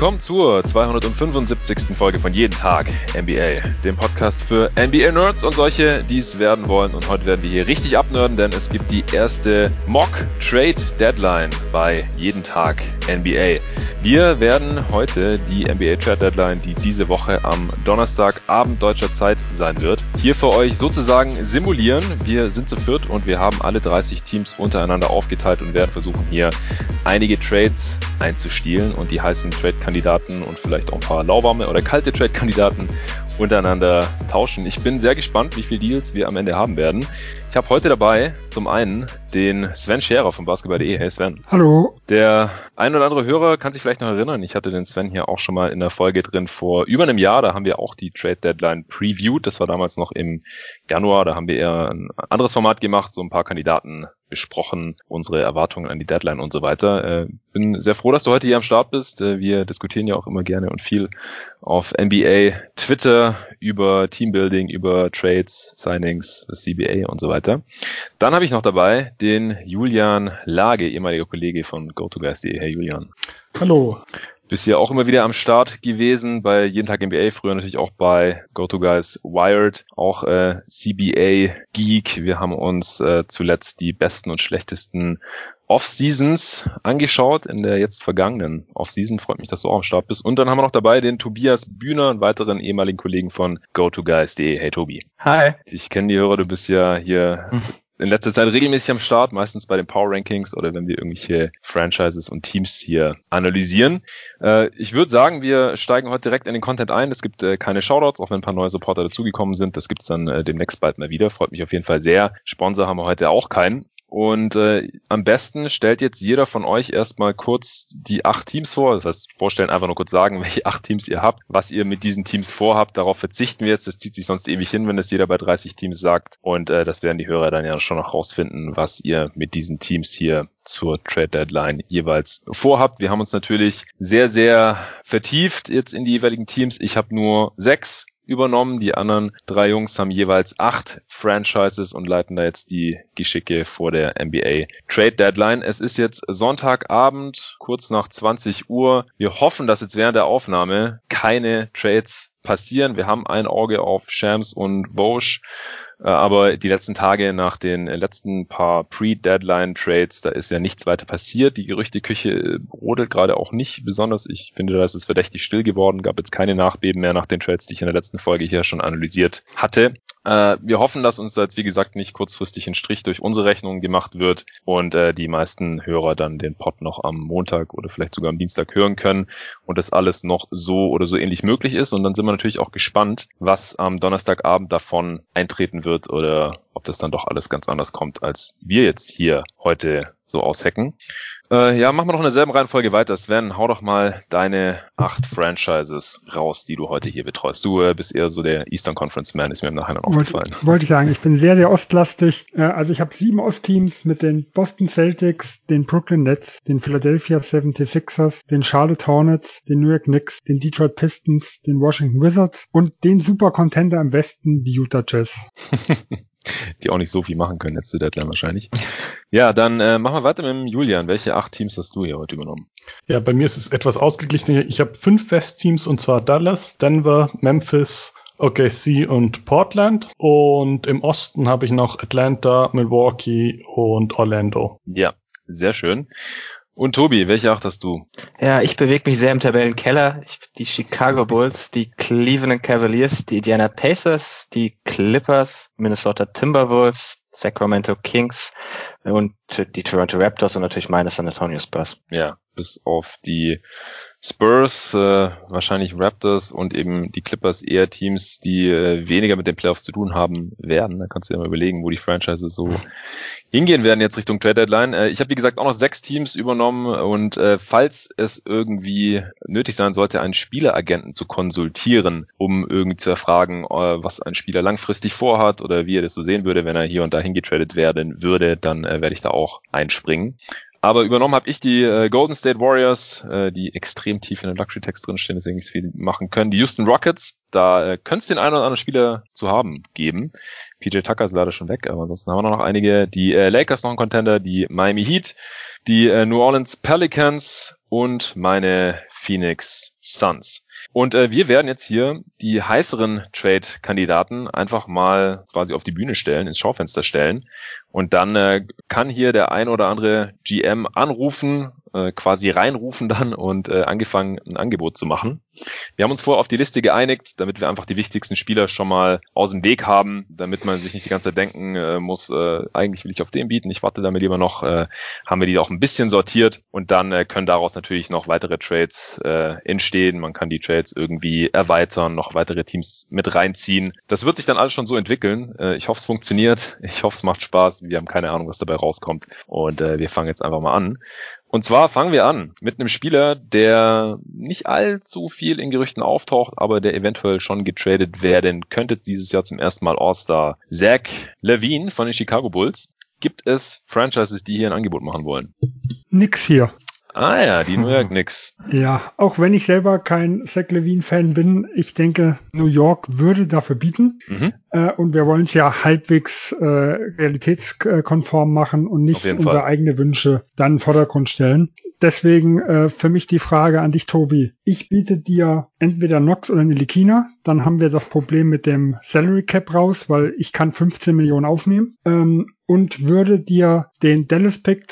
willkommen zur 275. Folge von Jeden Tag NBA, dem Podcast für NBA-Nerds und solche, die es werden wollen. Und heute werden wir hier richtig abnerden, denn es gibt die erste Mock-Trade-Deadline bei Jeden Tag NBA. Wir werden heute die NBA-Trade-Deadline, die diese Woche am Donnerstagabend deutscher Zeit sein wird, hier für euch sozusagen simulieren. Wir sind zu viert und wir haben alle 30 Teams untereinander aufgeteilt und werden versuchen, hier einige Trades einzustielen und die heißen Trade-Kandidaten und vielleicht auch ein paar lauwarme oder kalte Trade-Kandidaten untereinander tauschen. Ich bin sehr gespannt, wie viele Deals wir am Ende haben werden. Ich habe heute dabei zum einen den Sven Scherer von Basketball.de. Hey Sven. Hallo. Der ein oder andere Hörer kann sich vielleicht noch erinnern, ich hatte den Sven hier auch schon mal in der Folge drin vor über einem Jahr. Da haben wir auch die Trade Deadline previewed. Das war damals noch im Januar. Da haben wir eher ein anderes Format gemacht, so ein paar Kandidaten besprochen, unsere Erwartungen an die Deadline und so weiter. Bin sehr froh, dass du heute hier am Start bist. Wir diskutieren ja auch immer gerne und viel auf NBA, Twitter über Teambuilding, über Trades, Signings, das CBA und so weiter. Dann habe ich noch dabei den Julian Lage, ehemaliger Kollege von GoToGuys.de. Hey Julian. Hallo. Bist ja auch immer wieder am Start gewesen bei Jeden Tag NBA, früher natürlich auch bei GoToGuys Wired, auch CBA Geek. Wir haben uns zuletzt die besten und schlechtesten Off-Seasons angeschaut in der jetzt vergangenen Off-Season. Freut mich, dass du auch am Start bist. Und dann haben wir noch dabei den Tobias Bühner, einen weiteren ehemaligen Kollegen von GoToGuys.de. Hey Tobi. Hi. Ich kenne die Hörer, du bist ja hier in letzter Zeit regelmäßig am Start, meistens bei den Power Rankings oder wenn wir irgendwelche Franchises und Teams hier analysieren. Ich würde sagen, wir steigen heute direkt in den Content ein. Es gibt keine Shoutouts, auch wenn ein paar neue Supporter dazugekommen sind. Das gibt's dann demnächst bald mal wieder. Freut mich auf jeden Fall sehr. Sponsor haben wir heute auch keinen. Und am besten stellt jetzt jeder von euch erstmal kurz die 8 Teams vor. Das heißt, vorstellen, einfach nur kurz sagen, welche 8 Teams ihr habt, was ihr mit diesen Teams vorhabt. Darauf verzichten wir jetzt. Das zieht sich sonst ewig hin, wenn das jeder bei 30 Teams sagt. Und das werden die Hörer dann ja schon noch rausfinden, was ihr mit diesen Teams hier zur Trade Deadline jeweils vorhabt. Wir haben uns natürlich sehr, sehr vertieft jetzt in die jeweiligen Teams. Ich habe nur 6 übernommen. Die anderen 3 Jungs haben jeweils 8 Franchises und leiten da jetzt die Geschicke vor der NBA Trade Deadline. Es ist jetzt Sonntagabend, kurz nach 20 Uhr. Wir hoffen, dass jetzt während der Aufnahme keine Trades passieren. Wir haben ein Auge auf Shams und Woj, aber die letzten Tage nach den letzten paar Pre-Deadline-Trades, da ist ja nichts weiter passiert. Die Gerüchteküche brodelt gerade auch nicht besonders. Ich finde, da ist es verdächtig still geworden. Gab jetzt keine Nachbeben mehr nach den Trades, die ich in der letzten Folge hier schon analysiert hatte. Wir hoffen, dass uns da jetzt, wie gesagt, nicht kurzfristig ein Strich durch unsere Rechnung gemacht wird und die meisten Hörer dann den Pod noch am Montag oder vielleicht sogar am Dienstag hören können und das alles noch so oder so ähnlich möglich ist. Und dann sind wir natürlich auch gespannt, was am Donnerstagabend davon eintreten wird oder ob das dann doch alles ganz anders kommt, als wir jetzt hier heute so aushacken. Ja, machen wir doch in derselben Reihenfolge weiter. Sven, hau doch mal deine 8 Franchises raus, die du heute hier betreust. Du bist eher so der Eastern Conference Man, ist mir im Nachhinein aufgefallen. Wollte ich sagen, ich bin sehr, sehr ostlastig. Also ich habe 7 Ostteams mit den Boston Celtics, den Brooklyn Nets, den Philadelphia 76ers, den Charlotte Hornets, den New York Knicks, den Detroit Pistons, den Washington Wizards und den Super-Contender im Westen, die Utah Jazz. Die auch nicht so viel machen können jetzt zur Deadline wahrscheinlich. Ja, dann machen wir weiter mit dem Julian. Welche 8 Teams hast du hier heute übernommen? Ja, bei mir ist es etwas ausgeglichener. Ich habe 5 Westteams und zwar Dallas, Denver, Memphis, OKC und Portland. Und im Osten habe ich noch Atlanta, Milwaukee und Orlando. Ja, sehr schön. Und Tobi, welche 8 hast du? Ja, ich bewege mich sehr im Tabellenkeller. Die Chicago Bulls, die Cleveland Cavaliers, die Indiana Pacers, die Clippers, Minnesota Timberwolves, Sacramento Kings und die Toronto Raptors und natürlich meine San Antonio Spurs. Ja, bis auf die Spurs, wahrscheinlich Raptors und eben die Clippers eher Teams, die weniger mit den Playoffs zu tun haben werden. Da kannst du dir mal überlegen, wo die Franchises so hingehen werden jetzt Richtung Trade Deadline. Ich habe, wie gesagt, auch noch 6 Teams übernommen und falls es irgendwie nötig sein sollte, einen Spieleragenten zu konsultieren, um irgendwie zu erfragen, was ein Spieler langfristig vorhat oder wie er das so sehen würde, wenn er hier und da hingetradet werden würde, dann werde ich da auch einspringen. Aber übernommen habe ich die Golden State Warriors, die extrem tief in der Luxury-Text drinstehen, deswegen nicht viel machen können. Die Houston Rockets, da könnte es den einen oder anderen Spieler zu haben geben. PJ Tucker ist leider schon weg, aber ansonsten haben wir noch einige. Die Lakers noch ein Contender, die Miami Heat, die New Orleans Pelicans und meine Phoenix Suns. Und wir werden jetzt hier die heißeren Trade-Kandidaten einfach mal quasi auf die Bühne stellen, ins Schaufenster stellen. Und dann kann hier der ein oder andere GM anrufen, quasi reinrufen dann und angefangen ein Angebot zu machen. Wir haben uns vorher auf die Liste geeinigt, damit wir einfach die wichtigsten Spieler schon mal aus dem Weg haben, damit man sich nicht die ganze Zeit denken muss, eigentlich will ich auf den bieten, ich warte damit lieber noch, haben wir die auch ein bisschen sortiert und dann können daraus natürlich noch weitere Trades entstehen. Man kann die Trades irgendwie erweitern, noch weitere Teams mit reinziehen. Das wird sich dann alles schon so entwickeln. Ich hoffe, es funktioniert. Ich hoffe, es macht Spaß. Wir haben keine Ahnung, was dabei rauskommt. Und wir fangen jetzt einfach mal an. Und zwar fangen wir an mit einem Spieler, der nicht allzu viel in Gerüchten auftaucht, aber der eventuell schon getradet werden könnte. Dieses Jahr zum ersten Mal All-Star. Zach LaVine von den Chicago Bulls. Gibt es Franchises, die hier ein Angebot machen wollen? Nix hier. Ah ja, die New York Knicks. Ja, auch wenn ich selber kein Zach LaVine-Fan bin, ich denke, New York würde dafür bieten. Und wir wollen es ja halbwegs realitätskonform machen und nicht unsere eigene Wünsche dann in den Vordergrund stellen. Deswegen für mich die Frage an dich, Tobi. Ich biete dir entweder Knox oder Ntilikina. Dann haben wir das Problem mit dem Salary Cap raus, weil ich kann 15 Millionen aufnehmen. Und würde dir den Dallas-Pick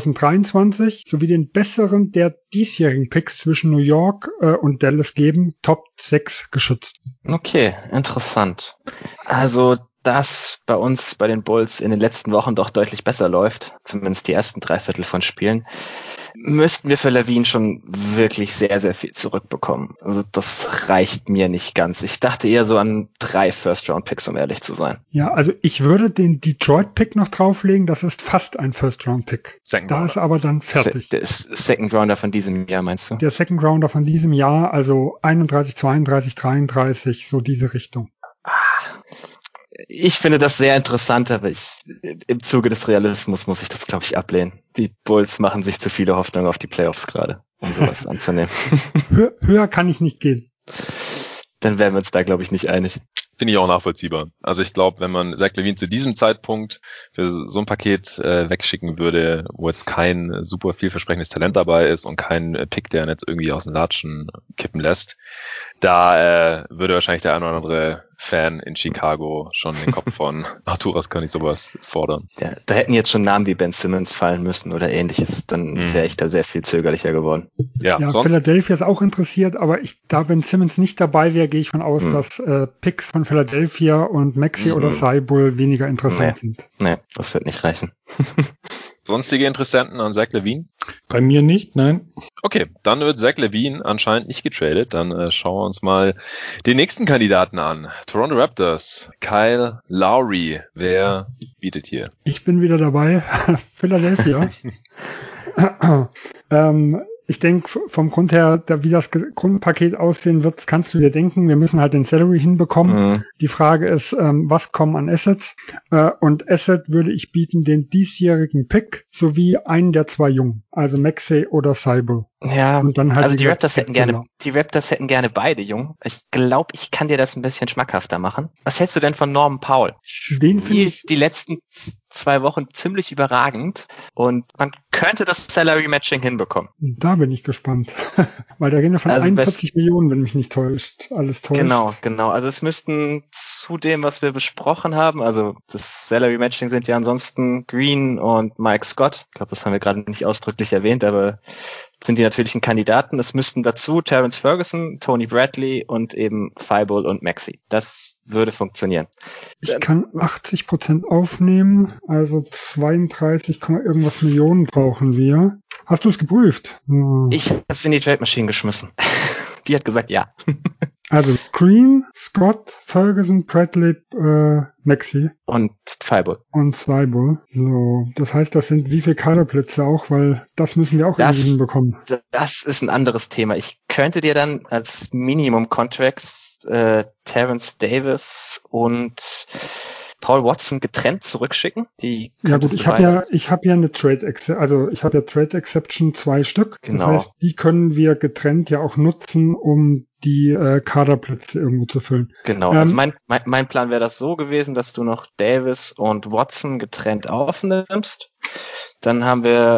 2023 sowie den besseren der diesjährigen Picks zwischen New York und Dallas geben, Top 6 geschützt. Okay, interessant. Also, dass bei uns bei den Bulls in den letzten Wochen doch deutlich besser läuft, zumindest die ersten 3/4 von Spielen, müssten wir für LaVine schon wirklich sehr, sehr viel zurückbekommen. Also das reicht mir nicht ganz. Ich dachte eher so an 3 First-Round-Picks, um ehrlich zu sein. Ja, also ich würde den Detroit-Pick noch drauflegen. Das ist fast ein First-Round-Pick. Da ist aber dann fertig. Der ist Second-Rounder von diesem Jahr, meinst du? Der Second-Rounder von diesem Jahr, also 31, 32, 33, so diese Richtung. Ich finde das sehr interessant, aber im Zuge des Realismus muss ich das, glaube ich, ablehnen. Die Bulls machen sich zu viele Hoffnungen auf die Playoffs gerade, um sowas anzunehmen. Höher kann ich nicht gehen. Dann wären wir uns da, glaube ich, nicht einig. Finde ich auch nachvollziehbar. Also ich glaube, wenn man Zach LaVine zu diesem Zeitpunkt für so ein Paket wegschicken würde, wo jetzt kein super vielversprechendes Talent dabei ist und kein Pick, der ihn jetzt irgendwie aus den Latschen kippen lässt, da würde wahrscheinlich der ein oder andere Fan in Chicago schon den Kopf von Arturas kann ich sowas fordern. Ja, da hätten jetzt schon Namen wie Ben Simmons fallen müssen oder ähnliches, dann wäre ich da sehr viel zögerlicher geworden. Ja, sonst Philadelphia ist auch interessiert, aber da Ben Simmons nicht dabei wäre, gehe ich von aus, dass Picks von Philadelphia und Maxey oder Thibault weniger interessant sind. Nee, das wird nicht reichen. Sonstige Interessenten an Zach LaVine? Bei mir nicht, nein. Okay, dann wird Zach LaVine anscheinend nicht getradet. Dann schauen wir uns mal den nächsten Kandidaten an. Toronto Raptors, Kyle Lowry. Wer bietet hier? Ich bin wieder dabei. Philadelphia. Ich denke, vom Grund her, wie das Grundpaket aussehen wird, kannst du dir denken. Wir müssen halt den Salary hinbekommen. Die Frage ist, was kommen an Assets? Und Asset würde ich bieten den diesjährigen Pick sowie einen der 2 Jungen, also Maxey oder Thibault. Ja, und dann halt also die Raptors hätten gerne beide Jungen. Ich glaube, ich kann dir das ein bisschen schmackhafter machen. Was hältst du denn von Norman Powell? Den finde ich die letzten 2 Wochen ziemlich überragend und man könnte das Salary Matching hinbekommen. Da bin ich gespannt. Weil da reden wir von 41 Millionen, wenn mich nicht täuscht. Alles täuscht. Genau. Also es müssten zu dem, was wir besprochen haben, also das Salary Matching sind ja ansonsten Green und Mike Scott. Ich glaube, das haben wir gerade nicht ausdrücklich erwähnt, aber sind die natürlichen Kandidaten. Es müssten dazu Terrence Ferguson, Tony Bradley und eben Thibault und Maxey. Das würde funktionieren. Ich kann 80% aufnehmen, also 32, irgendwas Millionen brauchen wir. Hast du es geprüft? Ich habe es in die Trade Machine geschmissen. Die hat gesagt ja. Also Green, Scott, Ferguson, Bradley, Maxey. Und Thibault. So, das heißt, das sind wie viele Kaderplätze auch, weil das müssen wir auch irgendwie hinbekommen. Das ist ein anderes Thema. Ich könnte dir dann als Minimum-Contracts Terrence Davis und Paul Watson getrennt zurückschicken. Die ja gut, ich habe ja eine Trade Exception 2 Stück. Genau. Das heißt, die können wir getrennt ja auch nutzen, um die Kaderplätze irgendwo zu füllen. Genau, also mein Plan wäre das so gewesen, dass du noch Davis und Watson getrennt aufnimmst. Dann haben wir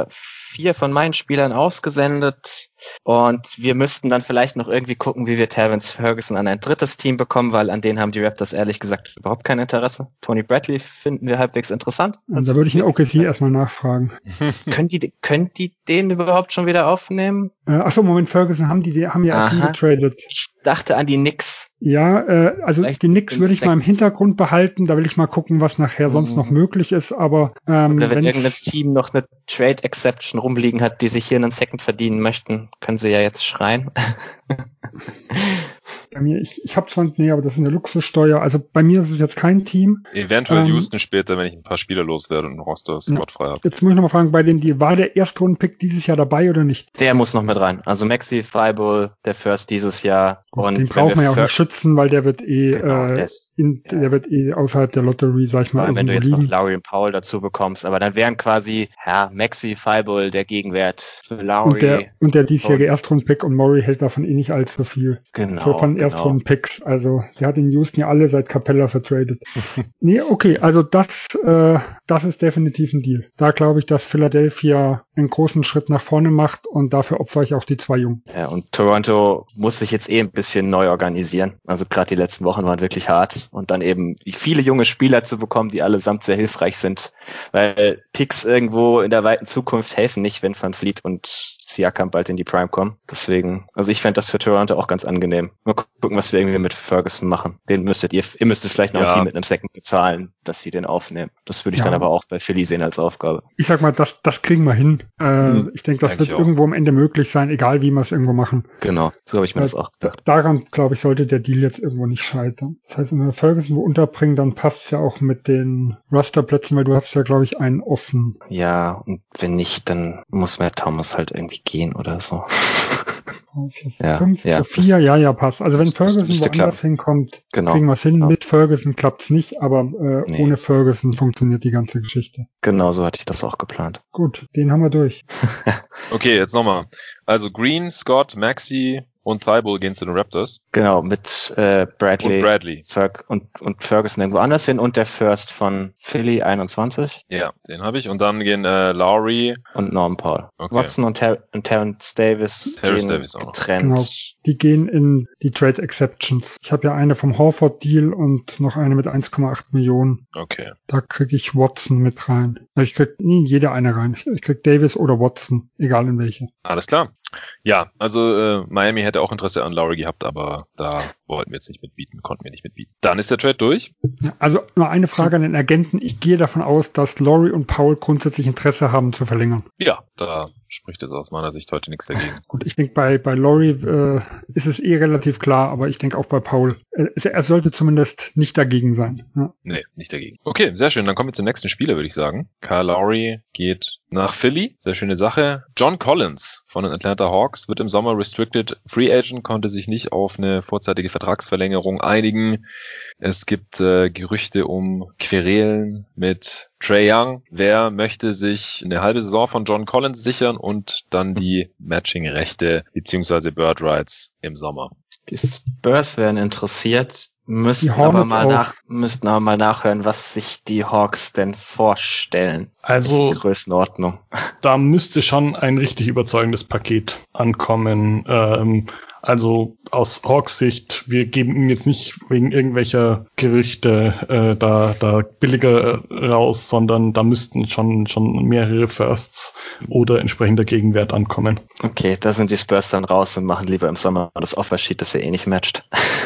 4 von meinen Spielern ausgesendet. Und wir müssten dann vielleicht noch irgendwie gucken, wie wir Terrence Ferguson an ein drittes Team bekommen, weil an denen haben die Raptors ehrlich gesagt überhaupt kein Interesse. Tony Bradley finden wir halbwegs interessant. Also da würde ich in OKC erstmal nachfragen. Können die den überhaupt schon wieder aufnehmen? Achso, Moment, Ferguson haben ja erst getradet. Ich dachte an die Knicks. Ja, also vielleicht die Knicks würde ich mal im Hintergrund behalten. Da will ich mal gucken, was nachher sonst noch möglich ist. Aber oder wenn irgendein Team noch eine Trade Exception rumliegen hat, die sich hier einen Second verdienen möchten, können sie ja jetzt schreien. Bei mir, ich habe zwar, aber das ist eine Luxussteuer. Also bei mir ist es jetzt kein Team. Eventuell Houston später, wenn ich ein paar Spieler loswerde und einen Roster-Spot frei habe. Jetzt muss ich nochmal fragen, war der Erstrunden-Pick dieses Jahr dabei oder nicht? Der muss noch mit rein. Also Maxi Thibault, der First dieses Jahr. Und den braucht man ja auch nicht schützen, weil der wird der wird außerhalb der Lottery, sag ich mal, wenn du jetzt liegen. noch Lowry und Powell dazu bekommst, aber dann wären quasi Maxi Thibault der Gegenwert für Lowry. Und der diesjährige Erstrunden-Pick und Murray hält davon nicht allzu viel. Genau. So von Erstrunden-Picks. Also der hat in Houston ja alle seit Capella vertradet. Nee, okay, also das ist definitiv ein Deal. Da glaube ich, dass Philadelphia einen großen Schritt nach vorne macht und dafür opfere ich auch die 2 Jungen. Ja, und Toronto muss sich jetzt ein bisschen neu organisieren. Also gerade die letzten Wochen waren wirklich hart und dann eben viele junge Spieler zu bekommen, die allesamt sehr hilfreich sind, weil Picks irgendwo in der weiten Zukunft helfen nicht, wenn Van Fleet und Siakam bald in die Prime kommen. Deswegen, also ich fände das für Toronto auch ganz angenehm. Mal gucken, was wir irgendwie mit Ferguson machen. Ihr müsstet vielleicht noch ein Team mit einem Second bezahlen, dass sie den aufnehmen. Das würde ich dann aber auch bei Philly sehen als Aufgabe. Ich sag mal, das kriegen wir hin. Ich denke, das wird irgendwo am Ende möglich sein, egal wie wir es irgendwo machen. Genau, so habe ich mir das auch gedacht. Daran, glaube ich, sollte der Deal jetzt irgendwo nicht scheitern. Das heißt, wenn wir Ferguson wo unterbringen, dann passt es ja auch mit den Rosterplätzen, weil du hast ja, glaube ich, einen offen. Ja, und wenn nicht, dann muss Matt Thomas halt irgendwie gehen oder so. 5 zu 4, ja, passt. Also wenn Ferguson woanders hinkommt, kriegen wir es hin. Mit Ferguson klappt es nicht, aber ohne Ferguson funktioniert die ganze Geschichte. Genau, so hatte ich das auch geplant. Gut, den haben wir durch. Okay, jetzt nochmal. Also Green, Scott, Maxi und Thibault gehen zu den Raptors. Genau, mit Bradley. Und Ferguson irgendwo anders hin und der First von Philly 21. Ja, den habe ich. Und dann gehen Lowry und Norman Powell. Okay. Watson und Terrence Davis auch getrennt. Genau, die gehen in die Trade Exceptions. Ich habe ja eine vom Horford-Deal und noch eine mit 1,8 Millionen. Okay. Da kriege ich Watson mit rein. Ich krieg nie jede eine rein. Ich krieg Davis oder Watson, egal in welche. Alles klar. Ja, also Miami hätte auch Interesse an Lowry gehabt, aber da konnten wir nicht mitbieten. Dann ist der Trade durch. Ja, also nur eine Frage an den Agenten. Ich gehe davon aus, dass Lowry und Powell grundsätzlich Interesse haben zu verlängern. Ja, da spricht jetzt aus meiner Sicht heute nichts dagegen. Gut, ich denke, bei Lowry ist es relativ klar, aber ich denke auch bei Powell. Er sollte zumindest nicht dagegen sein. Ja. Nee, nicht dagegen. Okay, sehr schön. Dann kommen wir zum nächsten Spieler, würde ich sagen. Kyle Lowry geht nach Philly. Sehr schöne Sache. John Collins von den Atlanta Hawks wird im Sommer Restricted Free Agent, konnte sich nicht auf eine vorzeitige Vertragsverlängerung einigen. Es gibt Gerüchte um Querelen mit Trae Young. Wer möchte sich eine halbe Saison von John Collins sichern und dann die Matching-Rechte bzw. Bird Rights im Sommer? Die Spurs wären interessiert, müssten aber mal nachhören, was sich die Hawks denn vorstellen. Also Größenordnung. Da müsste schon ein richtig überzeugendes Paket ankommen. Also aus Hawks Sicht, wir geben ihn jetzt nicht wegen irgendwelcher Gerüchte da billiger raus, sondern da müssten schon mehrere Firsts oder entsprechender Gegenwert ankommen. Okay, da sind die Spurs dann raus und machen lieber im Sommer das Offersheet, das ja nicht matcht.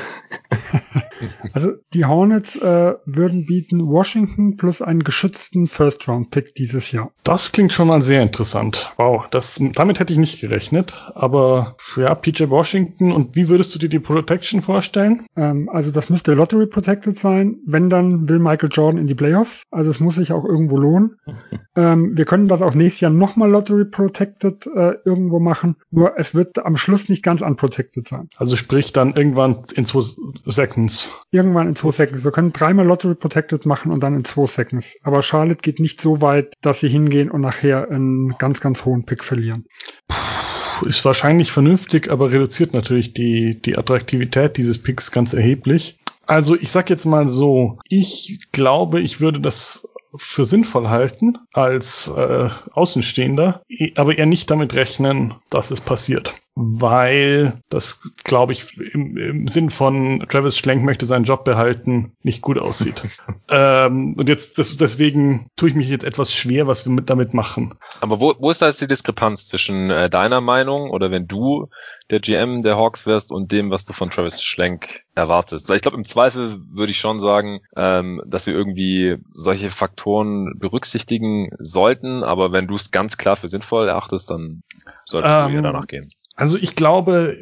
Also die Hornets würden bieten Washington plus einen geschützten First-Round-Pick dieses Jahr. Das klingt schon mal sehr interessant. Wow, damit hätte ich nicht gerechnet. Aber ja, PJ Washington, und wie würdest du dir die Protection vorstellen? Also das müsste Lottery Protected sein. Wenn, dann will Michael Jordan in die Playoffs. Also es muss sich auch irgendwo lohnen. Wir können das auch nächstes Jahr nochmal Lottery Protected irgendwo machen. Nur es wird am Schluss nicht ganz unprotected sein. Also sprich dann irgendwann in 2 Seconds. Irgendwann in 2 Seconds. Wir können 3-mal Lottery Protected machen und dann in 2 Seconds. Aber Charlotte geht nicht so weit, dass sie hingehen und nachher einen ganz, ganz hohen Pick verlieren. Ist wahrscheinlich vernünftig, aber reduziert natürlich die Attraktivität dieses Picks ganz erheblich. Also ich sag jetzt mal so, ich glaube, ich würde das für sinnvoll halten als Außenstehender, aber eher nicht damit rechnen, dass es passiert. Weil das, glaube ich, im Sinn von Travis Schlenk möchte seinen Job behalten, nicht gut aussieht. Und jetzt deswegen tue ich mich jetzt etwas schwer, was wir damit machen. Aber wo ist da jetzt die Diskrepanz zwischen deiner Meinung oder wenn du der GM der Hawks wärst und dem, was du von Travis Schlenk erwartest? Weil ich glaube, im Zweifel würde ich schon sagen, dass wir irgendwie solche Faktoren berücksichtigen sollten, aber wenn du es ganz klar für sinnvoll erachtest, dann solltest du eher danach gehen. Also ich glaube,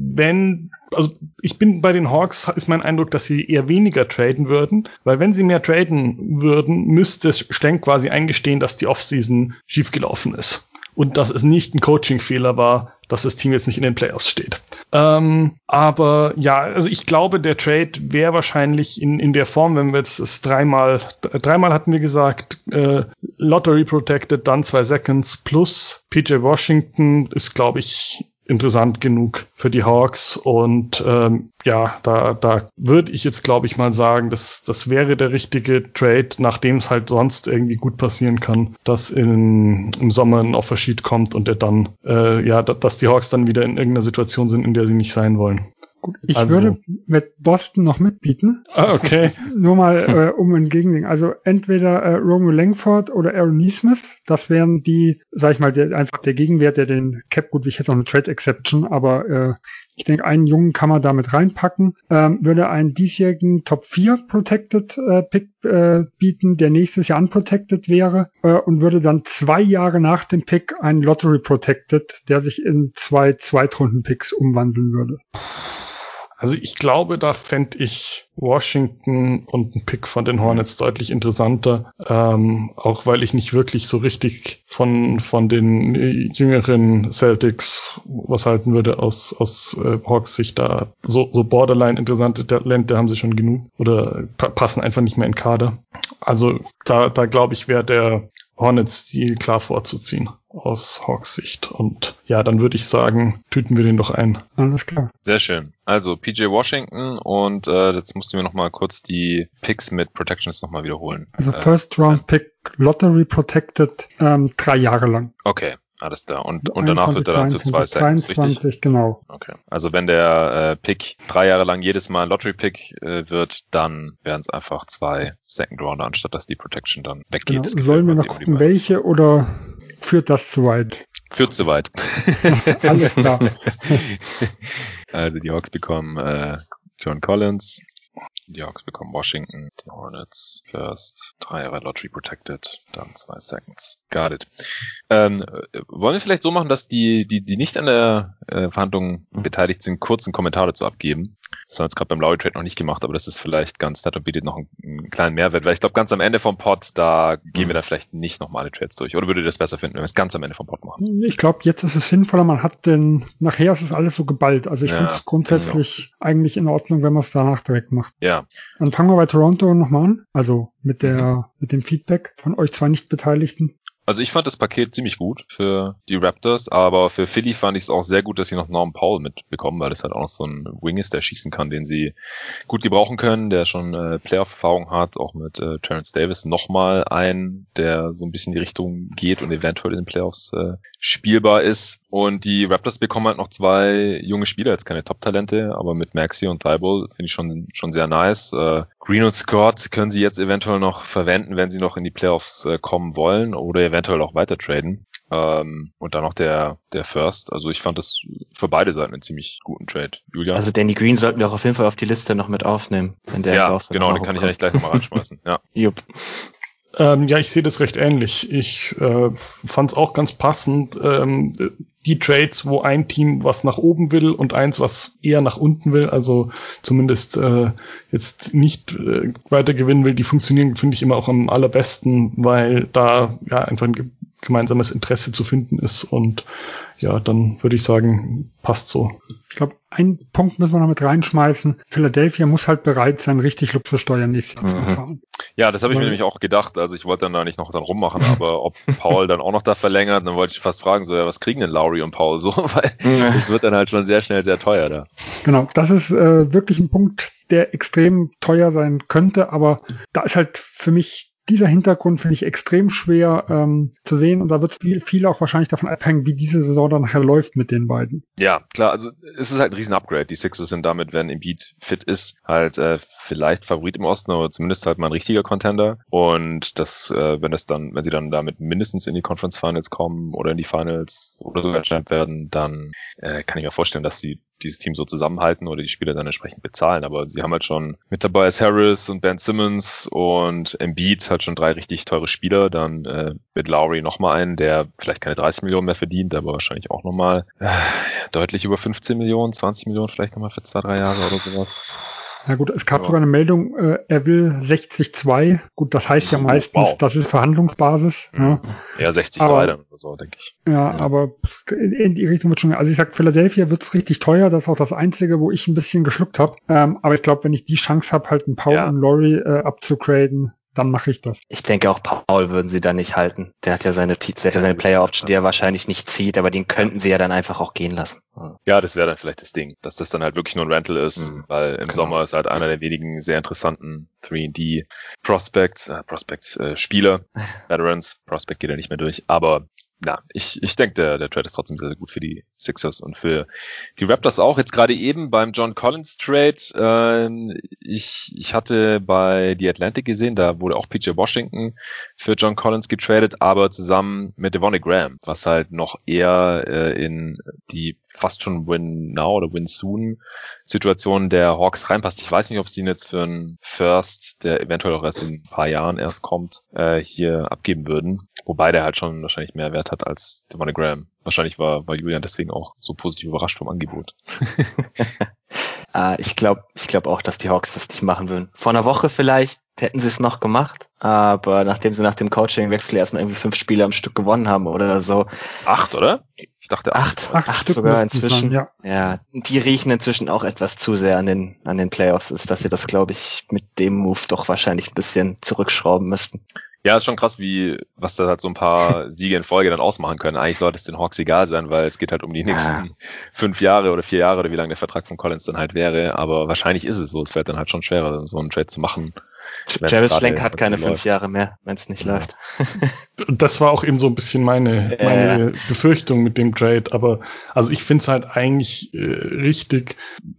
ich bin bei den Hawks, ist mein Eindruck, dass sie eher weniger traden würden, weil wenn sie mehr traden würden, müsste Schlenk quasi eingestehen, dass die Offseason schiefgelaufen ist. Und dass es nicht ein Coaching-Fehler war, dass das Team jetzt nicht in den Playoffs steht. Aber ja, also ich glaube, der Trade wäre wahrscheinlich in der Form, wenn wir jetzt das dreimal hatten wir gesagt, Lottery Protected, dann 2 Seconds plus PJ Washington ist, glaube ich, interessant genug für die Hawks und da würde ich jetzt, glaube ich, mal sagen, das wäre der richtige Trade, nachdem es halt sonst irgendwie gut passieren kann, dass im Sommer ein Offersheet kommt und dass die Hawks dann wieder in irgendeiner Situation sind, in der sie nicht sein wollen. Gut, ich würde mit Boston noch mitbieten. Okay. Nur mal um ein Gegending. Also entweder Romeo Langford oder Aaron Nesmith. Das wären die, sag ich mal, einfach der Gegenwert, der den Cap, gut, ich hätte noch eine Trade Exception, aber ich denke, einen Jungen kann man damit reinpacken. Würde einen diesjährigen Top 4 Protected Pick bieten, der nächstes Jahr unprotected wäre und würde dann 2 Jahre nach dem Pick einen Lottery Protected, der sich in 2 Zweitrunden-Picks umwandeln würde. Also ich glaube, da fände ich Washington und ein Pick von den Hornets deutlich interessanter, auch weil ich nicht wirklich so richtig von den jüngeren Celtics was halten würde aus Hawks Sicht. Da so borderline interessante Talente haben sie schon genug oder passen einfach nicht mehr in Kader. Also da glaube ich, wäre der Hornets-Stil klar vorzuziehen aus Hawks Sicht. Und ja, dann würde ich sagen, tüten wir den doch ein. Alles klar. Sehr schön. Also PJ Washington und jetzt musst du mir noch mal kurz die Picks mit Protections noch mal wiederholen. Also First Round Pick Lottery Protected 3 Jahre lang. Okay. Alles klar. Und danach wird er dann zu 2 Seconds, 23, richtig? Genau. Okay. Also wenn der Pick 3 Jahre lang jedes Mal ein Lottery-Pick wird, dann wären es einfach 2 Second-Rounder, anstatt dass die Protection dann weggeht. Genau. Sollen wir noch gucken, welche, oder führt das zu weit? Führt zu weit. Alles klar. Also die Hawks bekommen John Collins. Die Hawks bekommen Washington, die Hornets First, 3 Jahre Lottery Protected, dann 2 Seconds. Got it. Wollen wir vielleicht so machen, dass die nicht an der Verhandlung beteiligt sind, kurz einen Kommentar dazu abgeben? Das haben wir jetzt gerade beim Lowry Trade noch nicht gemacht, aber das ist vielleicht ganz nett und bietet noch einen kleinen Mehrwert, weil ich glaube, ganz am Ende vom Pod, da gehen wir dann vielleicht nicht nochmal alle Trades durch. Oder würdet ihr das besser finden, wenn wir es ganz am Ende vom Pod machen? Ich glaube, jetzt ist es sinnvoller, nachher ist es alles so geballt. Also ich finde es grundsätzlich eigentlich in Ordnung, wenn man es danach direkt macht. Ja. Dann fangen wir bei Toronto nochmal an. Also mit dem Feedback von euch zwei Nicht-Beteiligten. Also ich fand das Paket ziemlich gut für die Raptors, aber für Philly fand ich es auch sehr gut, dass sie noch Norman Powell mitbekommen, weil das halt auch noch so ein Wing ist, der schießen kann, den sie gut gebrauchen können, der schon Playoff-Erfahrung hat, auch mit Terrence Davis nochmal ein, der so ein bisschen in die Richtung geht und eventuell in den Playoffs spielbar ist. Und die Raptors bekommen halt noch 2 junge Spieler, jetzt keine Top-Talente, aber mit Maxey und Thibault finde ich schon sehr nice. Green und Scott können sie jetzt eventuell noch verwenden, wenn sie noch in die Playoffs kommen wollen oder eventuell auch weiter traden. Und dann noch der First. Also ich fand das für beide Seiten einen ziemlich guten Trade. Julian? Also Danny Green sollten wir auch auf jeden Fall auf die Liste noch mit aufnehmen. Wenn der ja, genau, den kann ich eigentlich gleich nochmal reinschmeißen. Ja. Jupp. Ja, ich sehe das recht ähnlich. Ich fand es auch ganz passend. Die Trades, wo ein Team was nach oben will und eins, was eher nach unten will, also zumindest jetzt nicht weiter gewinnen will, die funktionieren, finde ich, immer auch am allerbesten, weil da ja einfach ein gemeinsames Interesse zu finden ist. Und ja, dann würde ich sagen, passt so. Ich glaube, einen Punkt müssen wir noch mit reinschmeißen. Philadelphia muss halt bereit sein, richtig Luxussteuern nächstes Jahr zu bezahlen. Ja, das habe ich mir nämlich auch gedacht. Also ich wollte dann da nicht noch dann rummachen, aber ob Paul dann auch noch da verlängert, dann wollte ich fast fragen, so ja, was kriegen denn Lowry und Paul so? Weil das wird dann halt schon sehr schnell sehr teuer da. Genau, das ist wirklich ein Punkt, der extrem teuer sein könnte, aber da ist halt für mich dieser Hintergrund finde ich extrem schwer zu sehen und da wird viel auch wahrscheinlich davon abhängen, wie diese Saison dann nachher läuft mit den beiden. Ja, klar, also es ist halt ein riesen Upgrade. Die Sixers sind damit, wenn Embiid fit ist, halt vielleicht Favorit im Osten, aber zumindest halt mal ein richtiger Contender. Und das, wenn sie dann damit mindestens in die Conference Finals kommen oder in die Finals oder sogar entscheidend werden, dann kann ich mir vorstellen, dass sie dieses Team so zusammenhalten oder die Spieler dann entsprechend bezahlen. Aber sie haben halt schon mit dabei als Harris und Ben Simmons und Embiid halt schon 3 richtig teure Spieler. Dann mit Lowry nochmal einen, der vielleicht keine 30 Millionen mehr verdient, aber wahrscheinlich auch nochmal deutlich über 15 Millionen, 20 Millionen vielleicht nochmal für 2-3 Jahre oder sowas. Na gut, es gab sogar eine Meldung, er will 60-2. Gut, das heißt ja meistens, das ist Verhandlungsbasis. Ja, 60-3 dann oder so, denke ich. Ja, aber in die Richtung wird schon, also ich sag, Philadelphia wird's richtig teuer. Das ist auch das Einzige, wo ich ein bisschen geschluckt habe. Aber ich glaube, wenn ich die Chance habe, halt einen Paul und Laurie abzugraden, dann mache ich das. Ich denke auch Paul würden sie dann nicht halten. Der hat ja seine Player Option, die er wahrscheinlich nicht zieht, aber den könnten sie ja dann einfach auch gehen lassen. Ja, das wäre dann vielleicht das Ding, dass das dann halt wirklich nur ein Rental ist, weil im Sommer ist halt einer der wenigen sehr interessanten 3D Prospects, Spieler, Veterans, Prospect geht ja nicht mehr durch, aber ja, ich denke, der Trade ist trotzdem sehr, sehr gut für die Sixers und für die Raptors auch. Jetzt gerade eben beim John Collins Trade, ich hatte bei The Atlantic gesehen, da wurde auch PJ Washington für John Collins getradet, aber zusammen mit Devontae Graham, was halt noch eher in die fast schon Win-Now oder Win-Soon-Situation der Hawks reinpasst. Ich weiß nicht, ob sie ihn jetzt für einen First, der eventuell auch erst in ein paar Jahren erst kommt, hier abgeben würden. Wobei der halt schon wahrscheinlich mehr Wert hat als Devontae Graham. Wahrscheinlich war Julian deswegen auch so positiv überrascht vom Angebot. Ich glaube auch, dass die Hawks das nicht machen würden. Vor einer Woche vielleicht hätten sie es noch gemacht, aber nachdem sie nach dem Coaching-Wechsel erstmal irgendwie 5 Spiele am Stück gewonnen haben oder so. 8, oder? Ich dachte 8. 8 sogar inzwischen. Sein, ja, die riechen inzwischen auch etwas zu sehr an den Playoffs, ist, dass sie das, glaube ich, mit dem Move doch wahrscheinlich ein bisschen zurückschrauben müssten. Ja, ist schon krass, was da halt so ein paar Siege in Folge dann ausmachen können. Eigentlich sollte es den Hawks egal sein, weil es geht halt um die nächsten 5 Jahre oder 4 Jahre oder wie lange der Vertrag von Collins dann halt wäre. Aber wahrscheinlich ist es so. Es wird dann halt schon schwerer, so einen Trade zu machen. Travis Schlenk hat keine 5 Jahre mehr, wenn es nicht läuft. Das war auch eben so ein bisschen meine Befürchtung mit dem Trade. Aber also ich finde es halt eigentlich richtig,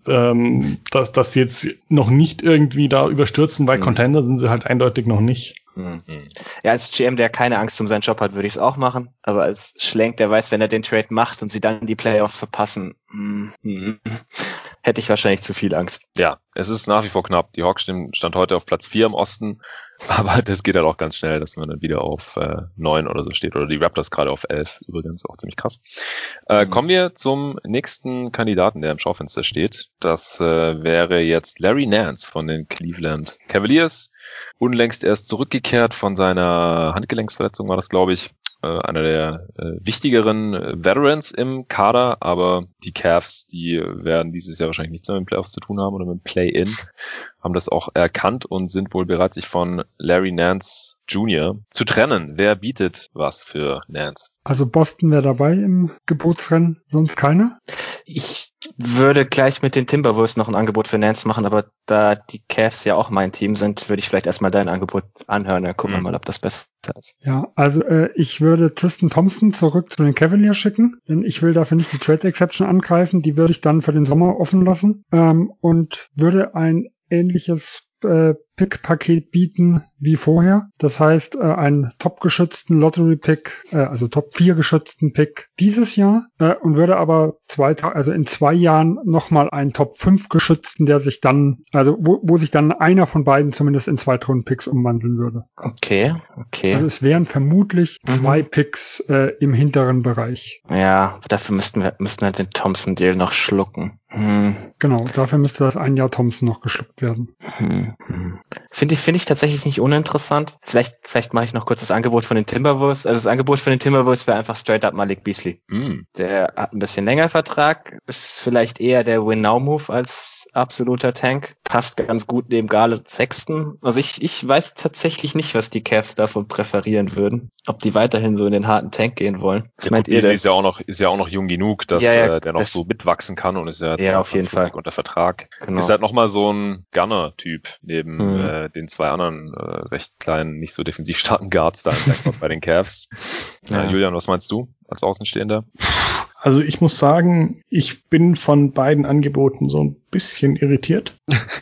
dass sie jetzt noch nicht irgendwie da überstürzen, weil Contender sind sie halt eindeutig noch nicht. Ja, als GM, der keine Angst um seinen Job hat, würde ich es auch machen. Aber als Schlenk, der weiß, wenn er den Trade macht und sie dann die Playoffs verpassen, hätte ich wahrscheinlich zu viel Angst. Ja, es ist nach wie vor knapp. Die Hawks stand heute auf Platz 4 im Osten. Aber das geht halt auch ganz schnell, dass man dann wieder auf 9 oder so steht. Oder die Raptors gerade auf 11. Übrigens auch ziemlich krass. Kommen wir zum nächsten Kandidaten, der im Schaufenster steht. Das wäre jetzt Larry Nance von den Cleveland Cavaliers. Unlängst erst zurückgekehrt von seiner Handgelenksverletzung war das, glaube ich. Einer der wichtigeren Veterans im Kader, aber die Cavs, die werden dieses Jahr wahrscheinlich nichts mehr mit den Playoffs zu tun haben oder mit dem Play-In, haben das auch erkannt und sind wohl bereit, sich von Larry Nance Jr. zu trennen. Wer bietet was für Nance? Also Boston wäre dabei im Gebotsrennen, sonst keiner? Ich würde gleich mit den Timberwolves noch ein Angebot für Nance machen, aber da die Cavs ja auch mein Team sind, würde ich vielleicht erstmal dein Angebot anhören. Dann gucken wir mal, ob das besser ist. Ja, also ich würde Tristan Thompson zurück zu den Cavaliers schicken, denn ich will dafür nicht die Trade Exception angreifen. Die würde ich dann für den Sommer offen lassen und würde ein ähnliches Pick-Paket bieten wie vorher. Das heißt, einen top-geschützten Lottery-Pick, also Top-4 geschützten Pick dieses Jahr und würde aber in 2 Jahren nochmal einen Top-5 geschützten, der sich dann, also wo sich dann einer von beiden zumindest in Zweitrunden-Picks umwandeln würde. Okay. Also es wären vermutlich 2 Picks im hinteren Bereich. Ja, dafür müssten wir den Thompson-Deal noch schlucken. Genau, dafür müsste das 1 Jahr Thompson noch geschluckt werden. Finde ich tatsächlich nicht uninteressant. Vielleicht mache ich noch kurz das Angebot von den Timberwolves. Also das Angebot von den Timberwolves wäre einfach straight up Malik Beasley. Der hat ein bisschen länger Vertrag, ist vielleicht eher der Win-Now-Move als absoluter Tank. Passt ganz gut neben Garland Sexton. Also ich weiß tatsächlich nicht, was die Cavs davon präferieren würden. Ob die weiterhin so in den harten Tank gehen wollen. Was meint ihr? Beasley ist ja auch noch jung genug, dass der noch so mitwachsen kann und ist ja jetzt auf jeden Fall unter Vertrag. Genau. Ist halt nochmal so ein Gunner-Typ neben den zwei anderen recht kleinen, nicht so defensiv starken Guards da im Backcourt bei den Cavs. Julian, was meinst du als Außenstehender? Also ich muss sagen, ich bin von beiden Angeboten so ein bisschen irritiert.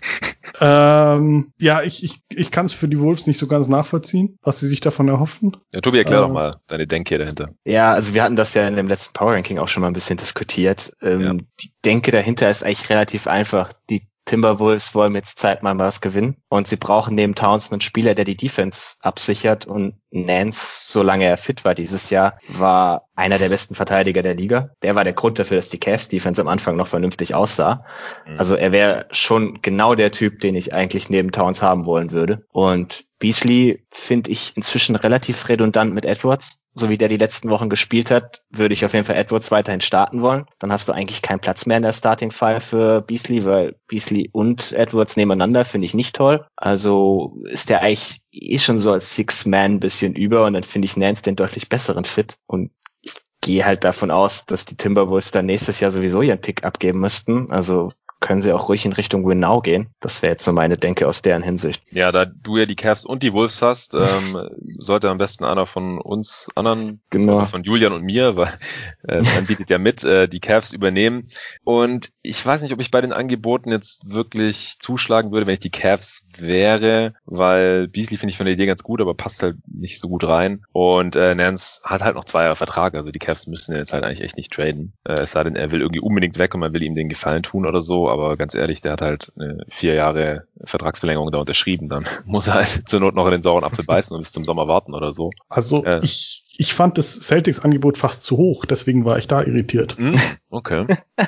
Ich kann es für die Wolves nicht so ganz nachvollziehen, was sie sich davon erhoffen. Ja, Tobi, erklär doch mal deine Denke hier dahinter. Ja, also wir hatten das ja in dem letzten Power Ranking auch schon mal ein bisschen diskutiert. Die Denke dahinter ist eigentlich relativ einfach. Die Timberwolves wollen jetzt Zeit mal was gewinnen und sie brauchen neben Townsend einen Spieler, der die Defense absichert, und Nance, solange er fit war dieses Jahr, war einer der besten Verteidiger der Liga. Der war der Grund dafür, dass die Cavs Defense am Anfang noch vernünftig aussah. Also er wäre schon genau der Typ, den ich eigentlich neben Towns haben wollen würde. Und Beasley finde ich inzwischen relativ redundant mit Edwards. So wie der die letzten Wochen gespielt hat, würde ich auf jeden Fall Edwards weiterhin starten wollen. Dann hast du eigentlich keinen Platz mehr in der Starting Five für Beasley, weil Beasley und Edwards nebeneinander finde ich nicht toll. Also ist der eigentlich schon so als Six-Man ein bisschen über, und dann finde ich Nance den deutlich besseren Fit. Und ich gehe halt davon aus, dass die Timberwolves dann nächstes Jahr sowieso ihren Pick abgeben müssten. Also können sie auch ruhig in Richtung Win Now gehen. Das wäre jetzt so meine Denke aus deren Hinsicht. Ja, da du ja die Cavs und die Wolves hast, sollte am besten einer von uns anderen, Genau, von Julian und mir, weil man bietet ja mit, die Cavs übernehmen. Und ich weiß nicht, ob ich bei den Angeboten jetzt wirklich zuschlagen würde, wenn ich die Cavs wäre, weil Beasley finde ich von der Idee ganz gut, aber passt halt nicht so gut rein. Und Nance hat halt noch 2 Jahre Vertrag, also die Cavs müssen ihn jetzt halt eigentlich echt nicht traden. Es sei denn, er will irgendwie unbedingt weg und man will ihm den Gefallen tun oder so, aber ganz ehrlich, der hat halt 4 Jahre Vertragsverlängerung da unterschrieben, dann muss er halt zur Not noch in den sauren Apfel beißen und bis zum Sommer warten oder so. Also ich fand das Celtics-Angebot fast zu hoch, deswegen war ich da irritiert. Okay.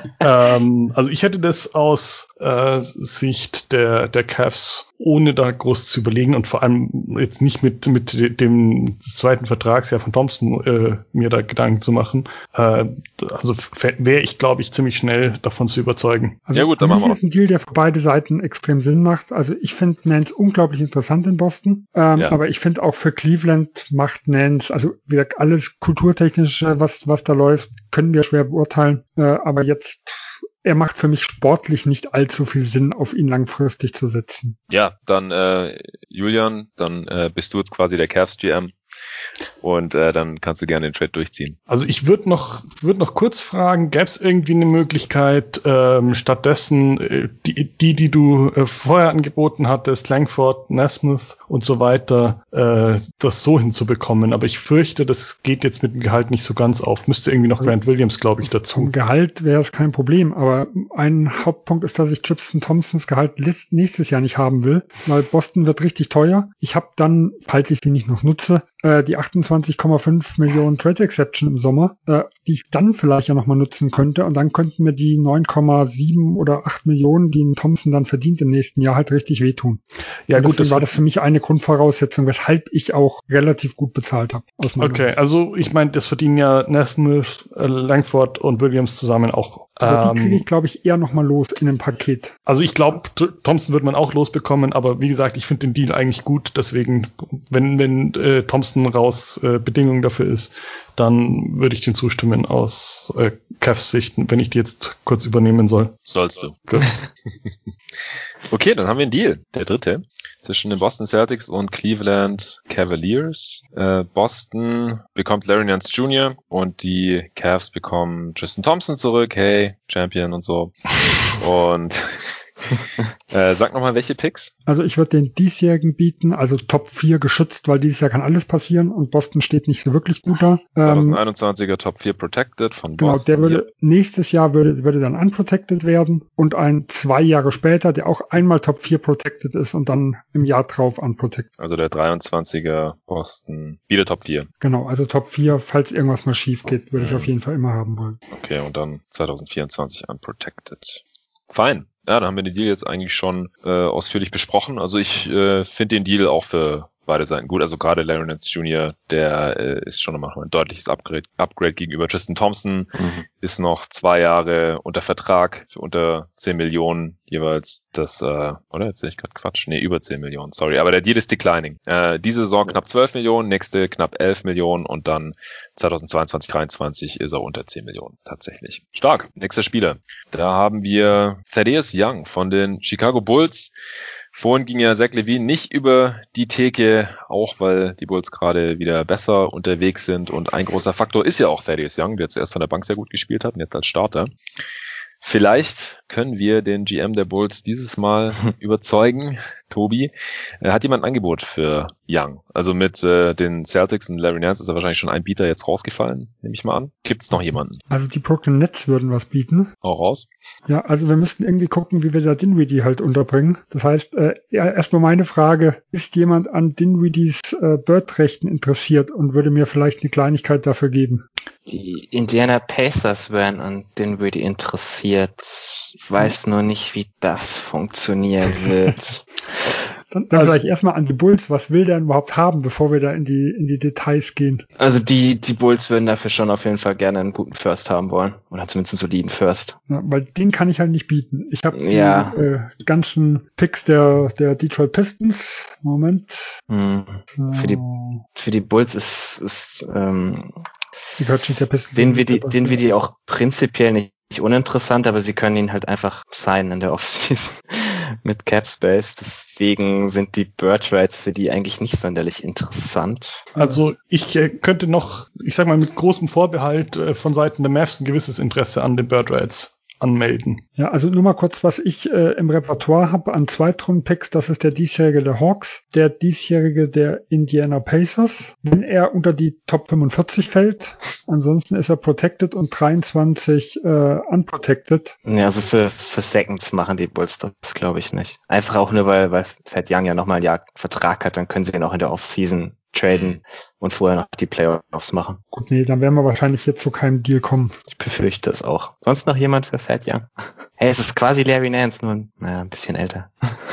Also ich hätte das aus Sicht der Cavs, ohne da groß zu überlegen und vor allem jetzt nicht mit dem zweiten Vertragsjahr von Thompson mir da Gedanken zu machen, also wäre ich, glaube ich, ziemlich schnell davon zu überzeugen. Also ja gut, dann machen wir ist ein Deal, der für beide Seiten extrem Sinn macht. Also ich finde Nance unglaublich interessant in Boston, aber ich finde auch für Cleveland macht Nance, also wie gesagt, alles Kulturtechnische, was da läuft, können wir schwer beurteilen, aber jetzt er macht für mich sportlich nicht allzu viel Sinn, auf ihn langfristig zu setzen. Ja, dann Julian, dann bist du jetzt quasi der Cavs GM und dann kannst du gerne den Trade durchziehen. Also ich würde noch kurz fragen, gäbe es irgendwie eine Möglichkeit, stattdessen die du vorher angeboten hattest, Langford, Nesmith und so weiter, das so hinzubekommen. Aber ich fürchte, das geht jetzt mit dem Gehalt nicht so ganz auf. Müsste irgendwie noch Grant Williams, glaube ich, dazu. Vom Gehalt wäre es kein Problem, aber ein Hauptpunkt ist, dass ich Tristan Thompsons Gehalt nächstes Jahr nicht haben will, weil Boston wird richtig teuer. Ich habe dann, falls ich die nicht noch nutze, die 28,5 Millionen Trade Exception im Sommer, die ich dann vielleicht ja nochmal nutzen könnte, und dann könnten mir die 9,7 oder 8 Millionen, die ein Thompson dann verdient im nächsten Jahr, halt richtig wehtun. Ja, gut, deswegen war das für mich eine Grundvoraussetzung, weshalb ich auch relativ gut bezahlt habe. Okay, also ich meine, das verdienen ja Nesmith, Langford und Williams zusammen auch. Aber die kriege ich, glaube ich, eher nochmal los in einem Paket. Also ich glaube, Thompson wird man auch losbekommen, aber wie gesagt, ich finde den Deal eigentlich gut, deswegen, wenn Thompson raus Bedingung dafür ist, dann würde ich den zustimmen aus Cavs Sicht, wenn ich die jetzt kurz übernehmen soll. Sollst du. Gut. Okay, dann haben wir einen Deal. Der dritte. Zwischen den Boston Celtics und Cleveland Cavaliers. Boston bekommt Larry Nance Jr. und die Cavs bekommen Tristan Thompson zurück. Hey, Champion und so. Und sag nochmal, welche Picks? Also ich würde den diesjährigen bieten, also Top 4 geschützt, weil dieses Jahr kann alles passieren und Boston steht nicht so wirklich gut da. 2021er Top 4 Protected von Boston. Genau, der würde nächstes Jahr würde dann unprotected werden, und ein 2 Jahre später, der auch einmal Top 4 Protected ist und dann im Jahr drauf unprotected. Also der 23er Boston, wieder Top 4. Genau, also Top 4, falls irgendwas mal schief geht, würde ich auf jeden Fall immer haben wollen. Okay, und dann 2024 unprotected. Fein. Ja, dann haben wir den Deal jetzt eigentlich schon ausführlich besprochen. Also ich finde den Deal auch für beide Seiten gut. Also gerade Larry Nance Jr., der ist schon nochmal ein deutliches Upgrade gegenüber Tristan Thompson. Ist noch 2 Jahre unter Vertrag für unter 10 Millionen jeweils. Das, oder? Jetzt sehe ich gerade Quatsch. Nee, über 10 Millionen, sorry. Aber der Deal ist declining. Diese Saison knapp 12 Millionen, nächste knapp 11 Millionen und dann 2022, 2023 ist er unter 10 Millionen tatsächlich. Stark. Nächster Spieler. Da haben wir Thaddeus Young von den Chicago Bulls. Vorhin ging ja Zach LaVine nicht über die Theke, auch weil die Bulls gerade wieder besser unterwegs sind. Und ein großer Faktor ist ja auch Thaddeus Young, der zuerst von der Bank sehr gut gespielt hat und jetzt als Starter. Vielleicht können wir den GM der Bulls dieses Mal überzeugen. Tobi, hat jemand ein Angebot für Young? Also mit den Celtics und Larry Nance ist ja wahrscheinlich schon ein Bieter jetzt rausgefallen, nehme ich mal an. Gibt's noch jemanden? Also die Brooklyn Nets würden was bieten. Auch raus? Ja, also wir müssten irgendwie gucken, wie wir da Dinwiddie halt unterbringen. Das heißt, erstmal meine Frage, ist jemand an Dinwiddys Bird-Rechten interessiert und würde mir vielleicht eine Kleinigkeit dafür geben? Die Indiana Pacers wären an Dinwiddie interessiert. Ich weiß nur nicht, wie das funktionieren wird. Dann vielleicht erstmal an die Bulls. Was will der überhaupt haben, bevor wir da in die Details gehen? Also die Bulls würden dafür schon auf jeden Fall gerne einen guten First haben wollen. Oder zumindest einen soliden First. Ja, weil den kann ich halt nicht bieten. Ich habe die ganzen Picks der Detroit Pistons. Moment. Für die Bulls ist Dinwiddie auch prinzipiell nicht uninteressant, aber sie können ihn halt einfach signen in der Offseason mit Cap Space. Deswegen sind die Bird Rights für die eigentlich nicht sonderlich interessant. Also ich könnte noch, ich sag mal mit großem Vorbehalt von Seiten der Mavs ein gewisses Interesse an den Bird Rights anmelden. Ja, also nur mal kurz, was ich im Repertoire habe an Zweitrunden-Picks, das ist der diesjährige der Hawks, der diesjährige der Indiana Pacers, wenn er unter die Top 45 fällt. Ansonsten ist er protected und 23 unprotected. Ja, also für Seconds machen die Bulls das glaube ich nicht. Einfach auch nur, weil Thad Young ja nochmal ein Jahr Vertrag hat, dann können sie ihn auch in der Offseason traden und vorher noch die Playoffs machen. Gut, nee, dann werden wir wahrscheinlich jetzt zu keinem Deal kommen. Ich befürchte es auch. Sonst noch jemand für Thad Young? Hey, es ist quasi Larry Nance, nur ein bisschen älter.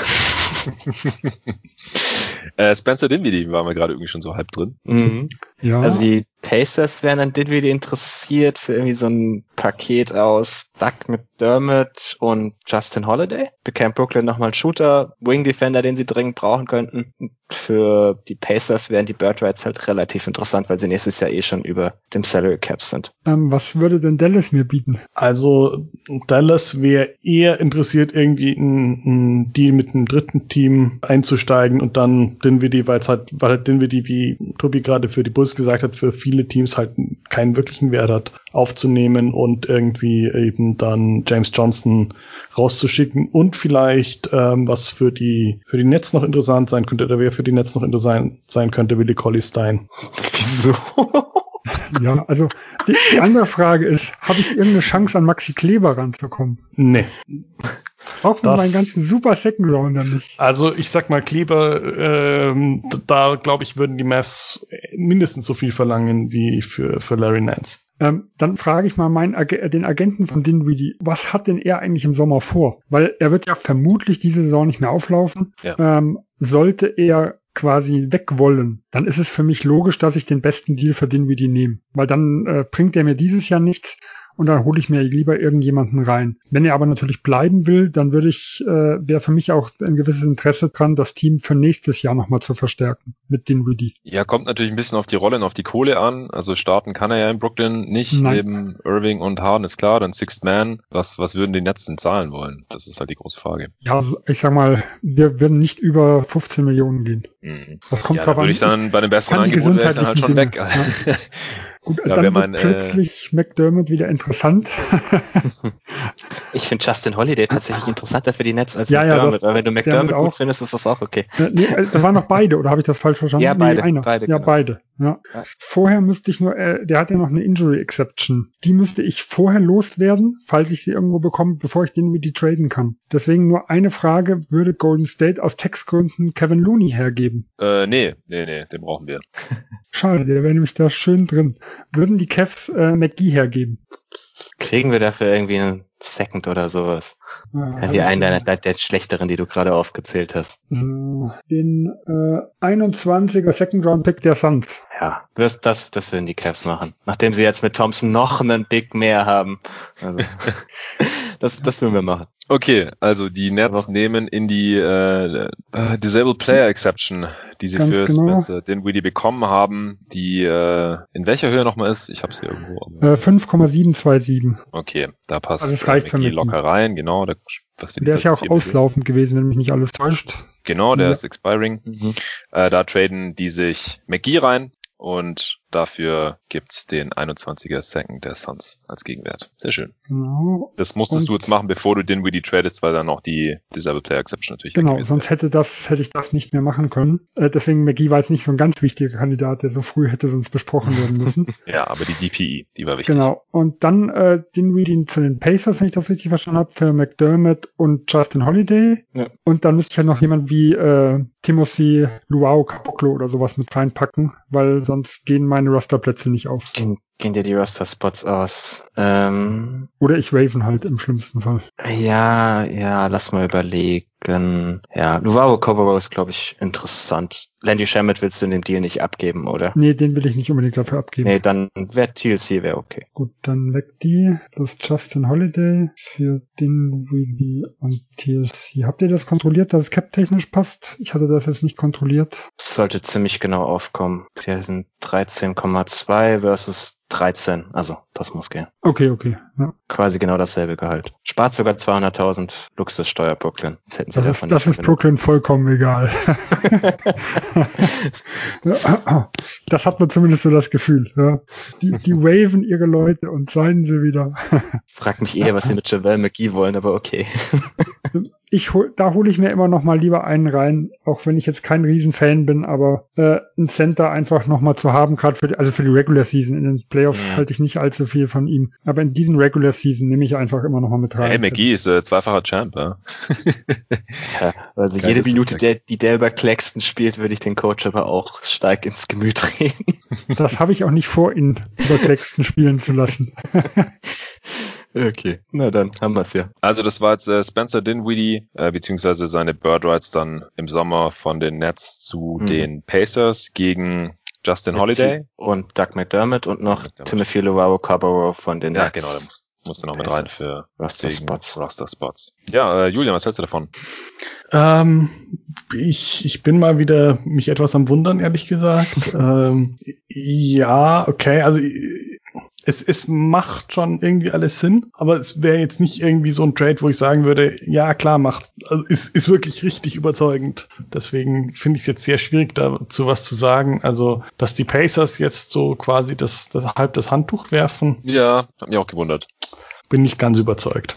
Spencer Dinwiddie waren wir gerade irgendwie schon so halb drin. Mhm. Ja. Also die Pacers wären an Dinwiddie interessiert für irgendwie so ein Paket aus Doug McDermott und Justin Holiday. Bekäme Brooklyn nochmal einen Shooter, Wing Defender, den sie dringend brauchen könnten. Für die Pacers wären die Bird Rights halt relativ interessant, weil sie nächstes Jahr schon über dem Salary Cap sind. Was würde denn Dallas mir bieten? Also Dallas wäre eher interessiert, irgendwie einen Deal mit einem dritten Team einzusteigen und dann Dinwiddie, weil Dinwiddie, wie Tobi gerade für die Bulls gesagt hat, für viele Teams halt keinen wirklichen Wert hat, aufzunehmen und irgendwie eben dann James Johnson rauszuschicken und vielleicht was für die Nets noch interessant sein könnte, oder wer für die Nets noch interessant sein könnte, Willie Cauley-Stein. Wieso? Ja, also die andere Frage ist, habe ich irgendeine Chance an Maxi Kleber ranzukommen? Nee. Auch mit meinen ganzen super Second Rounder nicht. Also ich sag mal, Kleber, da glaube ich, würden die Mavs mindestens so viel verlangen wie für Larry Nance. Dann frage ich mal den Agenten von Dinwiddie, was hat denn er eigentlich im Sommer vor? Weil er wird ja vermutlich diese Saison nicht mehr auflaufen. Ja. Sollte er quasi weg wollen, dann ist es für mich logisch, dass ich den besten Deal für Dinwiddie nehme. Weil dann bringt er mir dieses Jahr nichts. Und dann hole ich mir lieber irgendjemanden rein. Wenn er aber natürlich bleiben will, dann wäre für mich auch ein gewisses Interesse dran, das Team für nächstes Jahr nochmal zu verstärken mit Dinwiddie. Ja, kommt natürlich ein bisschen auf die Rolle und auf die Kohle an. Also starten kann er ja in Brooklyn nicht. Nein. Neben Irving und Harden ist klar, dann Sixth Man. Was würden die Nets denn zahlen wollen? Das ist halt die große Frage. Ja, ich sag mal, wir würden nicht über 15 Millionen gehen. Das kommt drauf an. Würde ich dann bei dem besseren Angebot wäre ich dann halt schon weg. Ja. Gut, dann wird plötzlich McDermott wieder interessant. Ich finde Justin Holiday tatsächlich interessanter für die Nets als McDermott. Aber wenn du McDermott gut findest, ist das auch okay. Nee, da waren noch beide, oder habe ich das falsch verstanden? Ja, beide. Beide. Ja, genau. Beide. Ja. Vorher müsste ich nur, der hat ja noch eine Injury Exception. Die müsste ich vorher loswerden, falls ich sie irgendwo bekomme, bevor ich den mit die traden kann. Deswegen nur eine Frage, würde Golden State aus Textgründen Kevin Looney hergeben? Nee, den brauchen wir. Schade, der wäre nämlich da schön drin. Würden die Cavs McGee hergeben? Kriegen wir dafür irgendwie einen Second oder sowas? Wie einen der schlechteren, die du gerade aufgezählt hast. Den 21er Second Round Pick der Suns. Ja, das würden die Cavs machen. Nachdem sie jetzt mit Thompson noch einen Pick mehr haben. Also, das würden wir machen. Okay, also die Nets nehmen in die Disabled Player Exception, die sie Ganz für genau. Spencer Dinwiddie bekommen haben, die in welcher Höhe nochmal ist? Ich habe sie irgendwo. 5,727. Okay, da passt also das reicht für mich locker rein, genau. Der ist ja auch auslaufend gewesen, wenn mich nicht alles täuscht. Genau, der ist expiring. Da traden die sich McGee rein und dafür gibt's den 21er Second der Suns als Gegenwert. Sehr schön. Genau. Das musstest du jetzt machen, bevor du Dinwiddie tradest, weil dann auch die Disable Player Exception natürlich Genau, sonst hätte ich das nicht mehr machen können. Deswegen McGee war jetzt nicht so ein ganz wichtiger Kandidat, der so früh hätte sonst besprochen werden müssen. Ja, aber die DPI, die war wichtig. Genau. Und dann Dinwiddie zu den Pacers, wenn ich das richtig verstanden habe, für McDermott und Justin Holiday. Ja. Und dann müsste ich halt noch jemand wie Timothy Luau Caboclo oder sowas mit reinpacken, weil sonst gehen meine Rosterplätze nicht auf. Gehen dir die Roster-Spots aus? Oder ich waven halt im schlimmsten Fall. Ja, lass mal überlegen. Ja, Luau Coboro ist, glaube ich, interessant. Landy Shamet willst du in dem Deal nicht abgeben, oder? Nee, den will ich nicht unbedingt dafür abgeben. Nee, dann TLC wäre okay. Gut, dann weg die. Das ist Justin Holiday für Dinwiddie und TLC. Habt ihr das kontrolliert, dass es cap-technisch passt? Ich hatte das jetzt nicht kontrolliert. Das sollte ziemlich genau aufkommen. Die sind 13,2 versus 13. Also, das muss gehen. Okay. Ja. Quasi genau dasselbe Gehalt. Spart sogar 200.000 Luxussteuer Brooklyn. Das hätten sie davon Das nicht ist Brooklyn vollkommen egal. Das hat man zumindest so das Gefühl. Ja. Die waven ihre Leute und seien sie wieder. Frag mich eher, was sie mit JaVale McGee wollen, aber okay. Da hole ich mir immer noch mal lieber einen rein, auch wenn ich jetzt kein Riesenfan bin, aber einen Center einfach noch mal zu haben, gerade für die Regular Season. In den Playoffs halte ich nicht allzu viel von ihm, aber in diesen Regular Season nehme ich einfach immer noch mal mit rein. Hey, McGee ist zweifacher Champ, ja. Ja, also jede Minute, die der über Claxton spielt, würde ich den Coach aber auch stark ins Gemüt reden. Das habe ich auch nicht vor, ihn über Claxton spielen zu lassen. Okay, na dann haben wir's ja. Also das war jetzt Spencer Dinwiddie, beziehungsweise seine Bird Rights dann im Sommer von den Nets zu den Pacers gegen Justin Holiday. Und Doug McDermott und noch Timothy Luau-Cabarro von den Nets. Ja, genau, da musst du noch mit rein für Roster-Spots. Ja, Julian, was hältst du davon? Ich bin mal wieder mich etwas am Wundern, ehrlich gesagt. Ja, okay, also es macht schon irgendwie alles Sinn, aber es wäre jetzt nicht irgendwie so ein Trade, wo ich sagen würde, ja klar, also ist wirklich richtig überzeugend. Deswegen finde ich es jetzt sehr schwierig, dazu was zu sagen. Also, dass die Pacers jetzt so quasi das Handtuch werfen. Ja, hat mich auch gewundert. Bin nicht ganz überzeugt.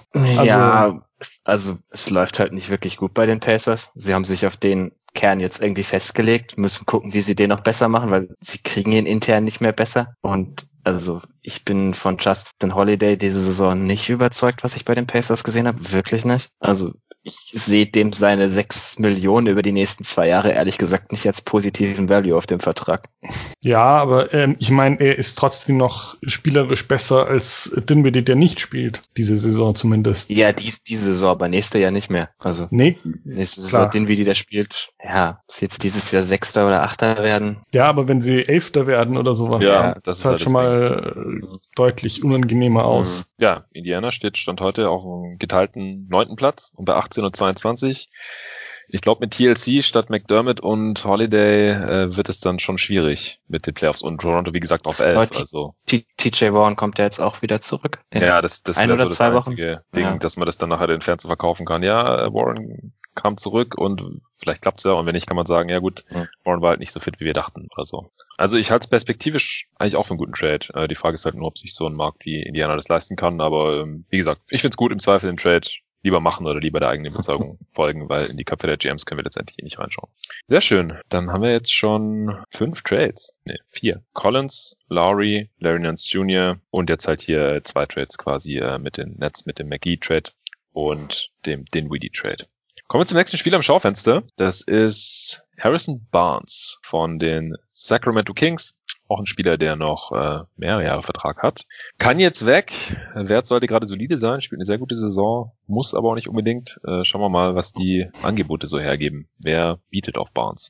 Also es läuft halt nicht wirklich gut bei den Pacers. Sie haben sich auf den Kern jetzt irgendwie festgelegt, müssen gucken, wie sie den noch besser machen, weil sie kriegen ihn intern nicht mehr besser. Und also ich bin von Justin Holiday diese Saison nicht überzeugt, was ich bei den Pacers gesehen habe. Wirklich nicht. Also ich sehe dem seine 6 Millionen über die nächsten 2 Jahre ehrlich gesagt nicht als positiven Value auf dem Vertrag. Ja, aber ich meine, er ist trotzdem noch spielerisch besser als Dinwiddie, der nicht spielt. Diese Saison zumindest. Ja, diese Saison, aber nächste Jahr nicht mehr. Also nächste Saison Dinwiddie, der spielt, ja, muss jetzt dieses Jahr 6. oder 8. werden. Ja, aber wenn sie 11. werden oder sowas, ja, das ist halt schon mal deutlich unangenehmer aus. Ja, Indiana stand heute auf einem geteilten 9. Platz und bei 18 und 22. Ich glaube, mit TLC statt McDermott und Holiday wird es dann schon schwierig mit den Playoffs und Toronto, wie gesagt, auf 11. Also TJ Warren kommt ja jetzt auch wieder zurück. Ja, das wäre so das einzige Ding, ja, dass man das dann nachher den Fans so verkaufen kann. Ja, Warren kam zurück und vielleicht klappt's ja. Und wenn nicht, kann man sagen, ja gut, Warren war halt nicht so fit, wie wir dachten oder so. Also ich halte es perspektivisch eigentlich auch für einen guten Trade. Die Frage ist halt nur, ob sich so ein Markt wie Indiana das leisten kann. Aber wie gesagt, ich find's gut, im Zweifel den Trade lieber machen oder lieber der eigenen Überzeugung folgen, weil in die Köpfe der GMs können wir letztendlich nicht reinschauen. Sehr schön. Dann haben wir jetzt schon 5 Trades. 4. Collins, Lowry, Larry Nance Jr. und jetzt halt hier 2 Trades quasi mit den Nets, mit dem McGee-Trade und dem Dinwiddie-Trade. Kommen wir zum nächsten Spiel am Schaufenster. Das ist Harrison Barnes von den Sacramento Kings. Auch ein Spieler, der noch mehrere Jahre Vertrag hat. Kann jetzt weg. Wert sollte gerade solide sein. Spielt eine sehr gute Saison. Muss aber auch nicht unbedingt. Schauen wir mal, was die Angebote so hergeben. Wer bietet auf Barnes?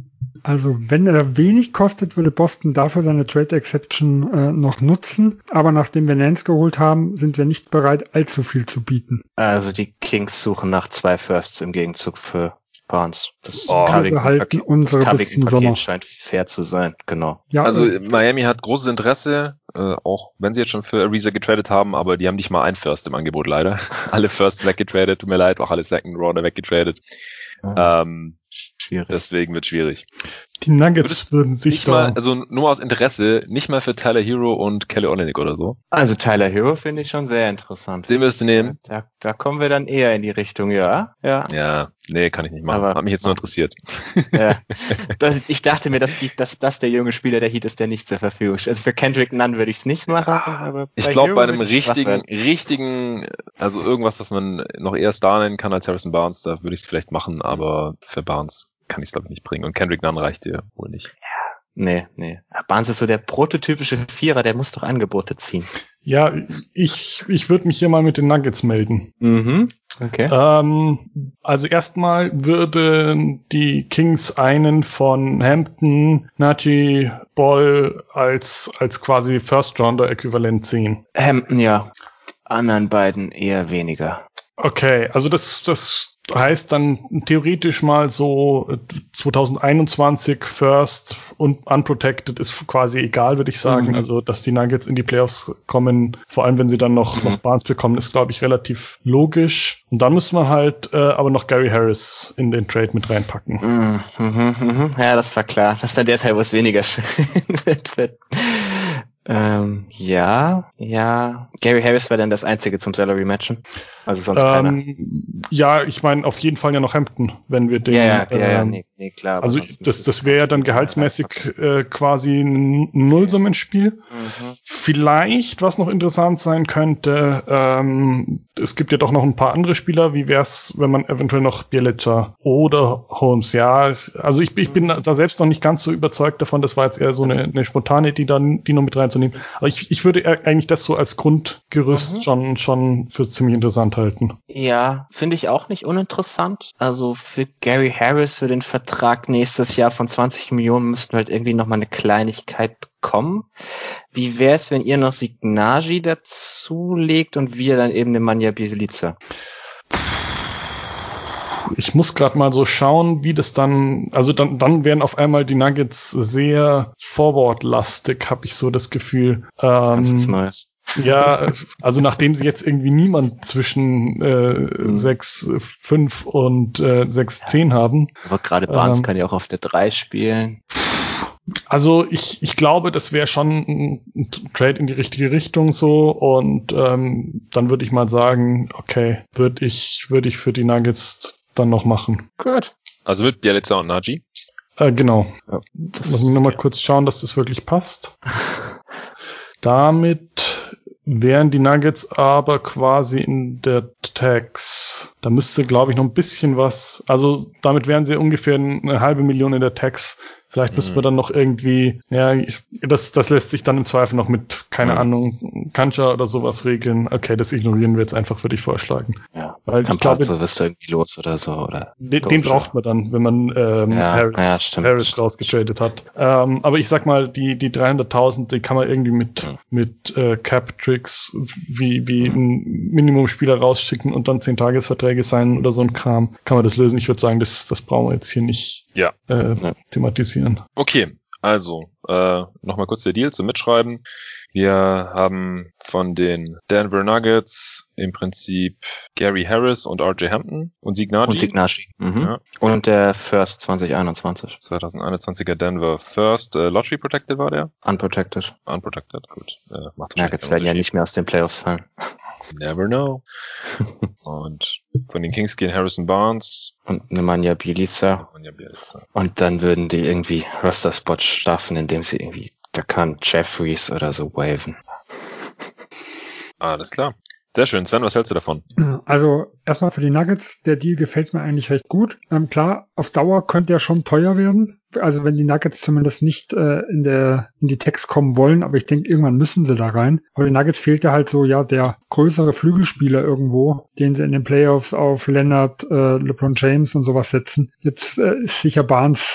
Also wenn er wenig kostet, würde Boston dafür seine Trade Exception noch nutzen. Aber nachdem wir Nance geholt haben, sind wir nicht bereit, allzu viel zu bieten. Also die Kings suchen nach 2 Firsts im Gegenzug für Barnes. Das wir behalten unsere bis zum Sommer. Scheint fair zu sein, genau. Ja, also Miami hat großes Interesse, auch wenn sie jetzt schon für Ariza getradet haben, aber die haben nicht mal ein First im Angebot leider. Alle Firsts weggetradet, tut mir leid, auch alle Second Rounder weggetradet. Schwierig. Deswegen wird schwierig. Die Nuggets würden sich nicht mal, also nur aus Interesse, nicht mal für Tyler Hero und Kelly Olynyk oder so. Also Tyler Hero finde ich schon sehr interessant. Den wirst du nehmen? Da kommen wir dann eher in die Richtung, ja. Ja, nee, kann ich nicht machen. Hat mich jetzt nur interessiert. Ja. Ich dachte mir, dass das der junge Spieler der Heat ist, der nicht zur Verfügung steht. Also für Kendrick Nunn würde ich es nicht machen, aber ich glaube, bei einem richtigen, also irgendwas, was man noch eher Star nennen kann als Harrison Barnes, da würde ich es vielleicht machen, aber für Barnes kann ich es, glaube ich, nicht bringen. Und Kendrick Nunn reicht dir wohl nicht. Ja, nee. Barnes ist so der prototypische Vierer, der muss doch Angebote ziehen. Ja, ich würde mich hier mal mit den Nuggets melden. Mhm. Okay. Also erstmal würden die Kings einen von Hampton, Najee, Ball als quasi First-Rounder-Äquivalent sehen. Hampton, ja. Anderen beiden eher weniger. Okay, also das heißt dann theoretisch mal so 2021 First und Unprotected ist quasi egal, würde ich sagen. Also, dass die Nuggets in die Playoffs kommen, vor allem wenn sie dann noch Barnes bekommen, ist, glaube ich, relativ logisch. Und dann müsste man halt aber noch Gary Harris in den Trade mit reinpacken. Ja, das war klar. Das ist dann der Teil, wo es weniger schön wird. Ja. Gary Harris war dann das Einzige zum Salary matchen. Also sonst keiner. Ja, ich meine auf jeden Fall ja noch Hampton, wenn wir den. Nee, klar. Also das wäre ja dann gehaltsmäßig quasi ein Nullsummenspiel. Vielleicht, was noch interessant sein könnte, es gibt ja doch noch ein paar andere Spieler. Wie wär's, wenn man eventuell noch Bjelica oder Holmes? Ja, also ich bin da selbst noch nicht ganz so überzeugt davon. Das war jetzt eher so eine spontane, die noch mit reinzunehmen. Aber ich würde eigentlich das so als Grundgerüst schon für ziemlich interessant halten. Ja, finde ich auch nicht uninteressant. Also für Gary Harris, für den Vertrag nächstes Jahr von 20 Millionen müssten wir halt irgendwie nochmal eine Kleinigkeit bekommen. Wie wäre es, wenn ihr noch Signagi dazulegt und wir dann eben Nemanja Bjelica? Ich muss gerade mal so schauen, wie das dann, also dann werden auf einmal die Nuggets sehr forward-lastig, habe ich so das Gefühl. Das ist ganz was Neues. Ja, also nachdem sie jetzt irgendwie niemand zwischen 6,5 und 6,10 haben. Aber gerade Barnes kann ja auch auf der 3 spielen. Also ich glaube, das wäre schon ein Trade in die richtige Richtung so und dann würde ich mal sagen, okay, würde ich für die Nuggets dann noch machen. Gut. Also mit Bjelica und Najee? Genau. Ja, lass mich nochmal kurz schauen, dass das wirklich passt. Damit wären die Nuggets aber quasi in der Tax. Da müsste, glaube ich, noch ein bisschen was, also damit wären sie ungefähr 500.000 in der Tax. Vielleicht müssen wir dann noch irgendwie, ja, das lässt sich dann im Zweifel noch mit, keine Ahnung, Kancha oder sowas regeln. Okay, das ignorieren wir jetzt einfach, würde ich vorschlagen. Ja, weil ich glaube, so wirst du irgendwie los oder so, oder? Den braucht man dann, wenn man Harris rausgetradet hat. Aber ich sag mal, die 300.000, die kann man irgendwie mit Cap-Tricks wie ein Minimumspieler rausschicken und dann 10-Tages-Verträge sein oder so ein Kram, kann man das lösen. Ich würde sagen, das brauchen wir jetzt hier nicht thematisieren. Okay, also nochmal kurz der Deal zum Mitschreiben. Wir haben von den Denver Nuggets im Prinzip Gary Harris und RJ Hampton und Signagi. Ja. Und der First 2021. 2021er Denver First. Lottery Protected war der? Unprotected, gut. Nuggets werden ja nicht mehr aus den Playoffs fallen. Never know. Und von den Kings gehen Harrison Barnes und Nemanja Bjelica. Und dann würden die irgendwie Roster-Spot schaffen, indem sie irgendwie, da kann Jeffries oder so waven. Alles klar. Sehr schön. Sven, was hältst du davon? Also erstmal für die Nuggets, der Deal gefällt mir eigentlich recht gut. Klar, auf Dauer könnte er schon teuer werden. Also wenn die Nuggets zumindest nicht in die Tax kommen wollen, aber ich denke, irgendwann müssen sie da rein. Aber den Nuggets fehlte halt so, ja, der größere Flügelspieler irgendwo, den sie in den Playoffs auf Leonard, LeBron James und sowas setzen. Jetzt ist sicher Barnes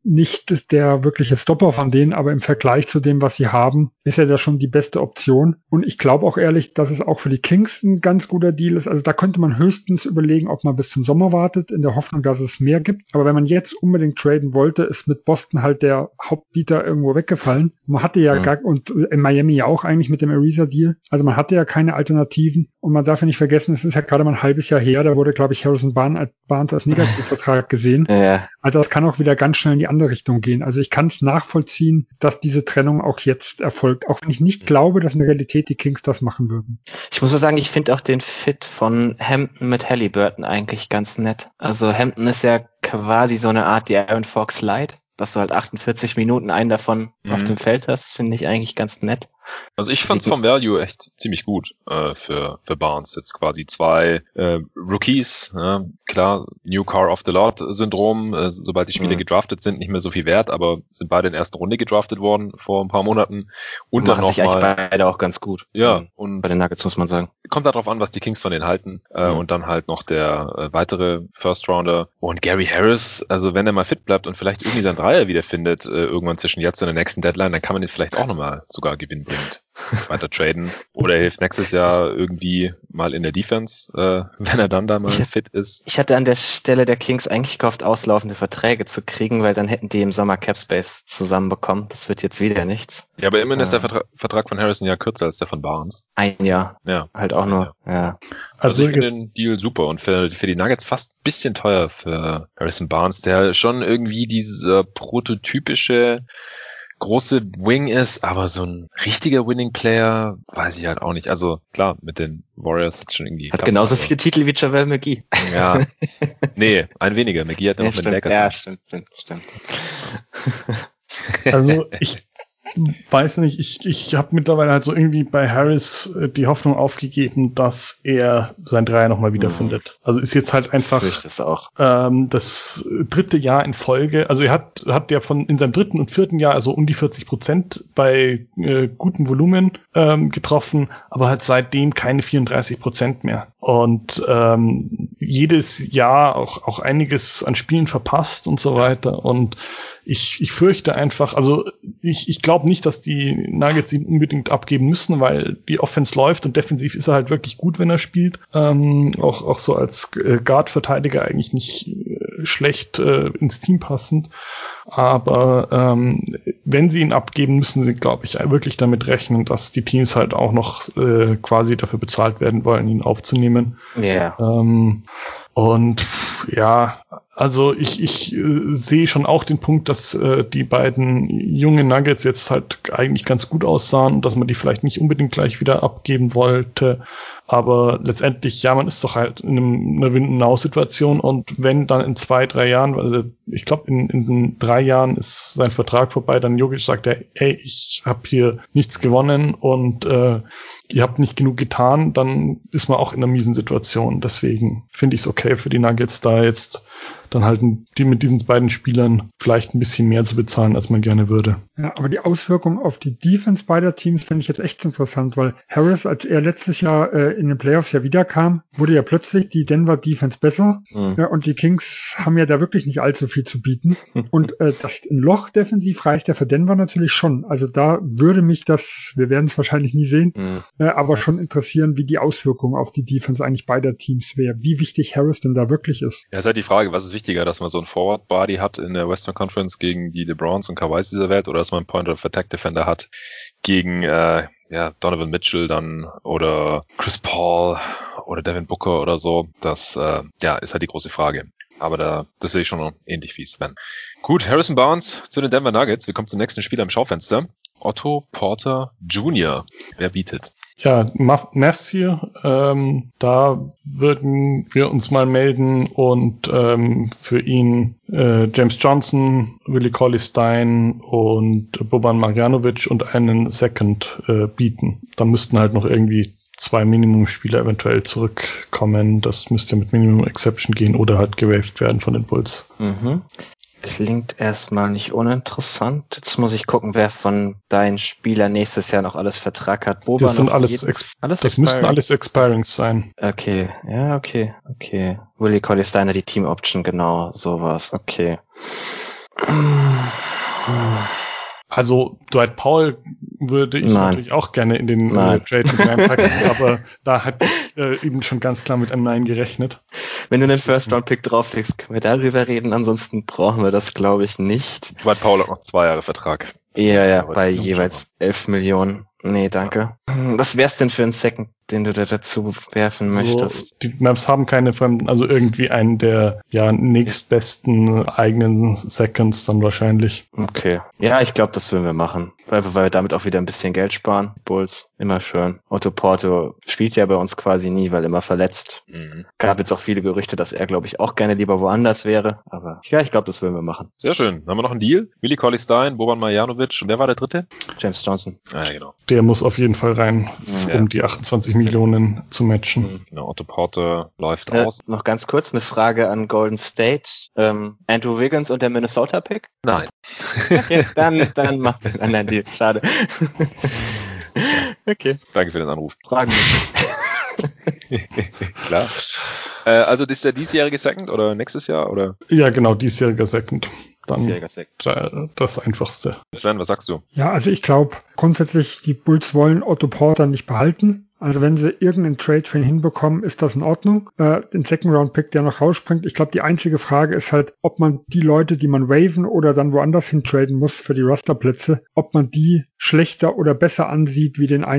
nicht der wirkliche Stopper von denen, aber im Vergleich zu dem, was sie haben, ist er da schon die beste Option. Und ich glaube auch ehrlich, dass es auch für die Kings ein ganz guter Deal ist. Also da könnte man höchstens überlegen, ob man bis zum Sommer wartet, in der Hoffnung, dass es mehr gibt. Aber wenn man jetzt unbedingt traden wollte, ist mit Boston halt der Hauptbieter irgendwo weggefallen. Man hatte ja und in Miami ja auch eigentlich mit dem Ariza-Deal. Also man hatte ja keine Alternativen. Und man darf ja nicht vergessen, es ist ja gerade mal ein halbes Jahr her, da wurde, glaube ich, Harrison Barnes als Negativvertrag gesehen. Ja. Also das kann auch wieder ganz schnell in die andere Richtung gehen. Also ich kann es nachvollziehen, dass diese Trennung auch jetzt erfolgt. Auch wenn ich nicht glaube, dass in der Realität die Kings das machen würden. Ich muss so sagen, ich finde auch den Fit von Hampton mit Halliburton eigentlich ganz nett. Also Hampton ist ja quasi so eine Art die Aaron Fox Light, dass du halt 48 Minuten einen davon auf dem Feld hast, finde ich eigentlich ganz nett. Also ich fand's vom Value echt ziemlich gut für Barnes. Jetzt quasi 2 Rookies, klar, New Car of the Lot Syndrom, sobald die Spieler gedraftet sind, nicht mehr so viel wert, aber sind beide in der ersten Runde gedraftet worden vor ein paar Monaten. Und dann noch sich eigentlich beide auch ganz gut. Ja, und bei den Nuggets muss man sagen. Kommt darauf an, was die Kings von denen halten. Und dann halt noch der weitere First Rounder. Und Gary Harris, also wenn er mal fit bleibt und vielleicht irgendwie seinen Dreier wiederfindet, irgendwann zwischen jetzt und der nächsten Deadline, dann kann man den vielleicht auch nochmal sogar gewinnen bringen. Weiter traden. Oder er hilft nächstes Jahr irgendwie mal in der Defense, wenn er dann da mal fit ist. Ich hatte an der Stelle der Kings eigentlich gehofft, auslaufende Verträge zu kriegen, weil dann hätten die im Sommer Capspace zusammenbekommen. Das wird jetzt wieder nichts. Ja, aber immerhin ist der Vertrag von Harrison ja kürzer als der von Barnes. Ein Jahr. Ja. Halt auch nur. Ja. Also ich finde den Deal super und für die Nuggets fast ein bisschen teuer für Harrison Barnes, der schon irgendwie dieser prototypische große Wing ist, aber so ein richtiger Winning-Player weiß ich halt auch nicht. Also klar, mit den Warriors hat schon irgendwie... Hat genauso viele Titel wie JaVale McGee. Ja, nee, ein weniger. McGee hat ja noch mit Lakers. Ja, stimmt. Also ich weiß nicht, ich habe mittlerweile halt so irgendwie bei Harris die Hoffnung aufgegeben, dass er sein Dreier nochmal wiederfindet. Also ist jetzt halt einfach das auch. Das 3. Jahr in Folge. Also er hat ja in seinem 3. und 4. Jahr also um die 40% bei gutem Volumen getroffen, aber halt seitdem keine 34% mehr. Und jedes Jahr auch einiges an Spielen verpasst und so weiter. Und ich fürchte einfach, also ich glaube nicht, dass die Nuggets ihn unbedingt abgeben müssen, weil die Offense läuft und defensiv ist er halt wirklich gut, wenn er spielt. Auch so als Guard-Verteidiger eigentlich nicht schlecht ins Team passend. Aber wenn sie ihn abgeben, müssen sie, glaube ich, wirklich damit rechnen, dass die Teams halt auch noch quasi dafür bezahlt werden wollen, ihn aufzunehmen. Ja. Und ja, also ich sehe schon auch den Punkt, dass die beiden jungen Nuggets jetzt halt eigentlich ganz gut aussahen und dass man die vielleicht nicht unbedingt gleich wieder abgeben wollte. Aber letztendlich, ja, man ist doch halt in einer Win-Now-Situation und wenn dann in 2-3 Jahren, also ich glaube in 3 Jahren ist sein Vertrag vorbei, dann Jokic sagt er, ey, ich habe hier nichts gewonnen und ihr habt nicht genug getan, dann ist man auch in einer miesen Situation. Deswegen finde ich es okay für die Nuggets da jetzt dann halt mit diesen beiden Spielern vielleicht ein bisschen mehr zu bezahlen, als man gerne würde. Ja, aber die Auswirkungen auf die Defense beider Teams finde ich jetzt echt interessant, weil Harris, als er letztes Jahr in den Playoffs ja wiederkam, wurde ja plötzlich die Denver Defense besser. Ja, und die Kings haben ja da wirklich nicht allzu viel zu bieten. Und das Loch defensiv reicht ja für Denver natürlich schon. Also da würde mich das, wir werden es wahrscheinlich nie sehen, aber schon interessieren, wie die Auswirkungen auf die Defense eigentlich beider Teams wäre. Wie wichtig Harris denn da wirklich ist. Ja, ist halt die Frage, was ist wichtiger, dass man so einen Forward-Body hat in der Western Conference gegen die LeBrons und Kawhis dieser Welt oder dass man einen Point-of-Attack-Defender hat gegen Donovan Mitchell dann oder Chris Paul oder Devin Booker oder so. Das ist halt die große Frage. Aber das sehe ich schon ähnlich wie Sven. Gut, Harrison Barnes zu den Denver Nuggets. Wir kommen zum nächsten Spieler im Schaufenster. Otto Porter Jr. Wer bietet? Ja, Mavs hier. Da würden wir uns mal melden und für ihn James Johnson, Willie Cauley-Stein und Boban Marjanovic und einen Second bieten. Da müssten halt noch irgendwie 2 Minimum-Spieler eventuell zurückkommen. Das müsste mit Minimum-Exception gehen oder halt gewaved werden von den Bulls. Klingt erstmal nicht uninteressant. Jetzt muss ich gucken, wer von deinen Spielern nächstes Jahr noch alles Vertrag hat. Boban das sind das müssten alles Expirings sein. Okay, ja, okay. Willie Cauley-Stein, die Team Option, genau, sowas, okay. Also Dwight Powell würde ich natürlich auch gerne in den Trade mit reinpacken, aber da hat eben schon ganz klar mit einem Nein gerechnet. Wenn du einen First-Round-Pick drauflegst, können wir darüber reden, ansonsten brauchen wir das, glaube ich, nicht. Dwight Powell hat noch 2 Jahre Vertrag. Ja, bei jeweils 11 Millionen. Nee, danke. Was wär's denn für ein Second, den du da dazu werfen möchtest? Die Mavs haben keine Fremden, also irgendwie einen der nächstbesten eigenen Seconds dann wahrscheinlich. Okay. Ja, ich glaube, das würden wir machen. Weil wir damit auch wieder ein bisschen Geld sparen. Bulls, immer schön. Otto Porter spielt ja bei uns quasi nie, weil immer verletzt. Gab jetzt auch viele Gerüchte, dass er, glaube ich, auch gerne lieber woanders wäre. Aber ja, ich glaube, das würden wir machen. Sehr schön. Haben wir noch einen Deal? Willi Cauley-Stein, Boban Marjanovic und wer war der dritte? James Johnson. Ja, genau. Der muss auf jeden Fall rein, um die 28 Millionen zu matchen. Genau, Otto Porter läuft aus. Noch ganz kurz eine Frage an Golden State. Andrew Wiggins und der Minnesota-Pick? Nein. Okay, dann machen wir einen anderen Deal. Schade. Okay. Danke für den Anruf. Fragen nicht. Klar. Also ist der diesjährige Second oder nächstes Jahr? Oder? Ja, genau, diesjähriger Second. Dann Second. Das Einfachste. Sven, was sagst du? Ja, also ich glaube grundsätzlich, die Bulls wollen Otto Porter nicht behalten. Also wenn sie irgendeinen Trade für ihn hinbekommen, ist das in Ordnung. Den Second-Round-Pick, der noch rausspringt. Ich glaube, die einzige Frage ist halt, ob man die Leute, die man waven oder dann woanders hin traden muss für die Rosterplätze, ob man die schlechter oder besser ansieht wie den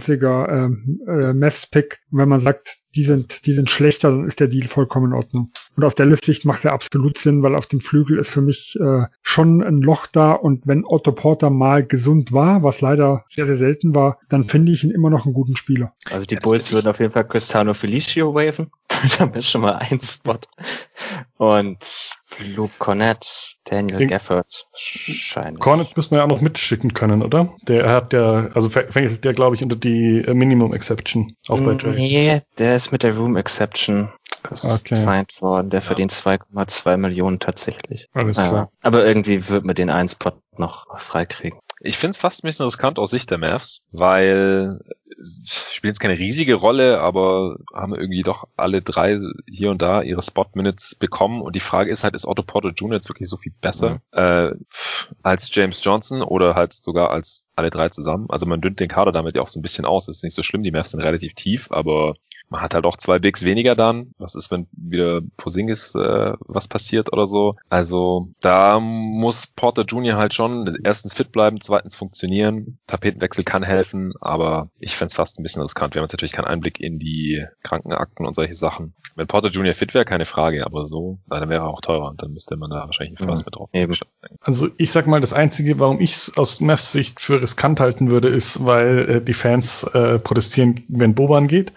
21er Mavs-Pick. Und wenn man sagt, die sind schlechter, dann ist der Deal vollkommen in Ordnung. Und aus der Sicht macht er absolut Sinn, weil auf dem Flügel ist für mich schon ein Loch da. Und wenn Otto Porter mal gesund war, was leider sehr, sehr selten war, dann finde ich ihn immer noch einen guten Spieler. Also die Bulls würden auf jeden Fall Cristiano Felicio waven. Da haben wir schon mal einen Spot. Und Luke Cornett, Daniel Gafford, wahrscheinlich. Cornett müssen wir ja auch noch mitschicken können, oder? Der hat ja, also fängt der, glaube ich, unter die Minimum Exception, auch bei Trades. Nee, der ist mit der Room Exception gesigned worden. Der verdient 2,2 Millionen tatsächlich. Alles klar. Aber irgendwie wird man den einen Spot noch freikriegen. Ich finde es fast ein bisschen riskant aus Sicht der Mavs, weil spielen jetzt keine riesige Rolle, aber haben irgendwie doch alle 3 hier und da ihre Spot-Minutes bekommen. Und die Frage ist halt, ist Otto Porter Jr. jetzt wirklich so viel besser als James Johnson oder halt sogar als alle 3 zusammen? Also man dünnt den Kader damit ja auch so ein bisschen aus. Das ist nicht so schlimm, die Mavs sind relativ tief, aber man hat halt auch 2 Bigs weniger dann. Was ist, wenn wieder Porzingis was passiert oder so? Also da muss Porter Jr. halt schon erstens fit bleiben, zweitens funktionieren. Tapetenwechsel kann helfen, aber ich fänd's fast ein bisschen riskant. Wir haben jetzt natürlich keinen Einblick in die Krankenakten und solche Sachen. Wenn Porter Jr. fit wäre, keine Frage, aber so, dann wäre er auch teurer und dann müsste man da wahrscheinlich einen First mit drauf. Also ich sag mal, das Einzige, warum ich es aus Mavs Sicht für riskant halten würde, ist, weil die Fans protestieren, wenn Boban geht.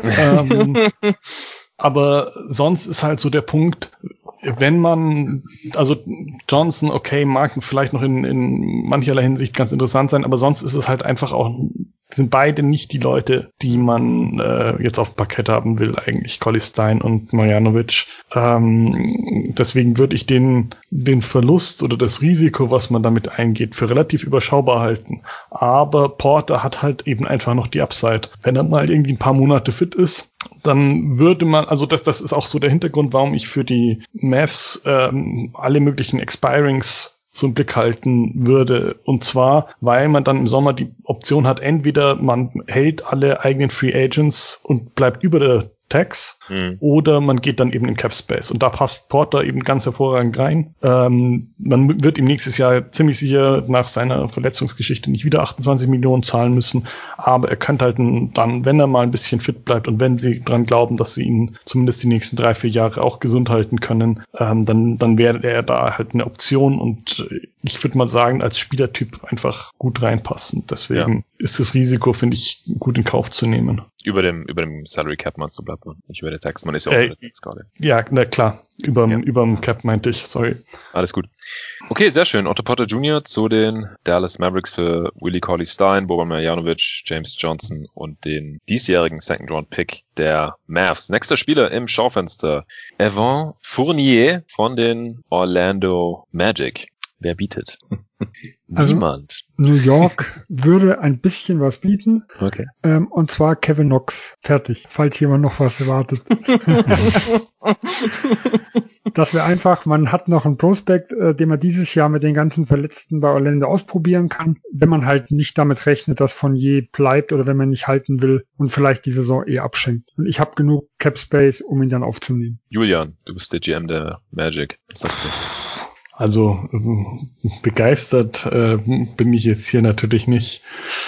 Aber sonst ist halt so der Punkt, wenn man, also Johnson, okay, mag vielleicht noch in mancherlei Hinsicht ganz interessant sein, aber sonst ist es halt einfach auch, sind beide nicht die Leute, die man jetzt auf Parkett haben will, eigentlich Cauley-Stein und Marjanovic. Deswegen würde ich den Verlust oder das Risiko, was man damit eingeht, für relativ überschaubar halten. Aber Porter hat halt eben einfach noch die Upside. Wenn er mal irgendwie ein paar Monate fit ist, dann würde man, also das ist auch so der Hintergrund, warum ich für die Mavs alle möglichen Expirings so einen Blick halten würde. Und zwar, weil man dann im Sommer die Option hat, entweder man hält alle eigenen Free Agents und bleibt über der Tax, oder man geht dann eben in Cap Space. Und da passt Porter eben ganz hervorragend rein. Man wird ihm nächstes Jahr ziemlich sicher nach seiner Verletzungsgeschichte nicht wieder 28 Millionen zahlen müssen, aber er könnte halt dann, wenn er mal ein bisschen fit bleibt und wenn sie dran glauben, dass sie ihn zumindest die nächsten 3-4 Jahre auch gesund halten können, dann wäre er da halt eine Option und ich würde mal sagen, als Spielertyp einfach gut reinpassen. Deswegen ist das Risiko, finde ich, gut in Kauf zu nehmen. Über dem Salary Cap meinst du, bleibt man nicht über der Tax. Man ist ja auch über der Tax gerade. Ja, na klar. Überm Cap meinte ich, sorry. Alles gut. Okay, sehr schön. Otto Porter Jr. zu den Dallas Mavericks für Willi Cauley-Stein, Boban Marjanovic, James Johnson und den diesjährigen Second-Round-Pick der Mavs. Nächster Spieler im Schaufenster, Evan Fournier von den Orlando Magic. Wer bietet? Also, Niemand. New York würde ein bisschen was bieten. Okay. Und zwar Kevin Knox. Fertig. Falls jemand noch was erwartet. Das wäre einfach, man hat noch einen Prospect, den man dieses Jahr mit den ganzen Verletzten bei Orlando ausprobieren kann, wenn man halt nicht damit rechnet, dass Fournier bleibt oder wenn man nicht halten will und vielleicht die Saison abschenkt. Und ich habe genug Cap Space, um ihn dann aufzunehmen. Julian, du bist der GM der Magic. Was sagst du? Also begeistert bin ich jetzt hier natürlich nicht.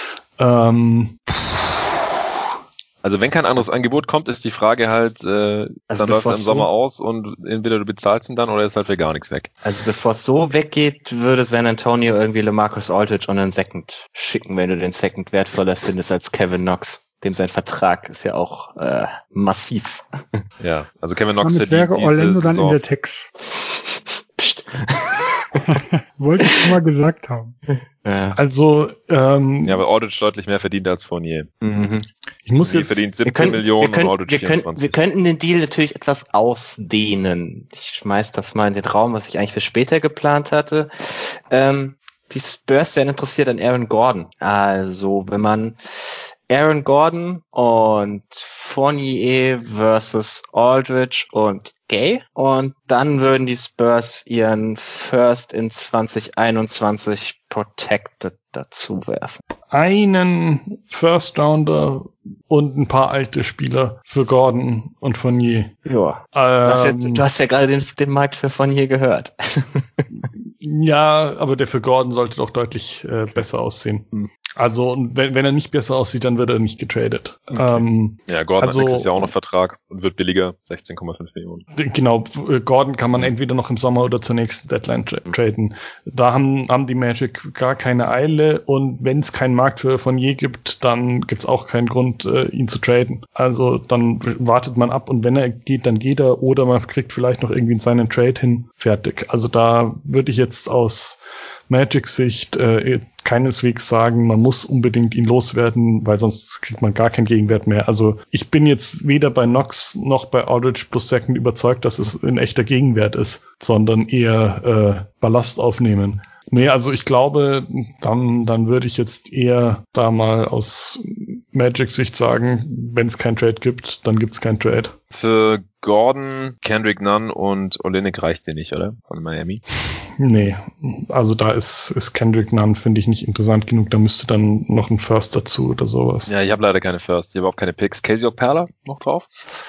Also wenn kein anderes Angebot kommt, ist die Frage halt, dann läuft er im Sommer aus und entweder du bezahlst ihn dann oder ist halt für gar nichts weg. Also bevor es so weggeht, würde San Antonio irgendwie LaMarcus Aldridge und einen Second schicken, wenn du den Second wertvoller findest als Kevin Knox. Dem sein Vertrag ist ja auch massiv. Ja, also Kevin Knox damit verdient wäre diese Orlando dann Saison. in der Tex. Psst. Wollte ich schon mal gesagt haben. Also, ja, aber Aldridge deutlich mehr verdient als Fournier. Mhm. ich muss Fournier jetzt, verdient 17 Millionen und Aldridge 24. Wir könnten den Deal natürlich etwas ausdehnen. Ich schmeiß das mal in den Raum, was ich eigentlich für später geplant hatte. Die Spurs wären interessiert an Aaron Gordon. Also, wenn man Aaron Gordon und Fournier versus Aldridge und Gay und dann würden die Spurs ihren First in 2021 Protected dazu werfen. einen First Rounder und ein paar alte Spieler für Gordon und Fournier. Ja. Du hast ja gerade den Markt für Fournier gehört. Ja, aber der für Gordon sollte doch deutlich besser aussehen. Also wenn er nicht besser aussieht, dann wird er nicht getradet. Okay. Ja, Gordon also, hat nächstes Jahr auch noch Vertrag und wird billiger, 16,5 Millionen. Genau, Gordon kann man entweder noch im Sommer oder zur nächsten Deadline traden. Da haben die Magic gar keine Eile und wenn es keinen Markt für Fournier gibt, dann gibt es auch keinen Grund, ihn zu traden. Also dann wartet man ab und wenn er geht, dann geht er oder man kriegt vielleicht noch irgendwie seinen Trade hin. Fertig. Also da würde ich jetzt aus Magic-Sicht keineswegs sagen, man muss unbedingt ihn loswerden, weil sonst kriegt man gar keinen Gegenwert mehr. Also ich bin jetzt weder bei Knox noch bei Aldridge plus Second überzeugt, dass es ein echter Gegenwert ist, sondern eher Ballast aufnehmen. Nee, also ich glaube, dann würde ich jetzt eher da mal aus Magic-Sicht sagen, wenn es keinen Trade gibt, dann gibt es keinen Trade. Für Gordon, Kendrick Nunn und Olynyk reicht dir nicht, oder? Von Miami? Nee, also da ist Kendrick Nunn, finde ich, nicht interessant genug. Da müsste dann noch ein First dazu oder sowas. Ja, ich habe leider keine First. Ich habe auch keine Picks. Casey Okpala noch drauf?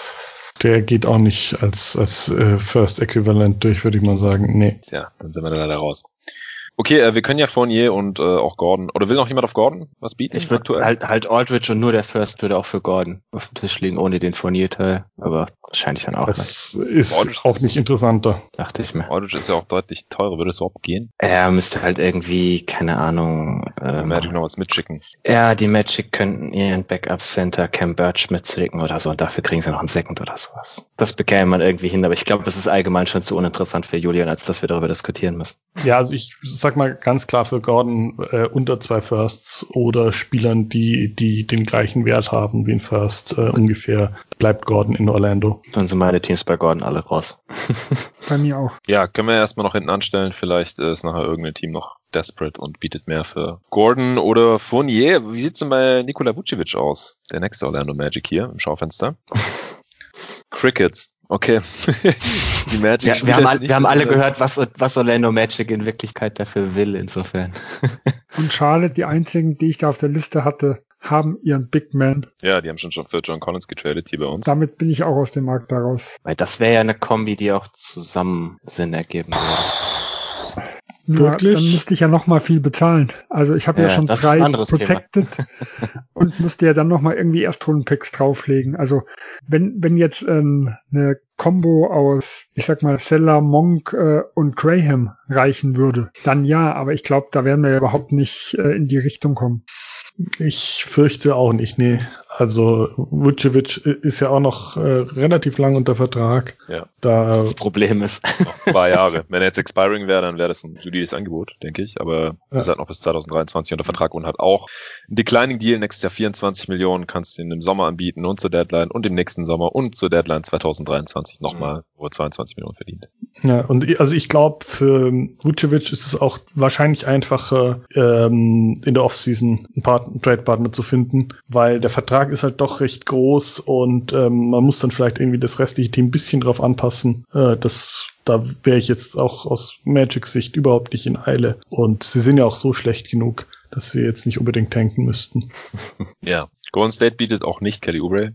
Der geht auch nicht als First Äquivalent durch, würde ich mal sagen. Nee. Tja, dann sind wir da leider raus. Okay, wir können ja Fournier und auch Gordon. Oder will noch jemand auf Gordon was bieten? Ich würde halt Aldridge und nur der First würde auch für Gordon auf dem Tisch liegen, ohne den Fournier-Teil. Aber wahrscheinlich dann auch das nicht. Ist Aldridge auch nicht interessanter. Dachte ich mir. Aldridge ist ja auch deutlich teurer. Würde es überhaupt gehen? Er müsste halt irgendwie, keine Ahnung. Magic noch was mitschicken. Ja, die Magic könnten ihren Backup-Center Cam Birch mitschicken oder so. Und dafür kriegen sie noch einen Second oder sowas. Das bekäme man irgendwie hin. Aber ich glaube, das ist allgemein schon zu uninteressant für Julian, als dass wir darüber diskutieren müssen. Ja, also ich sag mal ganz klar für Gordon unter 2 Firsts oder Spielern, die den gleichen Wert haben wie ein First ungefähr, bleibt Gordon in Orlando. Dann sind meine Teams bei Gordon alle raus. Bei mir auch. Ja, können wir erstmal noch hinten anstellen. Vielleicht ist nachher irgendein Team noch desperate und bietet mehr für Gordon oder Fournier. Wie sieht's denn bei Nikola Vucevic aus? Der nächste Orlando Magic hier im Schaufenster. Crickets. Okay. Die Magic wir haben alle gehört, was Orlando Magic in Wirklichkeit dafür will, insofern. Und Charlotte, die einzigen, die ich da auf der Liste hatte, haben ihren Big Man. Ja, die haben schon für John Collins getradet hier bei uns. Damit bin ich auch aus dem Markt da raus. Weil das wäre ja eine Kombi, die auch zusammen Sinn ergeben würde. Ja, dann müsste ich ja noch mal viel bezahlen. Also ich habe ja schon 3 Protected und müsste ja dann noch mal irgendwie Erstrunden-Picks drauflegen. Also wenn jetzt eine Combo aus, ich sag mal, Seller, Monk und Graham reichen würde, dann ja. Aber ich glaube, da werden wir ja überhaupt nicht in die Richtung kommen. Ich fürchte auch nicht, nee. Also Vucevic ist ja auch noch relativ lang unter Vertrag. Ja. Das Problem ist. Noch 2 Jahre. Wenn er jetzt expiring wäre, dann wäre das ein solides Angebot, denke ich. Aber er ist halt noch bis 2023 unter Vertrag und hat auch einen Declining Deal. Nächstes Jahr 24 Millionen kannst du ihn im Sommer anbieten und zur Deadline und im nächsten Sommer und zur Deadline 2023 nochmal, wo er 22 Millionen verdient. Ja, und also ich glaube, für Vucevic ist es auch wahrscheinlich einfacher, in der Offseason einen Trade-Partner zu finden, weil der Vertrag ist halt doch recht groß und man muss dann vielleicht irgendwie das restliche Team ein bisschen drauf anpassen. Da wäre ich jetzt auch aus Magics Sicht überhaupt nicht in Eile. Und sie sind ja auch so schlecht genug, dass sie jetzt nicht unbedingt tanken müssten. Ja, Golden State bietet auch nicht Kelly Oubre.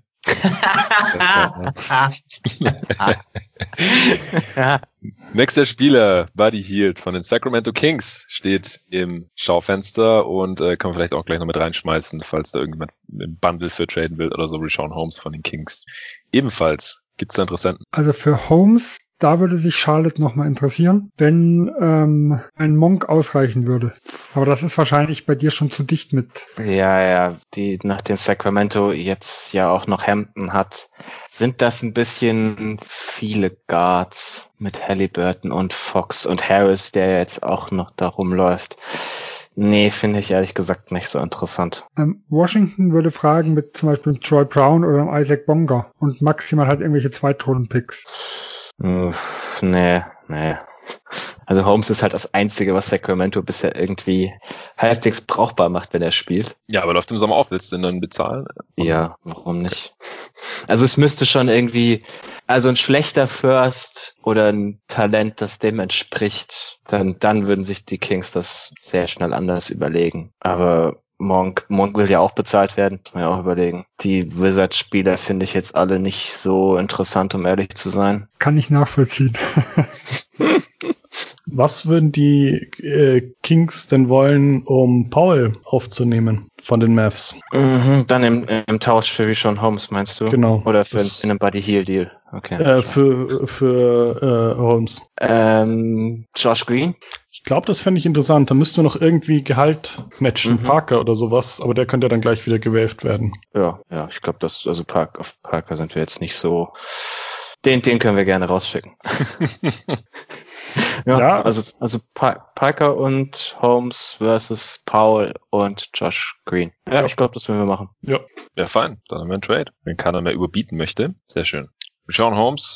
Nächster Spieler, Buddy Hield von den Sacramento Kings, steht im Schaufenster und kann man vielleicht auch gleich noch mit reinschmeißen, falls da irgendjemand einen Bundle für traden will oder so. Richaun Holmes von den Kings. Ebenfalls gibt's da Interessenten. Also für Holmes, da würde sich Charlotte nochmal interessieren, wenn ein Monk ausreichen würde. Aber das ist wahrscheinlich bei dir schon zu dicht mit. Ja, nachdem Sacramento jetzt ja auch noch Hampton hat, sind das ein bisschen viele Guards mit Halliburton und Fox und Harris, der jetzt auch noch da rumläuft. Nee, finde ich ehrlich gesagt nicht so interessant. Washington würde fragen mit zum Beispiel Troy Brown oder Isaac Bonga und maximal halt irgendwelche Zweitrunden-Picks. Nee. Also Holmes ist halt das Einzige, was Sacramento bisher irgendwie halbwegs brauchbar macht, wenn er spielt. Ja, aber läuft im Sommer auf. Willst du den dann bezahlen? Ja, warum nicht? Also es müsste schon irgendwie, also ein schlechter First oder ein Talent, das dem entspricht, dann würden sich die Kings das sehr schnell anders überlegen. Aber Monk will ja auch bezahlt werden, muss man ja auch überlegen. Die Wizards-Spieler finde ich jetzt alle nicht so interessant, um ehrlich zu sein. Kann ich nachvollziehen. Was würden die Kings denn wollen, um Paul aufzunehmen von den Mavs? Dann im Tausch für Richaun Holmes, meinst du? Genau. Oder in einem Buddy Hield Deal? Okay. Für Holmes. Josh Green? Ich glaube, das fände ich interessant. Da müsste noch irgendwie Gehalt matchen, Parker oder sowas, aber der könnte ja dann gleich wieder gewaved werden. Ja, ich glaube, auf Parker sind wir jetzt nicht so. Den können wir gerne rausschicken. Ja, also Parker und Holmes versus Paul und Josh Green. Ja, ich glaube, das werden wir machen. Ja, fein. Dann haben wir einen Trade. Wenn keiner mehr überbieten möchte. Sehr schön. Richaun Holmes,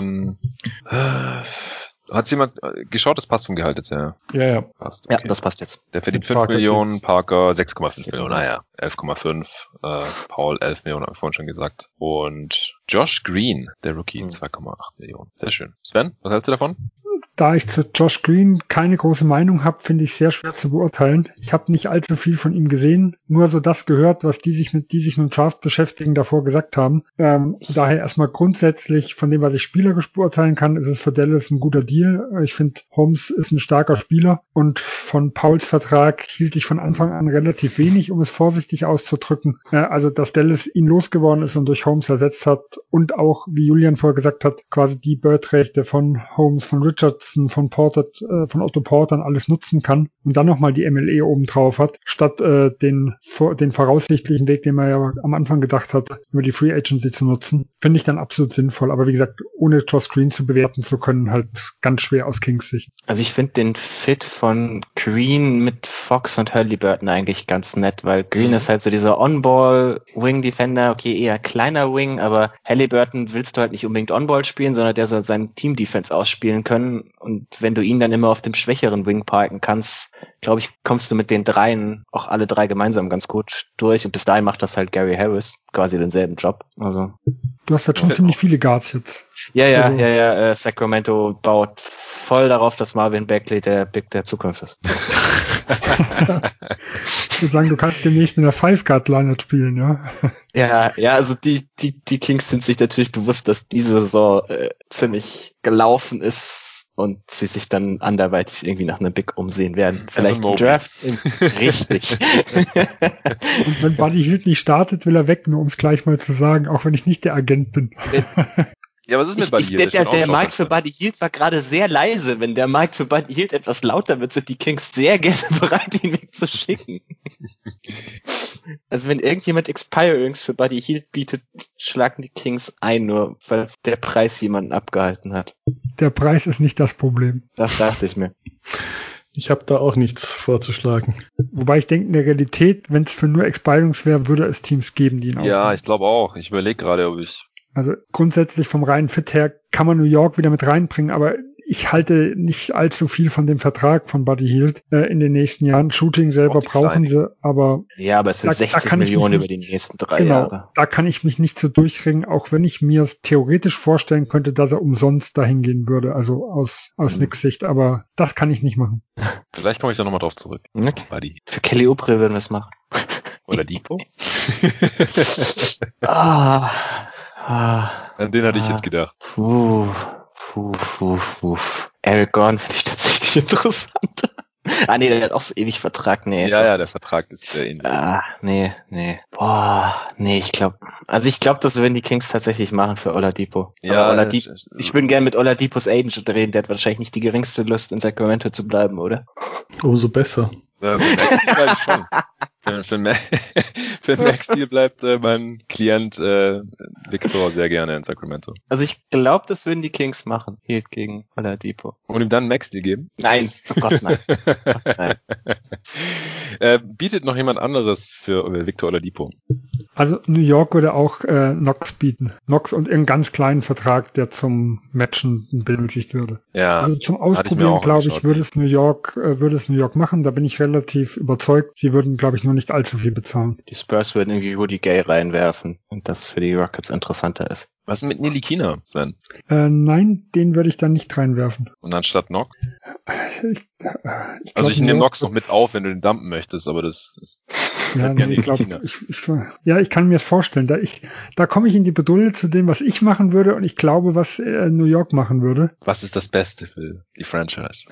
hat jemand geschaut, das passt vom Gehalt jetzt, ja? Ja. Passt, okay. Ja, das passt jetzt. Der verdient 5 Millionen, Parker 6,5 Millionen, naja, 11,5, Paul 11 Millionen, habe ich vorhin schon gesagt. Und Josh Green, der Rookie, 2,8 Millionen. Sehr schön. Sven, was hältst du davon? Da ich zu Josh Green keine große Meinung habe, finde ich sehr schwer zu beurteilen. Ich habe nicht allzu viel von ihm gesehen, nur so das gehört, was die sich mit dem Draft beschäftigen, davor gesagt haben. Daher erstmal grundsätzlich von dem, was ich spielerisch beurteilen kann, ist es für Dallas ein guter Deal. Ich finde, Holmes ist ein starker Spieler und von Pauls Vertrag hielt ich von Anfang an relativ wenig, um es vorsichtig auszudrücken. Also, dass Dallas ihn losgeworden ist und durch Holmes ersetzt hat und auch, wie Julian vorher gesagt hat, quasi die Bird-Rechte von Holmes, von Richards, von Otto Porter alles nutzen kann und dann nochmal die MLE oben drauf hat, statt den voraussichtlichen Weg, den man ja am Anfang gedacht hat, über die Free Agency zu nutzen, finde ich dann absolut sinnvoll. Aber wie gesagt, ohne Josh Green zu bewerten zu können, halt ganz schwer aus Kings Sicht. Also ich finde den Fit von Green mit Fox und Halliburton eigentlich ganz nett, weil Green ist halt so dieser On-Ball-Wing-Defender, okay, eher kleiner Wing, aber Halliburton willst du halt nicht unbedingt On-Ball spielen, sondern der soll seinen Team-Defense ausspielen können. Und wenn du ihn dann immer auf dem schwächeren Wing parken kannst, glaube ich, kommst du mit den dreien auch alle drei gemeinsam ganz gut durch. Und bis dahin macht das halt Gary Harris quasi denselben Job. Also du hast halt schon ziemlich viele Guards jetzt. Ja. Sacramento baut voll darauf, dass Marvin Bagley der Big der Zukunft ist. Ich würde sagen, du kannst demnächst mit einer Five-Guard-Lineup spielen, ja? Ja, also die Kings sind sich natürlich bewusst, dass diese Saison ziemlich gelaufen ist und sie sich dann anderweitig irgendwie nach einem Big umsehen werden. Vielleicht im Draft. Richtig. Und wenn Buddy Hield nicht startet, will er weg, nur um es gleich mal zu sagen, auch wenn ich nicht der Agent bin. Ja, was ist mit Buddy Hield? Der Mic für Buddy Hield war gerade sehr leise. Wenn der Mic für Buddy Hield etwas lauter wird, sind die Kings sehr gerne bereit, ihn wegzuschicken. Also wenn irgendjemand Expirings für Buddy Hield bietet, schlagen die Kings ein, nur weil der Preis jemanden abgehalten hat. Der Preis ist nicht das Problem. Das dachte ich mir. Ich habe da auch nichts vorzuschlagen. Wobei ich denke, in der Realität, wenn es für nur Expirings wäre, würde es Teams geben, die ihn aufnehmen. Ja, ich glaube auch. Ich überlege gerade, ob ich... Also grundsätzlich vom reinen Fit her kann man New York wieder mit reinbringen, aber ich halte nicht allzu viel von dem Vertrag von Buddy Hield in den nächsten Jahren. Shooting selber brauchen sie, aber... Ja, aber es sind 60 Millionen über die nächsten 3 Jahre. Da kann ich mich nicht so durchringen, auch wenn ich mir theoretisch vorstellen könnte, dass er umsonst dahin gehen würde, also aus Knicks Sicht, aber das kann ich nicht machen. Vielleicht komme ich da nochmal drauf zurück. Okay. Buddy. Für Kelly Oubre würden wir es machen. Oder Depot? An den hatte ich jetzt gedacht. Eric Gordon finde ich tatsächlich interessant. Nee, der hat auch so ewig Vertrag, nee. Ja, der Vertrag ist sehr ähnlich. Nee. Ich glaube, das werden die Kings tatsächlich machen für Oladipo. Ja, ich würde gerne mit Oladipos Agent reden, der hat wahrscheinlich nicht die geringste Lust, in Sacramento zu bleiben, oder? Umso besser. Ja, für Max Deal bleibt mein Klient Victor sehr gerne in Sacramento. Also ich glaube, das würden die Kings machen, Hield gegen Oladipo. Und ihm dann Max Deal geben? Nein, oh Gott, nein. Bietet noch jemand anderes für Victor Oladipo? Also New York würde auch Knox bieten. Knox und irgendeinen ganz kleinen Vertrag, der zum Matchen benötigt würde. Ja. Also zum Ausprobieren, glaube ich, würde es New York machen. Da bin ich relativ überzeugt. Sie würden, glaube ich, nur nicht allzu viel bezahlen. Die Spurs würden irgendwie Rudy Gay reinwerfen und das für die Rockets interessanter ist. Was ist mit Ntilikina, Sven? Nein, den würde ich dann nicht reinwerfen. Und anstatt Knox? Ich nehme Knox noch mit auf, wenn du den dumpen möchtest, aber das ist... Ja, ich glaube, ich kann mir das vorstellen. Da komme ich in die Bedulde zu dem, was ich machen würde und ich glaube, was New York machen würde. Was ist das Beste für die Franchise?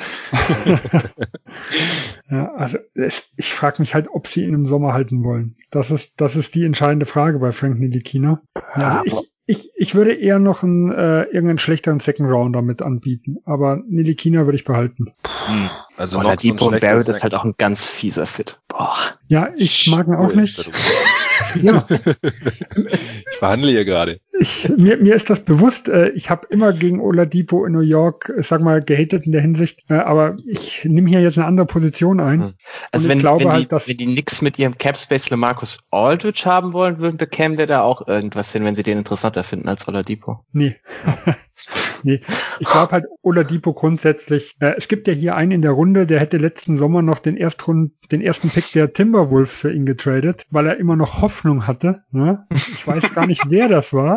Ja, also ich frage mich halt, ob sie ihn im Sommer halten wollen. Das ist die entscheidende Frage bei Frank Ntilikina. Ja, also ich würde eher noch irgendeinen schlechteren Second Rounder mit anbieten, aber Ntilikina würde ich behalten. Also Oladipo und Barrett ist halt auch ein ganz fieser Fit. Boah. Ja, ich mag ihn auch nicht. Ja. Ich verhandle hier gerade. Mir ist das bewusst. Ich habe immer gegen Oladipo in New York, sag mal, gehatet in der Hinsicht. Aber ich nehme hier jetzt eine andere Position ein. Also wenn die Knicks mit ihrem Capspace LaMarcus Aldridge haben wollen, bekämen wir da auch irgendwas hin, wenn sie den interessanter finden als Oladipo. Nee. Nee, ich glaube halt Oladipo grundsätzlich, es gibt ja hier einen in der Runde, der hätte letzten Sommer noch den ersten Pick der Timberwolves für ihn getradet, weil er immer noch Hoffnung hatte. Ne? Ich weiß gar nicht, wer das war.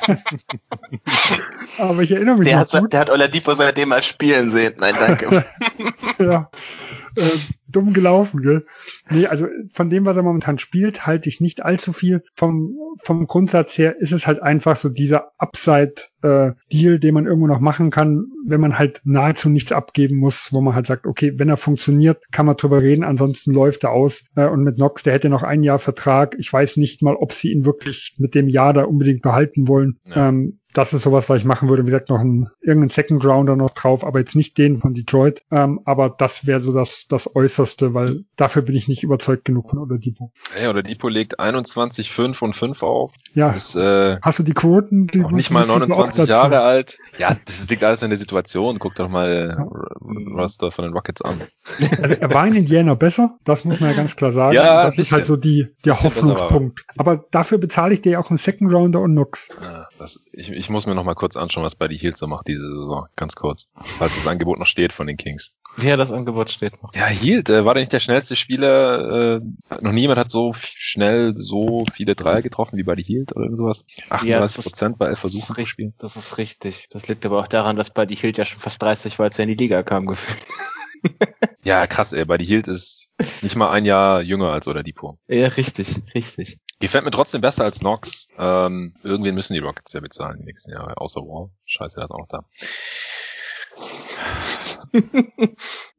Aber ich erinnere mich der gut. Der hat Oladipo seitdem mal spielen sehen. Nein, danke. Ja. Dumm gelaufen, gell? Nee, also von dem, was er momentan spielt, halte ich nicht allzu viel. Vom Grundsatz her ist es halt einfach so dieser Upside-Deal, den man irgendwo noch machen kann, wenn man halt nahezu nichts abgeben muss, wo man halt sagt, okay, wenn er funktioniert, kann man drüber reden, ansonsten läuft er aus. Und mit Knox, der hätte noch 1 Jahr Vertrag. Ich weiß nicht mal, ob sie ihn wirklich mit dem Jahr da unbedingt behalten wollen. Ja. Das ist sowas, was ich machen würde. Wie gesagt, noch irgendeinen Second Rounder noch drauf, aber jetzt nicht den von Detroit. Aber das wäre so das Äußerste, weil dafür bin ich nicht überzeugt genug von Oladipo. Hey, Oladipo legt 21, 5 und 5 auf. Ja. Hast du die Quoten? Noch nicht mal 29 Jahre alt. Ja, das liegt alles an der Situation. Guck doch mal Roster von den Rockets an. Also er war in Indiana besser, das muss man ja ganz klar sagen. Ja, das ist halt so der Hoffnungspunkt. Aber dafür bezahle ich dir ja auch einen Second Rounder und Knox. Ja, ich muss mir noch mal kurz anschauen, was Buddy Hield so macht diese Saison. Ganz kurz. Falls das Angebot noch steht von den Kings. Ja, das Angebot steht noch. Ja, Hield war der nicht der schnellste Spieler? Noch niemand hat so schnell so viele Dreier getroffen wie Buddy Hield oder sowas. 38% bei 11 Versuchen pro Spiel. Das ist richtig. Das liegt aber auch daran, dass Buddy Hield ja schon fast 30 war, als er in die Liga kam, gefühlt. Ja, krass, ey. Buddy Hield ist nicht mal 1 Jahr jünger als Oladipo. Ja, richtig. Gefällt mir trotzdem besser als Knox. Irgendwen müssen die Rockets ja bezahlen die nächsten Jahre. Außer Wall. Scheiße, der ist auch noch da.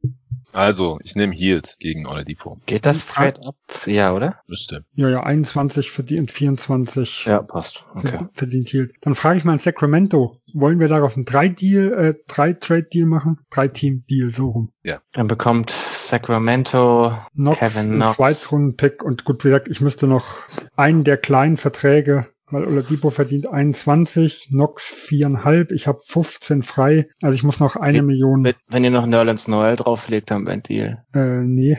Also, ich nehme Hield gegen Oladipo. Geht das straight up? Ja, oder? Müsste. Ja, 21 verdient 24 Ja, passt. Okay. verdient Hield. Dann frage ich mal in Sacramento, wollen wir daraus ein 3-Trade-Deal machen? 3-Team-Deal, so rum. Dann bekommt Sacramento Knox, Kevin ein Knox. Zweitrunden-Pick und gut, wie gesagt, ich müsste noch einen der kleinen Verträge, weil Oladipo verdient 21, Knox 4,5, ich habe 15 frei, also ich muss noch 1 Million. Wenn ihr noch Nerlens Noel drauflegt, dann ein Deal. Nee.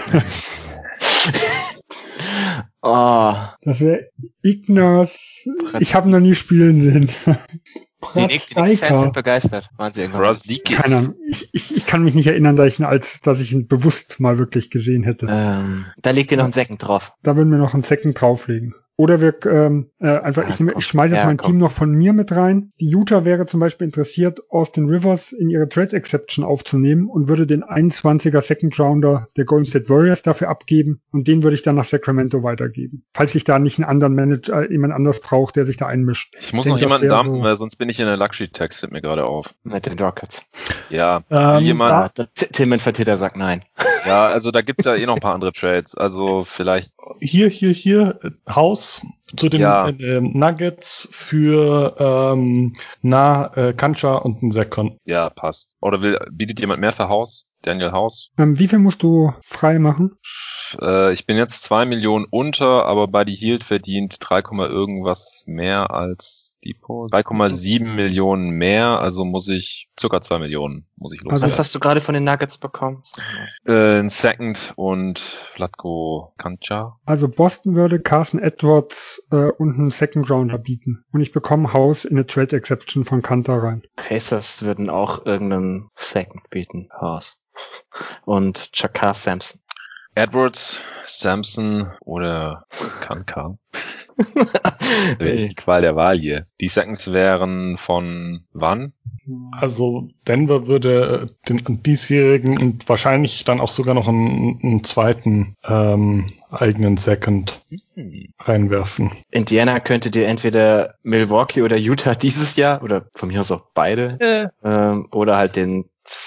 Oh, Das wäre Ignaz. Ich habe noch nie spielen sehen. die Knicks-Fans sind begeistert. Waren sie irgendwann? Keine Ahnung. Ich kann mich nicht erinnern, dass ich ihn bewusst mal wirklich gesehen hätte. Da legt ihr noch einen Second drauf. Da würden wir noch einen Second drauflegen. Oder wir ich schmeiße jetzt mein Team noch von mir mit rein. Die Utah wäre zum Beispiel interessiert, Austin Rivers in ihre Trade Exception aufzunehmen und würde den 21er Second Rounder der Golden State Warriors dafür abgeben und den würde ich dann nach Sacramento weitergeben. Falls ich da nicht einen anderen Manager, jemand anders braucht, der sich da einmischt. Ich muss noch jemanden dumpen, weil sonst bin ich in der Luxury-Tax, fällt mir gerade auf. Mit den Rockets. Ja, jemand. Tim in Vertreter sagt nein. Ja, also da gibt's ja noch ein paar andere Trades. Also vielleicht. Hier, Haus zu den Nuggets für Kancha und einen Second. Ja, passt. Oder bietet jemand mehr für Haus? Daniel House? Wie viel musst du frei machen? Ich bin jetzt 2 Millionen unter, aber Buddy Hield verdient 3, irgendwas mehr als Depot. 3,7 Millionen mehr, also muss ich circa 2 Millionen loswerden. Also, was hast du gerade von den Nuggets bekommen? Ein Second und Vlatko Kancha. Also Boston würde Carson Edwards und einen Second Rounder bieten. Und ich bekomme House in eine Trade Exception von Kanter rein. Pacers würden auch irgendeinen Second bieten. House. Und Jakar Sampson. Edwards, Sampson oder Kanka. Die Qual der Wahl hier. Die Seconds wären von wann? Also Denver würde den diesjährigen und wahrscheinlich dann auch sogar noch einen zweiten eigenen Second reinwerfen. Indiana könnte dir entweder Milwaukee oder Utah dieses Jahr, oder von mir aus auch beide, oder halt den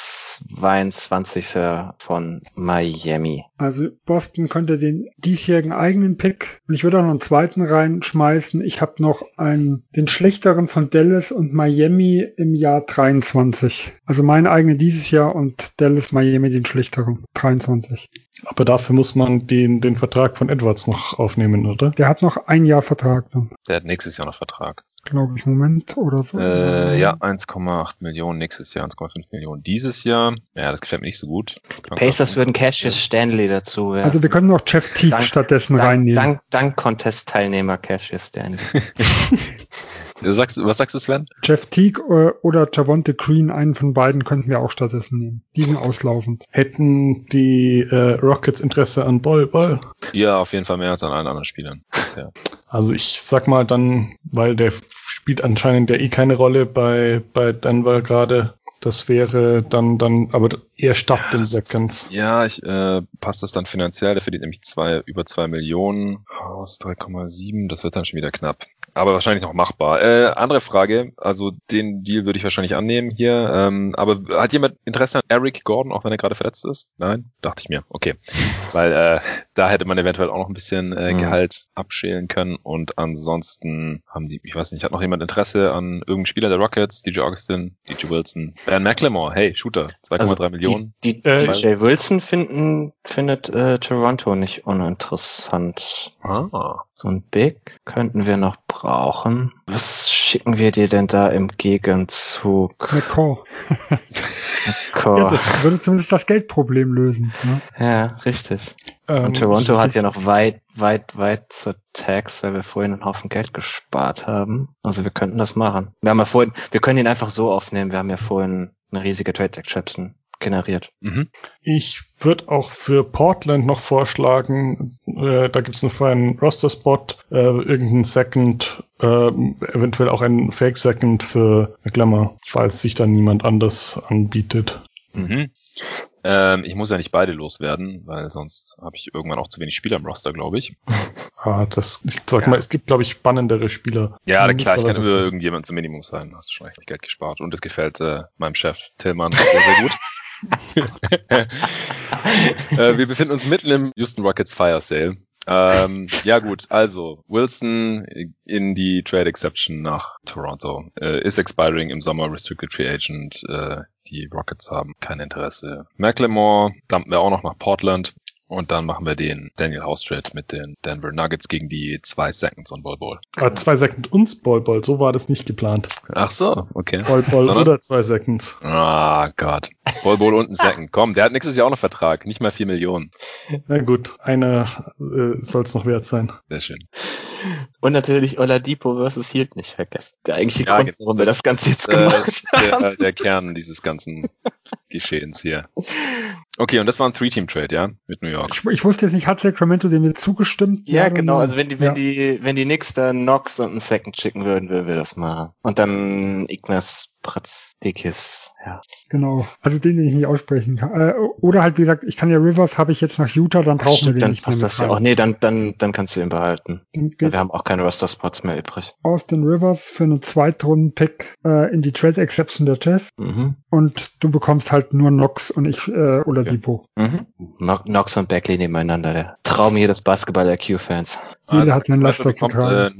22er von Miami. Also Boston könnte den diesjährigen eigenen Pick und ich würde auch noch einen zweiten reinschmeißen. Ich habe noch den schlechteren von Dallas und Miami im Jahr 23. Also meinen eigenen dieses Jahr und Dallas, Miami den schlechteren. 23. Aber dafür muss man den Vertrag von Edwards noch aufnehmen, oder? Der hat noch ein Jahr Vertrag dann. Der hat nächstes Jahr noch Vertrag. Glaube ich, Moment oder so. Ja, 1,8 Millionen nächstes Jahr, 1,5 Millionen dieses Jahr. Ja, das gefällt mir nicht so gut. Pacers würden Cassius Stanley dazu werfen. Also wir können noch Jeff Teague stattdessen reinnehmen. Dank-Contest-Teilnehmer Cassius Stanley. Was sagst du, Sven? Jeff Teague oder Javonte Green, einen von beiden könnten wir auch stattdessen nehmen. Die sind auslaufend. Hätten die Rockets Interesse an Ball? Ja, auf jeden Fall mehr als an allen anderen Spielern. Bisher. Also ich sag mal dann, weil der spielt anscheinend ja keine Rolle bei Denver gerade. Das wäre dann aber eher statt den Seconds. Ja, passt das dann finanziell. Der verdient nämlich über 2 Millionen. Aus 3,7, das wird dann schon wieder knapp. Aber wahrscheinlich noch machbar. Andere Frage, also den Deal würde ich wahrscheinlich annehmen hier. Aber hat jemand Interesse an Eric Gordon, auch wenn er gerade verletzt ist? Nein? Dachte ich mir. Okay. Weil da hätte man eventuell auch noch ein bisschen Gehalt abschälen können. Und ansonsten hat noch jemand Interesse an irgendeinem Spieler der Rockets? DJ Augustin, DJ Wilson, Ben McLemore, hey, Shooter, 2,3 Millionen. DJ Wilson findet Toronto nicht uninteressant. So ein Big könnten wir noch brauchen. Was schicken wir dir denn da im Gegenzug? McCaw. Ja, das würde zumindest das Geldproblem lösen. Ne? Ja, richtig. Und Toronto hat ja noch weit zur Tax, weil wir vorhin einen Haufen Geld gespart haben. Also wir könnten das machen. Wir können ihn einfach so aufnehmen. Wir haben ja vorhin eine riesige Trade Exception generiert. Mhm. Ich würde auch für Portland noch vorschlagen, da gibt es einen freien Roster-Spot, irgendeinen Second, eventuell auch einen Fake-Second für Glamour, falls sich dann niemand anders anbietet. Mhm. Ich muss ja nicht beide loswerden, weil sonst habe ich irgendwann auch zu wenig Spieler im Roster, glaube ich. Mal, es gibt, glaube ich, spannendere Spieler. Ja, klar, ich kann immer irgendjemand zum Minimum sein. Hast du schon recht Geld gespart. Und es gefällt meinem Chef Tillmann sehr, sehr gut. Wir befinden uns mitten im Houston Rockets Fire Sale. Ja gut, also Wilson in die Trade Exception nach Toronto ist expiring im Sommer, Restricted Free Agent. Die Rockets haben kein Interesse. McLemore dumpen wir auch noch nach Portland. Und dann machen wir den Daniel House Trade mit den Denver Nuggets gegen die 2 Seconds und Bol Bol. 2 Seconds und Bol Bol, so war das nicht geplant. Ach so, okay. Bol Bol oder 2 Seconds. Ah Gott. Bol Bol und ein Second. Komm, der hat nächstes Jahr auch noch Vertrag. Nicht mal 4 Millionen. Na gut, einer soll es noch wert sein. Sehr schön. Und natürlich Oladipo versus Hield nicht vergessen. Der eigentliche Grund, warum wir das Ganze jetzt gemacht haben. Der Kern dieses ganzen Geschehens hier. Okay, und das war ein 3-Team-Trade, ja? Mit New York. Ich wusste jetzt nicht, hat Sacramento dem jetzt zugestimmt? Ja, genau. Also wenn die Knicks dann Knox und einen Second schicken würden wir das machen. Und dann Ignas Prazdikis, ja. Genau. Also den ich nicht aussprechen kann. Oder halt, wie gesagt, ich kann ja Rivers, habe ich jetzt nach Utah, dann brauchen wir den dann nicht passt mehr. Das ja auch. Nee, dann kannst du ihn behalten. Wir haben auch keine Roster-Spots mehr übrig. Austin Rivers für einen Zweitrunden-Pick in die Trade Exception der Jazz. Mhm. Und du bekommst halt nur Knox und ich Oladipo. Mhm. Knox und Bagley nebeneinander. Der Traum hier des Basketball-IQ-Fans. Jeder hat einen Laster zu tragen.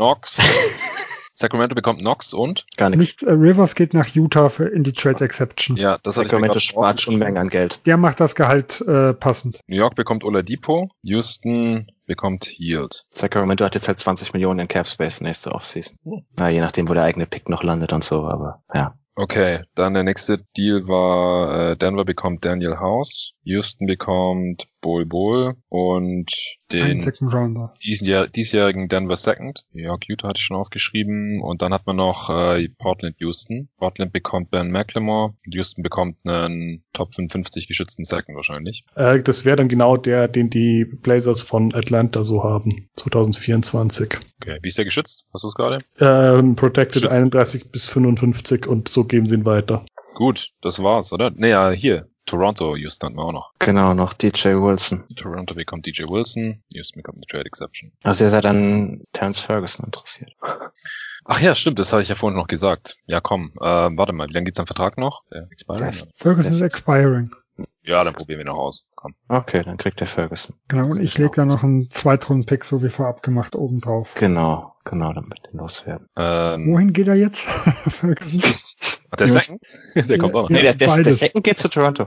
Sacramento bekommt Knox und? Gar nichts. Nicht, Rivers geht nach Utah in die Trade Exception. Ja, das hat Sacramento spart schon Mengen an Geld. Der macht das Gehalt passend. New York bekommt Oladipo, Houston bekommt Hield. Sacramento hat jetzt halt 20 Millionen in Cap Space nächste Offseason. Na, je nachdem, wo der eigene Pick noch landet und so, aber ja. Okay, dann der nächste Deal war, Denver bekommt Daniel House, Houston bekommt Bol Bol und den diesjährigen Denver Second. New York, Utah hatte ich schon aufgeschrieben. Und dann hat man noch Portland, Houston. Portland bekommt Ben McLemore. Houston bekommt einen Top 55 geschützten Second wahrscheinlich. Das wäre dann genau den die Blazers von Atlanta so haben, 2024. Okay, wie ist der geschützt? Hast du es gerade? Protected geschützt. 31 bis 55 und so geben sie ihn weiter. Gut, das war's, oder? Naja, hier. Toronto, Houston hatten wir auch noch. Genau, noch DJ Wilson. Toronto bekommt DJ Wilson, Houston bekommt eine Trade Exception. Also ihr seid an Terrence Ferguson interessiert. Ach ja, stimmt, das hatte ich ja vorhin noch gesagt. Ja komm, warte mal, wie lange geht's am Vertrag noch? Expiring? Ferguson ist expiring. Ja, dann probieren wir noch aus. Komm. Okay, dann kriegt der Ferguson. Genau, und ich lege da noch einen Zweitrunden-Pick, so wie vorab gemacht, oben drauf. Genau, damit den loswerden. Wohin geht er jetzt? Ferguson? Der Second? Der kommt auch noch. Nee, der Second geht zu Toronto.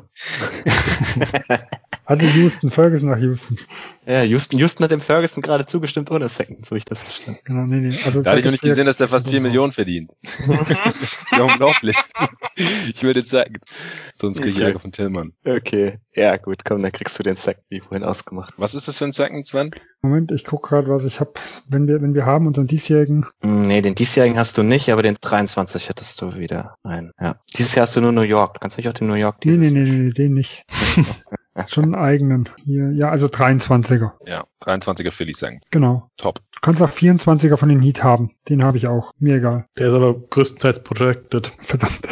Also Houston, Ferguson nach Houston. Ja, Houston hat dem Ferguson gerade zugestimmt ohne Second, so ich das verstanden. Genau, nee. Also da hatte ich noch nicht gesehen, dass der fast 4 Millionen verdient. Ja, unglaublich. Ich würde jetzt sagen, sonst kriege ich Ärger von Tillmann. Okay, ja gut, komm, dann kriegst du den Second, wie vorhin ausgemacht. Was ist das für ein Second, Sven? Moment, ich gucke gerade, was ich habe. Wenn wir haben unseren diesjährigen. Nee, den diesjährigen hast du nicht, aber den 23 hättest du wieder einen. Ja. Dieses Jahr hast du nur New York. Du kannst nicht auch den New York Nee, den nicht. Schon einen eigenen. Hier, ja, also 23er. Ja, 23er Philly Second. Genau. Top. Du kannst auch 24er von den Heat haben. Den habe ich auch. Mir egal. Der ist aber größtenteils protected. Verdammt.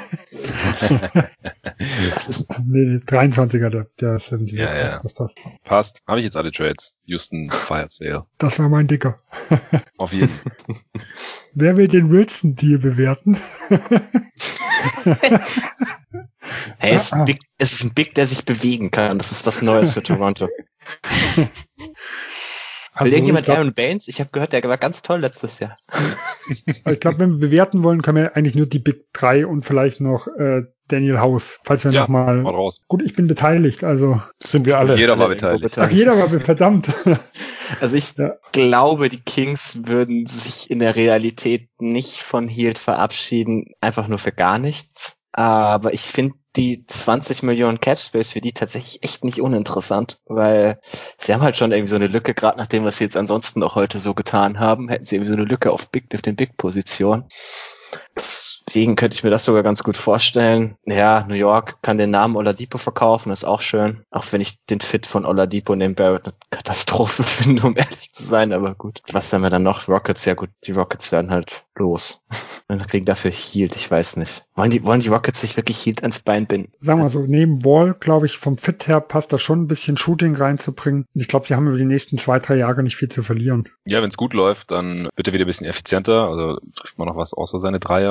Nee, 23er, der 70er. Ja. Das passt. Passt. Habe ich jetzt alle Trades. Houston Fire Sale. Das war mein Dicker. Auf jeden Fall. Wer will den Wilson-Deal bewerten? Hey, es ist ein Big, der sich bewegen kann. Das ist was Neues für Toronto. Will irgendjemand Aaron Baines? Ich habe gehört, der war ganz toll letztes Jahr. Ich glaube, wenn wir bewerten wollen, können wir eigentlich nur die Big 3 und vielleicht noch Daniel House, falls wir nochmal... raus. Gut, ich bin beteiligt, also... Sind wir alle. Jeder war beteiligt. Ach, jeder war verdammt. Also ich glaube, die Kings würden sich in der Realität nicht von Hield verabschieden, einfach nur für gar nichts. Aber ich finde die 20 Millionen Cap Space für die tatsächlich echt nicht uninteressant, weil sie haben halt schon irgendwie so eine Lücke, gerade nach dem, was sie jetzt ansonsten auch heute so getan haben, hätten sie irgendwie so eine Lücke auf den Big-Positionen. Deswegen könnte ich mir das sogar ganz gut vorstellen. Ja, New York kann den Namen Oladipo verkaufen, ist auch schön. Auch wenn ich den Fit von Oladipo neben Barrett eine Katastrophe finde, um ehrlich zu sein, aber gut. Was haben wir dann noch? Rockets, ja gut, die Rockets werden halt los. Dann kriegen dafür Hield, ich weiß nicht. Wollen die Rockets sich wirklich Hield ans Bein binden? Sagen wir so, neben Wall, glaube ich, vom Fit her passt da schon ein bisschen Shooting reinzubringen. Ich glaube, sie haben über die nächsten 2-3 Jahre nicht viel zu verlieren. Ja, wenn es gut läuft, dann wird er wieder ein bisschen effizienter. Also trifft man noch was außer seine Dreier und dann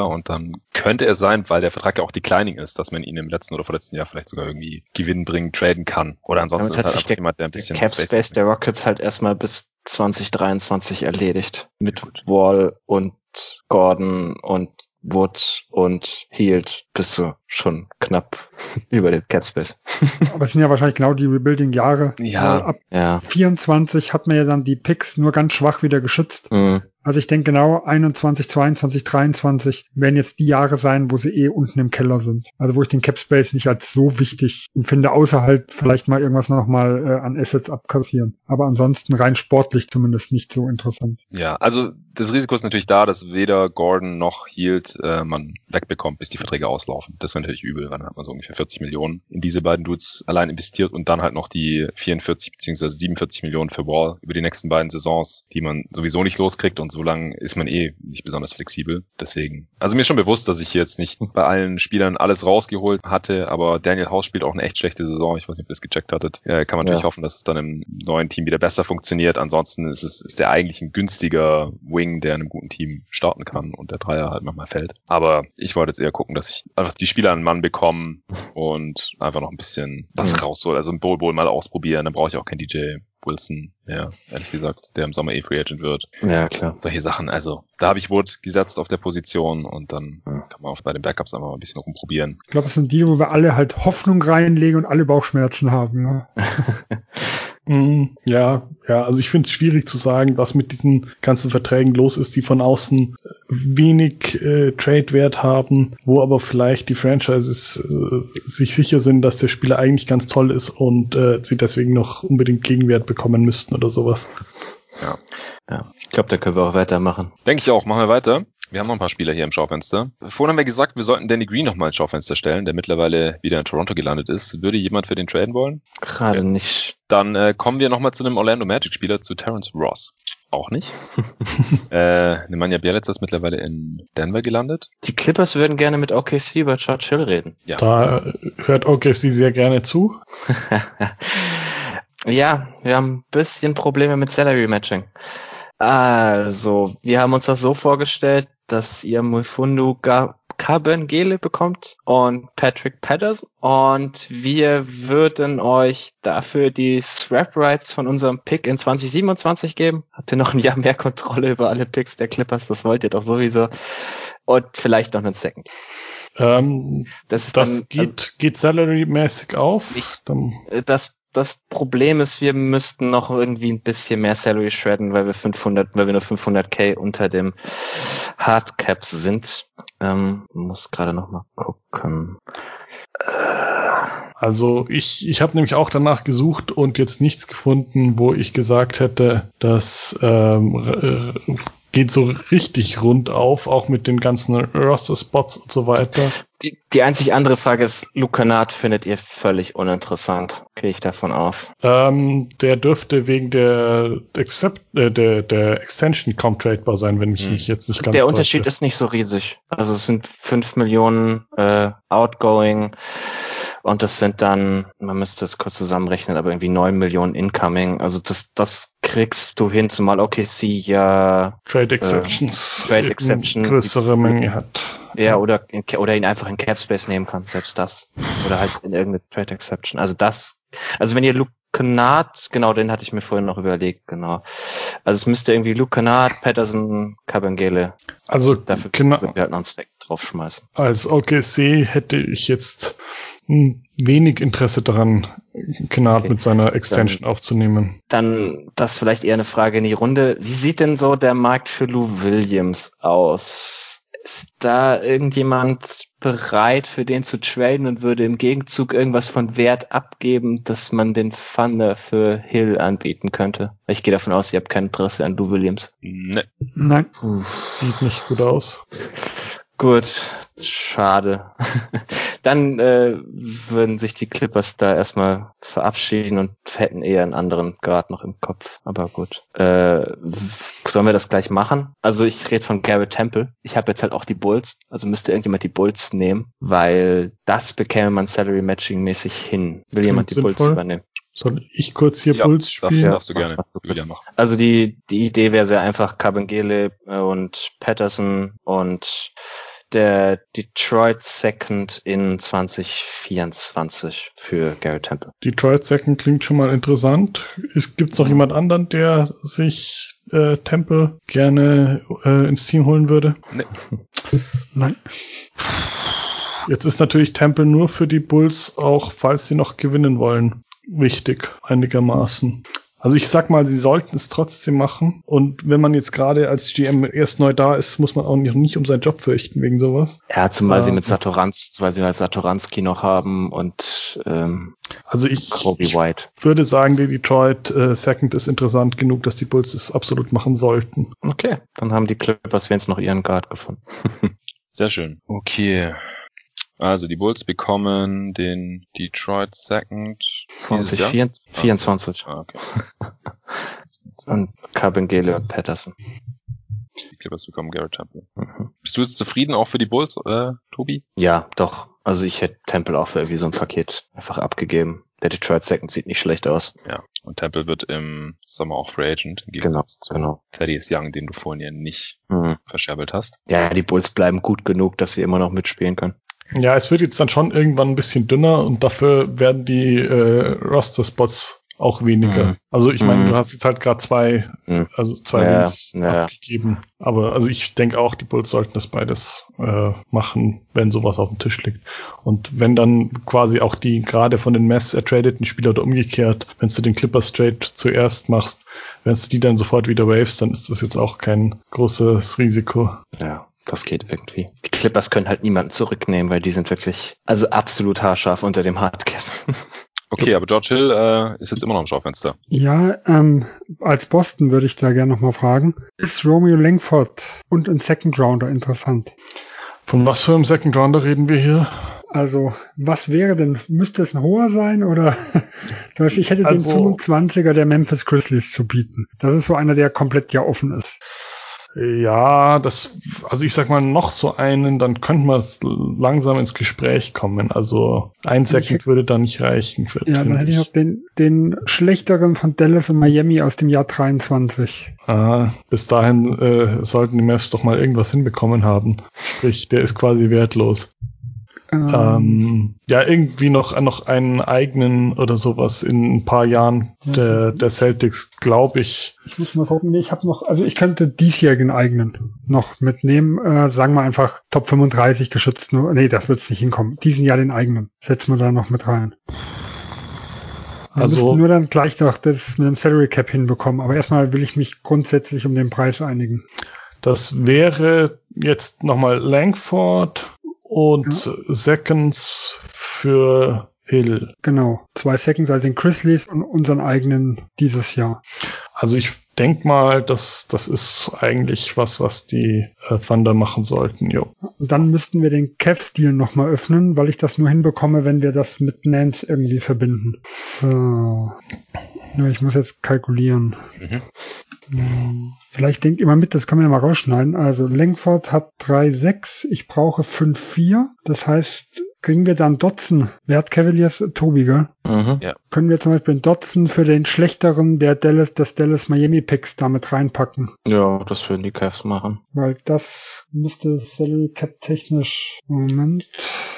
dann könnte es sein, weil der Vertrag ja auch declining ist, dass man ihn im letzten oder vorletzten Jahr vielleicht sogar irgendwie gewinnbringend traden kann. Oder ansonsten ist halt einfach jemand, der ein bisschen Cap Space der Rockets halt erstmal bis 2023 erledigt. Mit Wall und Gordon und Wood und Hield bist du schon knapp über dem Cap Space. Aber es sind ja wahrscheinlich genau die Rebuilding-Jahre. Ja, Ab 24 hat man ja dann die Picks nur ganz schwach wieder geschützt. Mhm. Also ich denke genau 21, 22, 23 werden jetzt die Jahre sein, wo sie unten im Keller sind. Also wo ich den Cap Space nicht als so wichtig empfinde, außer halt vielleicht mal irgendwas nochmal an Assets abkassieren. Aber ansonsten rein sportlich zumindest nicht so interessant. Ja, also das Risiko ist natürlich da, dass weder Gordon noch Hield man wegbekommt, bis die Verträge auslaufen. Das wäre natürlich übel, weil dann hat man so ungefähr 40 Millionen in diese beiden Dudes allein investiert und dann halt noch die 44 bzw. 47 Millionen für Wall über die nächsten beiden Saisons, die man sowieso nicht loskriegt und so lange ist man nicht besonders flexibel. Deswegen, also mir ist schon bewusst, dass ich jetzt nicht bei allen Spielern alles rausgeholt hatte, aber Daniel House spielt auch eine echt schlechte Saison. Ich weiß nicht, ob ihr das gecheckt hattet. Kann man natürlich hoffen, dass es dann im neuen Team wieder besser funktioniert. Ansonsten ist der eigentlich ein günstiger Wing, der in einem guten Team starten kann und der Dreier halt manchmal fällt. Aber ich wollte jetzt eher gucken, dass ich einfach die Spieler an den Mann bekomme und einfach noch ein bisschen was raushol. Also ein Bowl mal ausprobieren, dann brauche ich auch kein DJ Wilson, ja, ehrlich gesagt, der im Sommer Free Agent wird. Ja, klar. Solche Sachen, also da habe ich Wood gesetzt auf der Position und dann kann man auch bei den Backups einfach mal ein bisschen rumprobieren. Ich glaube, es sind die, wo wir alle halt Hoffnung reinlegen und alle Bauchschmerzen haben. Ne? Ja, also ich finde es schwierig zu sagen, was mit diesen ganzen Verträgen los ist, die von außen wenig Trade-Wert haben, wo aber vielleicht die Franchises sich sicher sind, dass der Spieler eigentlich ganz toll ist und sie deswegen noch unbedingt Gegenwert bekommen müssten oder sowas. Ja. Ich glaube, da können wir auch weitermachen. Denke ich auch, machen wir weiter. Wir haben noch ein paar Spieler hier im Schaufenster. Vorhin haben wir gesagt, wir sollten Danny Green nochmal ins Schaufenster stellen, der mittlerweile wieder in Toronto gelandet ist. Würde jemand für den traden wollen? Gerade nicht. Dann kommen wir nochmal zu einem Orlando Magic-Spieler, zu Terrence Ross. Auch nicht. Nemanja Bjelica ist mittlerweile in Denver gelandet. Die Clippers würden gerne mit OKC über George Hill reden. Ja. Da hört OKC sehr gerne zu. Ja, wir haben ein bisschen Probleme mit Salary Matching. Also, wir haben uns das so vorgestellt, dass ihr Mfiondu Kabengele bekommt und Patrick Patterson und wir würden euch dafür die Swap Rights von unserem Pick in 2027 geben. Habt ihr noch ein Jahr mehr Kontrolle über alle Picks der Clippers? Das wollt ihr doch sowieso. Und vielleicht noch einen Second. Das geht salary-mäßig auf? Das Problem ist, wir müssten noch irgendwie ein bisschen mehr Salary shredden, weil wir nur 500k unter dem Hardcaps sind. Muss gerade noch mal gucken. Also ich habe nämlich auch danach gesucht und jetzt nichts gefunden, wo ich gesagt hätte, das geht so richtig rund auf, auch mit den ganzen Roster-Spots und so weiter. Die einzig andere Frage ist, Luke Kennard findet ihr völlig uninteressant. Gehe ich davon aus. Der dürfte wegen der Extension kaum tradebar sein, wenn ich mich jetzt nicht ganz Der täusche. Unterschied ist nicht so riesig. Also es sind 5 Millionen Outgoing und das sind dann, man müsste es kurz zusammenrechnen, aber irgendwie 9 Millionen Incoming. Also das kriegst du hin, zumal OKC ja Trade Exception größere Menge hat. Ja, oder ihn einfach in Cap Space nehmen kann, selbst das. Oder halt in irgendeine Trade Exception. Also wenn ihr Luke Kennard, genau, den hatte ich mir vorhin noch überlegt, genau. Also es müsste irgendwie Luke Kennard, Patterson, Kabengele. Also dafür würden wir halt noch einen Stack draufschmeißen. Als OKC hätte ich jetzt wenig Interesse daran, Kennard mit seiner Extension aufzunehmen. Dann das vielleicht eher eine Frage in die Runde. Wie sieht denn so der Markt für Lou Williams aus? Ist da irgendjemand bereit, für den zu traden und würde im Gegenzug irgendwas von Wert abgeben, dass man den Thunder für Hill anbieten könnte? Ich gehe davon aus, ihr habt kein Interesse an Lou Williams. Nee. Nein. Sieht nicht gut aus. Gut, schade. Dann würden sich die Clippers da erstmal verabschieden und hätten eher einen anderen Guard noch im Kopf. Aber gut. Sollen wir das gleich machen? Also ich rede von Garrett Temple. Ich habe jetzt halt auch die Bulls. Also müsste irgendjemand die Bulls nehmen, weil das bekäme man Salary-Matching-mäßig hin. Will jemand die Bulls übernehmen? Soll ich kurz hier Bulls spielen? Darfst du gerne. Also die Idee wäre sehr einfach, Kabengele und Patterson und der Detroit Second in 2024 für Garrett Temple. Detroit Second klingt schon mal interessant. Gibt's noch jemand anderen, der sich Temple gerne ins Team holen würde? Nee. Nein. Jetzt ist natürlich Temple nur für die Bulls, auch falls sie noch gewinnen wollen, wichtig, einigermaßen. Also ich sag mal, sie sollten es trotzdem machen. Und wenn man jetzt gerade als GM erst neu da ist, muss man auch nicht um seinen Job fürchten wegen sowas. Ja, zumal sie mit Satoranski noch haben und also ich Kobe White. würde sagen, die Detroit Second ist interessant genug, dass die Bulls es absolut machen sollten. Okay, dann haben die Clippers wenigstens noch ihren Guard gefunden. Sehr schön. Okay. Also die Bulls bekommen den Detroit Second 2024. Ah, okay. Und Kabengele und Patterson. Die Clippers bekommen Garrett Temple. Bist du jetzt zufrieden auch für die Bulls, Tobi? Ja, doch. Also ich hätte Temple auch für irgendwie so ein Paket einfach abgegeben. Der Detroit Second sieht nicht schlecht aus. Ja, und Temple wird im Sommer auch Free Agent. Genau. Thaddeus Young, den du vorhin ja nicht verscherbelt hast. Ja, die Bulls bleiben gut genug, dass sie immer noch mitspielen können. Ja, es wird jetzt dann schon irgendwann ein bisschen dünner und dafür werden die Roster-Spots auch weniger. Also ich meine, du hast jetzt halt gerade zwei Wins abgegeben. Aber also ich denke auch, die Bulls sollten das beides machen, wenn sowas auf dem Tisch liegt. Und wenn dann quasi auch die gerade von den Mavs ertradeten Spieler oder umgekehrt, wenn du den Clippers Trade zuerst machst, wenn du die dann sofort wieder wavest, dann ist das jetzt auch kein großes Risiko. Ja. Das geht irgendwie. Die Clippers können halt niemanden zurücknehmen, weil die sind wirklich, also absolut haarscharf unter dem Hardcap. Okay, aber George Hill ist jetzt immer noch im Schaufenster. Ja, als Boston würde ich da gerne nochmal fragen. Ist Romeo Langford und ein Second Rounder interessant? Von was für einem Second Rounder reden wir hier? Also, was wäre denn? Müsste es ein hoher sein oder? Ich hätte den 25er der Memphis Grizzlies zu bieten. Das ist so einer, der komplett ja offen ist. Ja, also ich sag mal, noch so einen, dann könnte man langsam ins Gespräch kommen. Also ein Second würde da nicht reichen. Ja, dann hätte ich noch den schlechteren von Dallas und Miami aus dem Jahr 23. Bis dahin sollten die Mavs doch mal irgendwas hinbekommen haben. Sprich, der ist quasi wertlos. Ja, irgendwie noch einen eigenen oder sowas in ein paar Jahren der Celtics, glaube ich. Ich muss mal gucken, ich könnte diesjährigen eigenen noch mitnehmen, sagen wir einfach Top 35 geschützt, das wird's nicht hinkommen. Diesen Jahr den eigenen, setzen wir da noch mit rein. Wir müssen nur dann gleich noch das mit dem Salary Cap hinbekommen, aber erstmal will ich mich grundsätzlich um den Preis einigen. Das wäre jetzt nochmal Langford und Seconds für Hill. Genau, 2 Seconds, also den Grizzlies und unseren eigenen dieses Jahr. Also ich denke mal, das ist eigentlich was die Thunder machen sollten, jo. Und dann müssten wir den Cavs-Deal nochmal öffnen, weil ich das nur hinbekomme, wenn wir das mit Nance irgendwie verbinden. So. Ja, ich muss jetzt kalkulieren. Vielleicht denkt ihr mal mit, das können wir ja mal rausschneiden. Also Langford hat 3,6, ich brauche 5,4. Das heißt, kriegen wir dann Dotson. Wer hat Cavaliers? Tobi, gell? Ja. Können wir zum Beispiel einen Dotson für den schlechteren des Dallas Miami Picks damit reinpacken? Ja, das würden die Cavs machen. Weil das müsste Salary Cap technisch... Moment...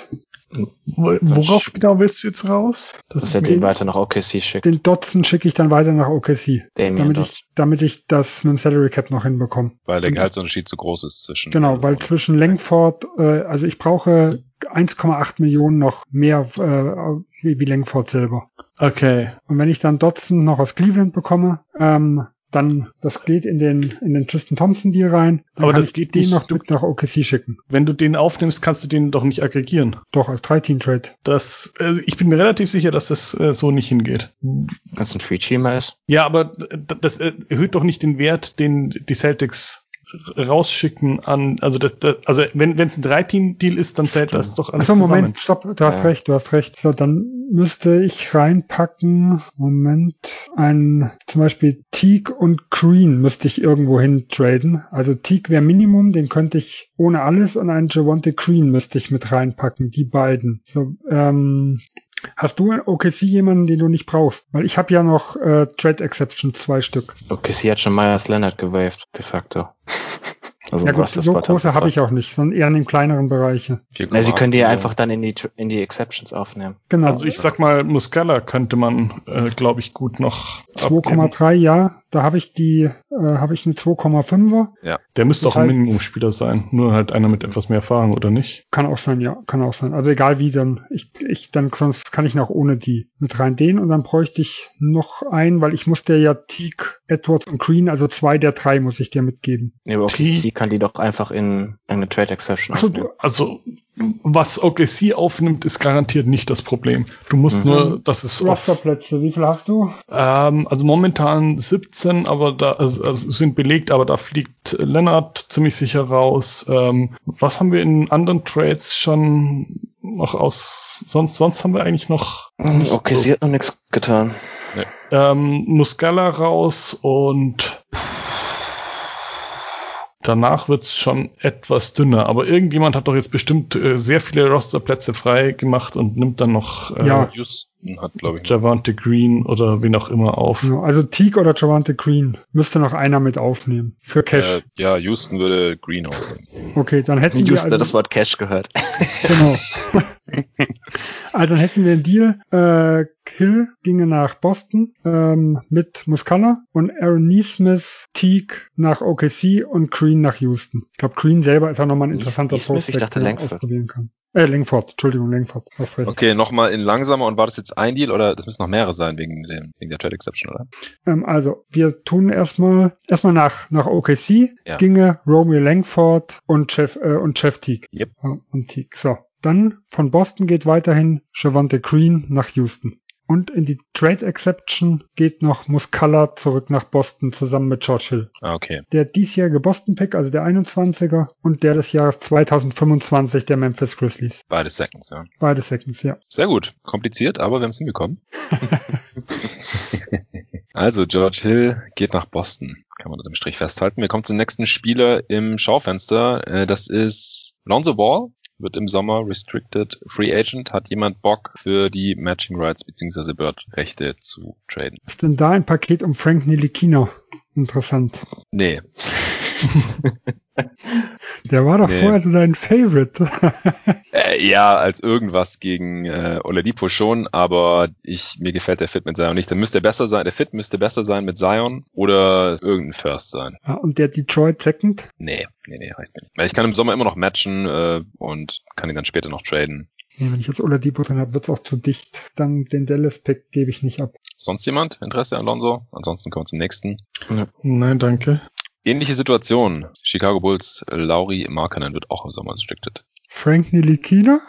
Worauf genau willst du jetzt raus? Das hätte ihn weiter nach OKC schickt. Den Dotson schicke ich dann weiter nach OKC. Damit ich das mit dem Salary Cap noch hinbekomme. Weil der Gehaltsunterschied zu groß ist zwischen. Genau, weil zwischen Langford, also ich brauche 1,8 Millionen noch mehr wie Langford selber. Okay. Und wenn ich dann Dotson noch aus Cleveland bekomme, dann, das geht in den Tristan Thompson Deal rein. Dann aber das geht nicht. Noch mit nach OKC schicken. Wenn du den aufnimmst, kannst du den doch nicht aggregieren. Doch, als 3-Team-Trade. Also ich bin mir relativ sicher, dass das so nicht hingeht. Als ein Free-Teamer ist. Ja, aber das erhöht doch nicht den Wert, den die Celtics rausschicken an, also wenn es ein 3-Team-Deal ist, dann zählt das doch alles zusammen. Moment, stopp, du hast recht. So, dann müsste ich reinpacken, zum Beispiel Teague und Green müsste ich irgendwo hin traden. Also Teague wäre Minimum, den könnte ich ohne alles, und einen Javonte Green müsste ich mit reinpacken, die beiden. So, hast du in OKC jemanden, den du nicht brauchst? Weil ich habe ja noch Trade Exception 2 Stück. OKC hat schon Myers Leonard gewaved, de facto. Also Ja ein gut, Roster so Spot große habe ich auch nicht, sondern eher in den kleineren Bereichen. Na, sie können die ja 4,8 einfach dann in die Exceptions aufnehmen. Genau. Also ich sag mal, Muscala könnte man, glaube ich, gut noch abgeben. 2,3, ja. Da habe ich habe ich eine 2,5er. Der müsste Das doch ein heißt- Minimumspieler sein. Nur halt einer mit etwas mehr Erfahrung, oder nicht? Kann auch sein, ja. Kann auch sein. Also egal wie, dann sonst kann ich noch ohne die mit rein den und dann bräuchte ich noch einen, weil ich musste ja Teague, Edwards und Green, also 2 der 3 muss ich dir mitgeben. Nee, aber okay, sie kann die doch einfach in eine Trade Exception Achso, aufnehmen. Also, was OKC aufnimmt, ist garantiert nicht das Problem. Du musst nur, das ist Rosterplätze, wie viel hast du? also momentan 17, aber also sind belegt, aber da fliegt Leonard ziemlich sicher raus. Was haben wir in anderen Trades schon noch aus? Sonst haben wir eigentlich noch. Okay, sie hat noch nichts getan. Muscala raus und danach wird's schon etwas dünner. Aber irgendjemand hat doch jetzt bestimmt sehr viele Rosterplätze frei gemacht und nimmt dann noch Houston hat, glaube ich, Javante Green oder wen auch immer auf. Ja, also Teague oder Javante Green müsste noch einer mit aufnehmen. Für Cash. ja, Houston würde Green aufnehmen. Okay, dann hätten wir Houston also, das Wort Cash gehört. Genau. Also dann hätten wir einen Deal. Hill ginge nach Boston mit Muscala und Aaron Nesmith, Teague nach OKC und Green nach Houston. Ich glaube, Green selber ist auch nochmal ein interessanter Nesmith? Ich dachte den man Langford. ausprobieren kann. Langford. Hast recht. Okay, nochmal in langsamer. Und war das jetzt ein Deal oder das müssen noch mehrere sein wegen der Trade Exception, oder? Also, wir tun erstmal nach OKC ginge Romeo Langford und Jeff Teague. Yep. Und Teague. So. Dann von Boston geht weiterhin Javante Green nach Houston. Und in die Trade Exception geht noch Muscala zurück nach Boston zusammen mit George Hill. Ah, okay. Der diesjährige Boston-Pick, also der 21er, und der des Jahres 2025 der Memphis Grizzlies. Beide Seconds, ja. Beide Seconds, ja. Sehr gut. Kompliziert, aber wir haben es hinbekommen. Also, George Hill geht nach Boston. Kann man unter dem Strich festhalten. Wir kommen zum nächsten Spieler im Schaufenster. Das ist Lonzo Ball. Wird im Sommer Restricted Free Agent. Hat jemand Bock für die Matching Rights bzw. Bird-Rechte zu traden? Ist denn da ein Paket um Frank Ntilikina? Interessant. Nee. Der war doch vorher so dein Favorite. Ja, als irgendwas gegen Oladipo schon, aber mir gefällt der Fit mit Zion nicht. Der Fit müsste besser sein mit Zion oder irgendein First sein. Ja, und der Detroit Second? Nee, reicht mir nicht. Weil ich kann im Sommer immer noch matchen und kann ihn dann später noch traden. Nee, wenn ich jetzt Oladipo drin habe, wird's auch zu dicht. Dann den Dallas-Pick gebe ich nicht ab. Sonst jemand Interesse an Alonso? Ansonsten kommen wir zum nächsten. Nein, danke. Ähnliche Situation. Chicago Bulls, Lauri Markkanen wird auch im Sommer restricted. Frank Ntilikina?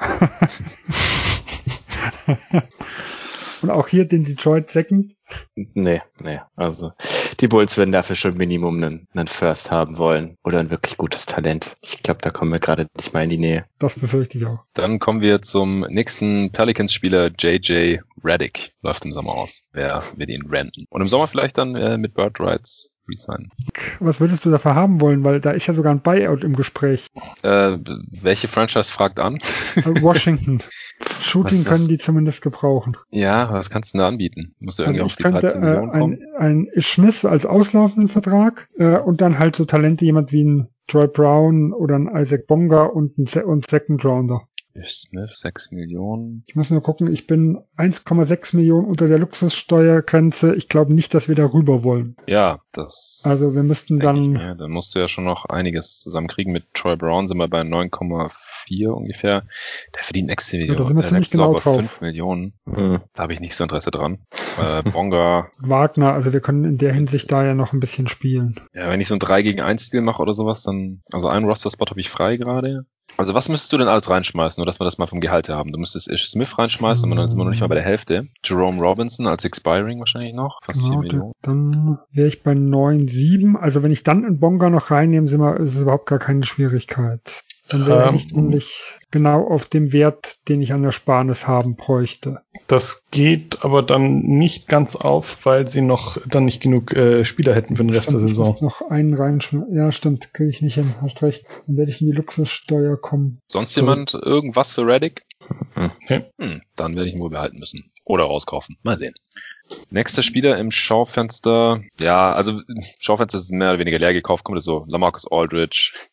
Und auch hier den Detroit Second? Nee. Also die Bulls werden dafür schon Minimum einen First haben wollen oder ein wirklich gutes Talent. Ich glaube, da kommen wir gerade nicht mal in die Nähe. Das befürchte ich auch. Dann kommen wir zum nächsten Pelicans-Spieler, JJ Redick. Läuft im Sommer aus. Wer will ihn renten? Und im Sommer vielleicht dann mit Bird Rights resignen. Was würdest du dafür haben wollen? Weil da ist ja sogar ein Buyout im Gespräch. Welche Franchise fragt an? Washington. Shooting können die zumindest gebrauchen. Ja, was kannst du denn da anbieten? Musst du irgendwie Also auf die 13 Millionen kommen? Ein Smith als auslaufenden Vertrag und dann halt so Talente, jemand wie ein Troy Brown oder ein Isaac Bonga und ein Second Rounder. Smith, 6 Millionen. Ich muss nur gucken, ich bin 1,6 Millionen unter der Luxussteuergrenze. Ich glaube nicht, dass wir da rüber wollen. Ja, das... Also wir müssten dann... Ja, dann musst du ja schon noch einiges zusammenkriegen. Mit Troy Brown sind wir bei 9,4 ungefähr. Der verdient 6 Millionen. Ja, da sind wir ziemlich genau drauf. 5 Millionen. Da habe ich nicht so Interesse dran. Bonga... Wagner, also wir können in der Hinsicht da ja noch ein bisschen spielen. Ja, wenn ich so ein 3-gegen-1-Spiel mache oder sowas, dann... Also einen Roster-Spot habe ich frei gerade. Also was müsstest du denn alles reinschmeißen, nur dass wir das mal vom Gehalt her haben? Du müsstest Ish Smith reinschmeißen, aber dann sind wir noch nicht mal bei der Hälfte. Jerome Robinson als Expiring wahrscheinlich noch, fast 4 Millionen. Dann wäre ich bei 9,7. Also wenn ich dann einen Bonga noch reinnehme, ist es überhaupt gar keine Schwierigkeit. Dann wäre ich nämlich genau auf dem Wert, den ich an Ersparnis haben bräuchte. Das geht aber dann nicht ganz auf, weil sie dann nicht genug Spieler hätten für den Rest der Saison. Ich muss noch einen reinschmeißen. Ja, stimmt, kriege ich nicht hin. Hast recht. Dann werde ich in die Luxussteuer kommen. Sonst jemand irgendwas für Redick? Okay. Dann werde ich ihn wohl behalten müssen. Oder rauskaufen. Mal sehen. Nächster Spieler im Schaufenster. Ja, also Schaufenster ist mehr oder weniger leer gekauft. Kommt so LaMarcus Aldridge,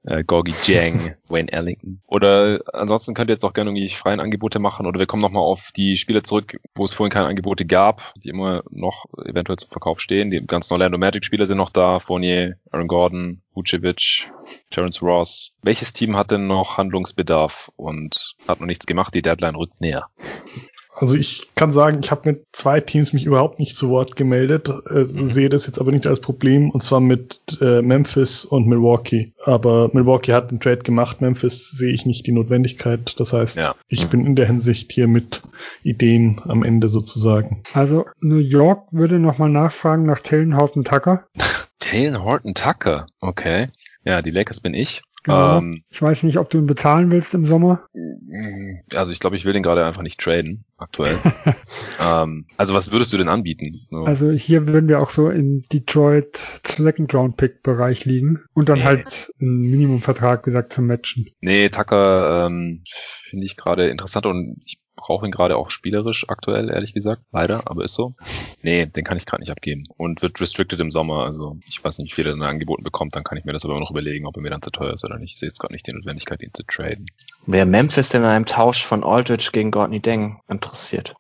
Gorgie Jang, Wayne Ellington. Oder ansonsten könnt ihr jetzt auch gerne irgendwie freien Angebote machen oder wir kommen nochmal auf die Spiele zurück, wo es vorhin keine Angebote gab, die immer noch eventuell zum Verkauf stehen. Die ganzen Orlando Magic Spieler sind noch da, Fournier, Aaron Gordon, Vucevic, Terrence Ross. Welches Team hat denn noch Handlungsbedarf und hat noch nichts gemacht? Die Deadline rückt näher. Also ich kann sagen, ich habe mit 2 Teams mich überhaupt nicht zu Wort gemeldet, sehe das jetzt aber nicht als Problem, und zwar mit Memphis und Milwaukee. Aber Milwaukee hat einen Trade gemacht, Memphis sehe ich nicht die Notwendigkeit. Das heißt, Ich bin in der Hinsicht hier mit Ideen am Ende sozusagen. Also New York würde nochmal nachfragen nach Talen Horton-Tucker. Talen Horton-Tucker, okay. Ja, die Lakers bin ich. Genau. Ich weiß nicht, ob du ihn bezahlen willst im Sommer. Also ich glaube, ich will den gerade einfach nicht traden, aktuell. Also was würdest du denn anbieten? No. Also hier würden wir auch so im Detroit Second-Round-Pick-Bereich liegen und dann halt einen Minimumvertrag, wie gesagt, zum Matchen. Nee, Tucker finde ich gerade interessant und ich brauche ihn gerade auch spielerisch aktuell, ehrlich gesagt. Leider, aber ist so. Nee, den kann ich gerade nicht abgeben. Und wird restricted im Sommer. Also ich weiß nicht, wie viel er dann angeboten bekommt. Dann kann ich mir das aber noch überlegen, ob er mir dann zu teuer ist oder nicht. Ich sehe jetzt gerade nicht die Notwendigkeit, ihn zu traden. Wäre Memphis denn an einem Tausch von Aldridge gegen Courtney Deng interessiert?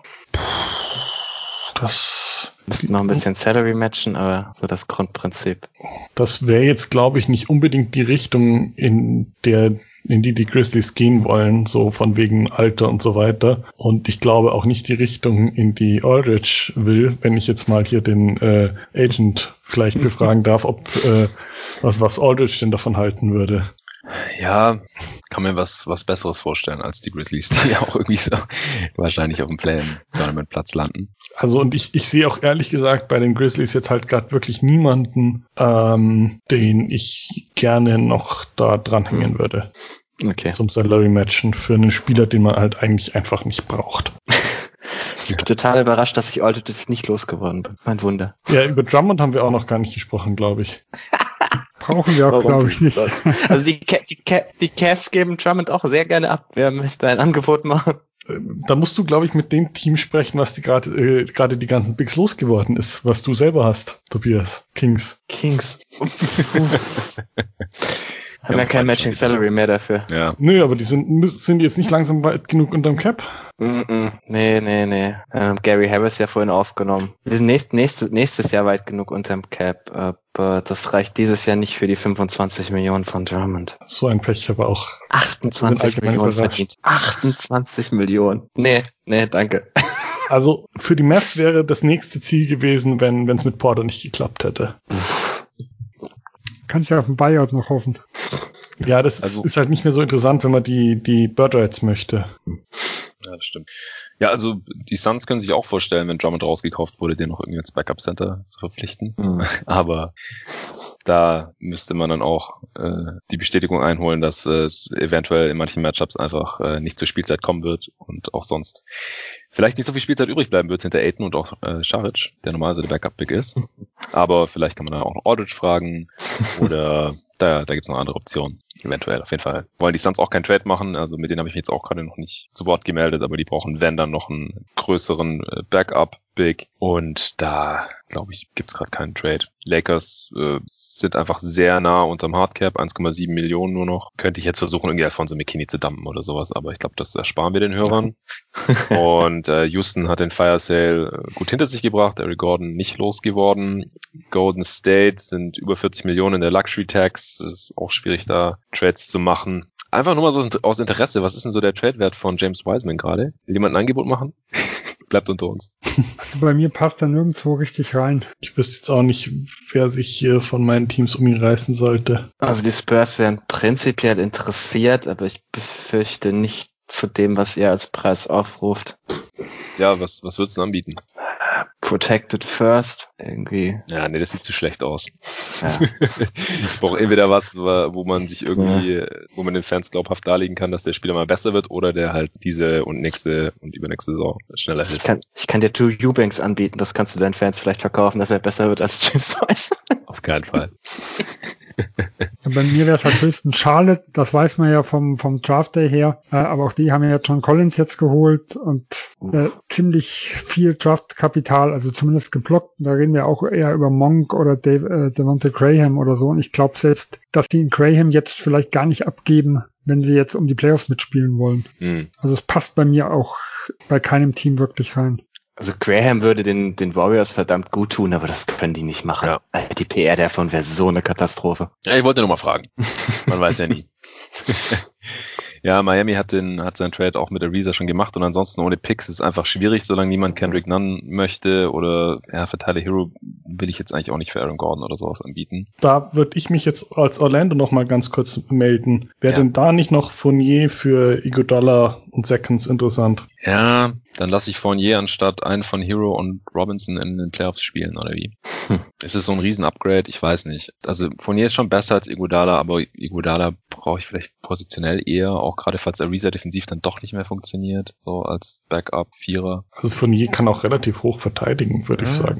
Das müsste noch ein bisschen Salary matchen, aber so das Grundprinzip. Das wäre jetzt, glaube ich, nicht unbedingt die Richtung, in die Grizzlies gehen wollen, so von wegen Alter und so weiter. Und ich glaube auch nicht die Richtung, in die Aldridge will, wenn ich jetzt mal hier den Agent vielleicht befragen darf, ob was Aldridge denn davon halten würde. Ja, kann mir was Besseres vorstellen als die Grizzlies, die ja auch irgendwie so wahrscheinlich auf dem Play-in-Tournament-Platz landen. Also und ich sehe auch ehrlich gesagt bei den Grizzlies jetzt halt gerade wirklich niemanden, den ich gerne noch da dranhängen würde. Okay. Zum Salary-Matchen für einen Spieler, den man halt eigentlich einfach nicht braucht. Ich bin total überrascht, dass ich Aldridge jetzt nicht losgeworden bin. Mein Wunder. Ja, über Drummond haben wir auch noch gar nicht gesprochen, glaube ich. Brauchen wir auch, glaube ich, nicht. Also die Cavs geben Drummond auch sehr gerne ab. Wer möchte ein Angebot machen? Da musst du, glaube ich, mit dem Team sprechen, was gerade die ganzen Bigs losgeworden ist, was du selber hast, Tobias. Kings. Haben ja kein Matching Salary mehr dafür. Ja. Nö, aber die sind jetzt nicht langsam weit genug unterm Cap. Nee. Gary Harris ja vorhin aufgenommen. Wir sind nächstes Jahr weit genug unterm Cap, aber das reicht dieses Jahr nicht für die 25 Millionen von Drummond. So ein Pech, aber auch 28 Millionen verdient. 28 Millionen. Nee, danke. Also für die Mavs wäre das nächste Ziel gewesen, wenn es mit Porter nicht geklappt hätte. Kannst ja auf den Buyout noch hoffen. Ja, das ist halt nicht mehr so interessant, wenn man die Bird Rights möchte. Ja, das stimmt. Ja, also die Suns können sich auch vorstellen, wenn Drummond rausgekauft wurde, den noch irgendwie als Backup-Center zu verpflichten. Aber da müsste man dann auch die Bestätigung einholen, dass es eventuell in manchen Matchups einfach nicht zur Spielzeit kommen wird und auch sonst vielleicht nicht so viel Spielzeit übrig bleiben wird hinter Ayton und auch Šarić, der normalerweise der Backup-Pick ist. Aber vielleicht kann man dann auch noch Aldridge fragen oder da gibt's noch andere Optionen. Eventuell, auf jeden Fall. Wollen die Suns auch keinen Trade machen, also mit denen habe ich mich jetzt auch gerade noch nicht zu Wort gemeldet, aber die brauchen, wenn, dann noch einen größeren Backup-Big und da, glaube ich, gibt's gerade keinen Trade. Lakers sind einfach sehr nah unterm Hardcap, 1,7 Millionen nur noch. Könnte ich jetzt versuchen, irgendwie Alfonso McKinney zu dumpen oder sowas, aber ich glaube, das ersparen wir den Hörern. Und Houston hat den Fire Sale gut hinter sich gebracht, Eric Gordon nicht losgeworden. Golden State sind über 40 Millionen in der Luxury Tax, das ist auch schwierig, da Trades zu machen. Einfach nur mal so aus Interesse, was ist denn so der Trade-Wert von James Wiseman gerade? Will jemand ein Angebot machen? Bleibt unter uns. Also bei mir passt er nirgendwo richtig rein. Ich wüsste jetzt auch nicht, wer sich hier von meinen Teams um ihn reißen sollte. Also die Spurs wären prinzipiell interessiert, aber ich befürchte nicht zu dem, was ihr als Preis aufruft. Ja, was würdest du denn anbieten? Protected First, irgendwie. Ja, nee, das sieht zu schlecht aus. Ja. Ich brauche entweder was, wo man sich irgendwie, wo man den Fans glaubhaft darlegen kann, dass der Spieler mal besser wird, oder der halt diese und nächste und übernächste Saison schneller hilft. Ich kann dir Drew Eubanks anbieten, das kannst du deinen Fans vielleicht verkaufen, dass er besser wird als James Wiseman. Auf keinen Fall. Bei mir wäre es halt höchstens Charlotte, das weiß man ja vom Draft Day her, aber auch die haben ja John Collins jetzt geholt und ziemlich viel Draftkapital, also zumindest geblockt. Da reden wir auch eher über Monk oder Devontae Graham oder so und ich glaube selbst, dass die in Graham jetzt vielleicht gar nicht abgeben, wenn sie jetzt um die Playoffs mitspielen wollen. Also es passt bei mir auch bei keinem Team wirklich rein. Also Graham würde den Warriors verdammt gut tun, aber das können die nicht machen. Ja. Die PR davon wäre so eine Katastrophe. Ja, ich wollte nur mal fragen. Man weiß ja nie. Ja, Miami hat seinen Trade auch mit Ariza schon gemacht und ansonsten ohne Picks ist es einfach schwierig, solange niemand Kendrick Nunn möchte oder für Tyler Hero will ich jetzt eigentlich auch nicht für Aaron Gordon oder sowas anbieten. Da würde ich mich jetzt als Orlando noch mal ganz kurz melden. Wäre denn da nicht noch Fournier für Iguodala und Seconds interessant? Ja, dann lasse ich Fournier anstatt einen von Hero und Robinson in den Playoffs spielen, oder wie? Es ist so ein Riesen-Upgrade, ich weiß nicht. Also Fournier ist schon besser als Iguodala, aber Iguodala brauche ich vielleicht positionell eher, auch gerade falls Ariza defensiv dann doch nicht mehr funktioniert, so als Backup-Vierer. Also Fournier kann auch relativ hoch verteidigen, würde ich sagen.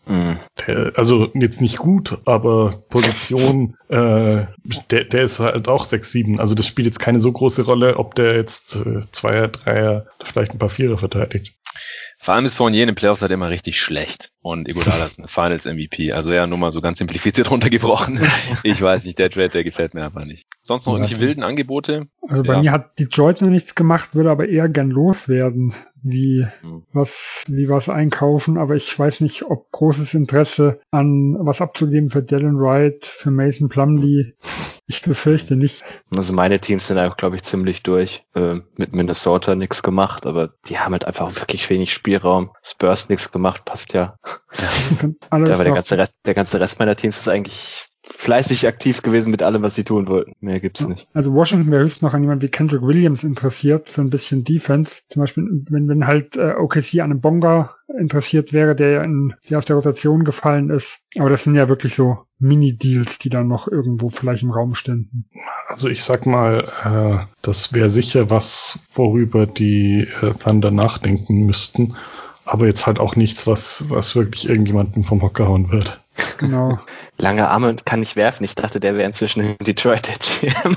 Also jetzt nicht gut, aber Position, der ist halt auch 6'7". Also das spielt jetzt keine so große Rolle, ob der jetzt Zweier, Dreier, vielleicht ein paar Vierer verteidigt. Vor allem ist Fournier in den Playoffs halt immer richtig schlecht und Iguodala ist eine Finals-MVP. Also ja, nur mal so ganz simplifiziert runtergebrochen. Ich weiß nicht, der Trade, der gefällt mir einfach nicht. Sonst noch irgendwelche wilden Angebote? Also bei mir hat Detroit noch nichts gemacht, würde aber eher gern loswerden, wie was einkaufen, aber ich weiß nicht, ob großes Interesse an was abzugeben für Delon Wright, für Mason Plumlee. Ich befürchte nicht. Also meine Teams sind auch, glaube ich, ziemlich durch. Mit Minnesota nichts gemacht, aber die haben halt einfach wirklich wenig Spielraum. Spurs nichts gemacht, passt ja. Aber der ganze Rest meiner Teams ist eigentlich fleißig aktiv gewesen mit allem, was sie tun wollten. Mehr gibt's nicht. Also Washington wäre höchstens noch an jemand wie Kendrick Williams interessiert für ein bisschen Defense. Zum Beispiel, wenn halt OKC an einem Bonga interessiert wäre, der aus der Rotation gefallen ist. Aber das sind ja wirklich so Mini-Deals, die dann noch irgendwo vielleicht im Raum ständen. Also ich sag mal, das wäre sicher was, worüber die Thunder nachdenken müssten. Aber jetzt halt auch nichts, was wirklich irgendjemanden vom Hocker hauen wird. Genau. Lange Arme und kann nicht werfen. Ich dachte, der wäre inzwischen in Detroit der GM.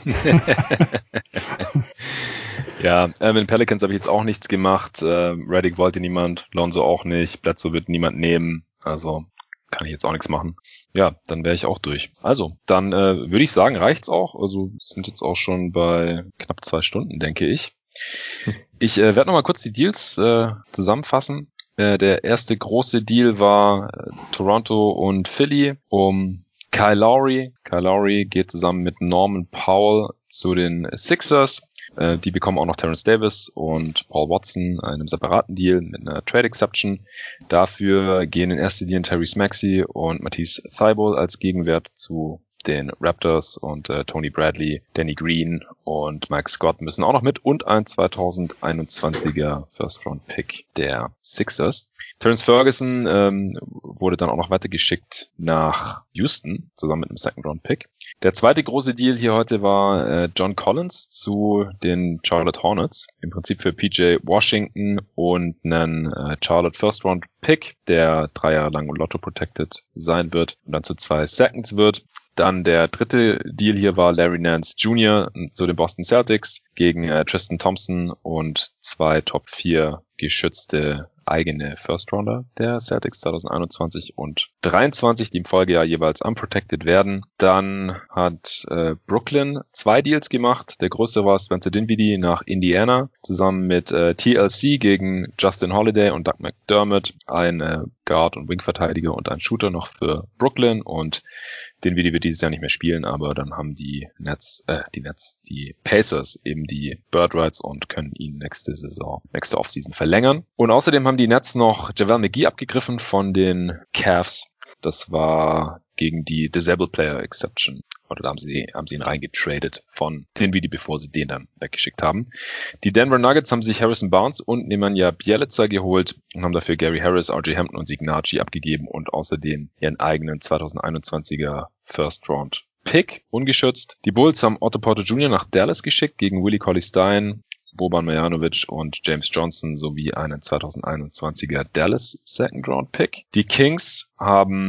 Ja, mit den Pelicans habe ich jetzt auch nichts gemacht. Redick wollte niemand, Lonzo auch nicht, Bledsoe wird niemand nehmen. Also kann ich jetzt auch nichts machen. Ja, dann wäre ich auch durch. Also, dann würde ich sagen, reicht's auch. Also sind jetzt auch schon bei knapp 2 Stunden, denke ich. Ich werde nochmal kurz die Deals zusammenfassen. Der erste große Deal war Toronto und Philly um Kyle Lowry. Kyle Lowry geht zusammen mit Norman Powell zu den Sixers. Die bekommen auch noch Terrence Davis und Paul Watson, einem separaten Deal mit einer Trade Exception. Dafür gehen in erster Linie Tyrese Maxey und Matisse Thybulle als Gegenwert zu den Raptors und Tony Bradley, Danny Green und Mike Scott müssen auch noch mit und ein 2021er First-Round-Pick der Sixers. Terrence Ferguson wurde dann auch noch weitergeschickt nach Houston, zusammen mit einem Second-Round-Pick. Der zweite große Deal hier heute war John Collins zu den Charlotte Hornets. Im Prinzip für PJ Washington und einen Charlotte First-Round-Pick, der 3 Jahre lang Lotto-protected sein wird und dann zu 2 Seconds wird. Dann der dritte Deal hier war Larry Nance Jr. zu den Boston Celtics gegen Tristan Thompson und 2 Top 4 geschützte eigene First-Rounder der Celtics 2021 und 23, die im Folgejahr jeweils unprotected werden. Dann hat Brooklyn 2 Deals gemacht. Der größte war Spencer Dinwiddie nach Indiana, zusammen mit TLC gegen Justin Holiday und Doug McDermott, ein Guard- und Wing-Verteidiger und ein Shooter noch für Brooklyn, und Dinwiddie wird dieses Jahr nicht mehr spielen, aber dann haben die Pacers eben die Bird Rights und können ihn nächste Offseason verlängern. Und außerdem haben die Nets noch JaVale McGee abgegriffen von den Cavs. Das war gegen die Disabled Player Exception. Oder da haben sie ihn reingetradet von Dinwiddie, bevor sie den dann weggeschickt haben. Die Denver Nuggets haben sich Harrison Barnes und Nemanja Bjelica geholt und haben dafür Gary Harris, RJ Hampton und Signaci abgegeben und außerdem ihren eigenen 2021er First Round Pick ungeschützt. Die Bulls haben Otto Porter Jr. nach Dallas geschickt gegen Willie Cauley-Stein, Boban Marjanovic und James Johnson sowie einen 2021er Dallas Second Round Pick. Die Kings haben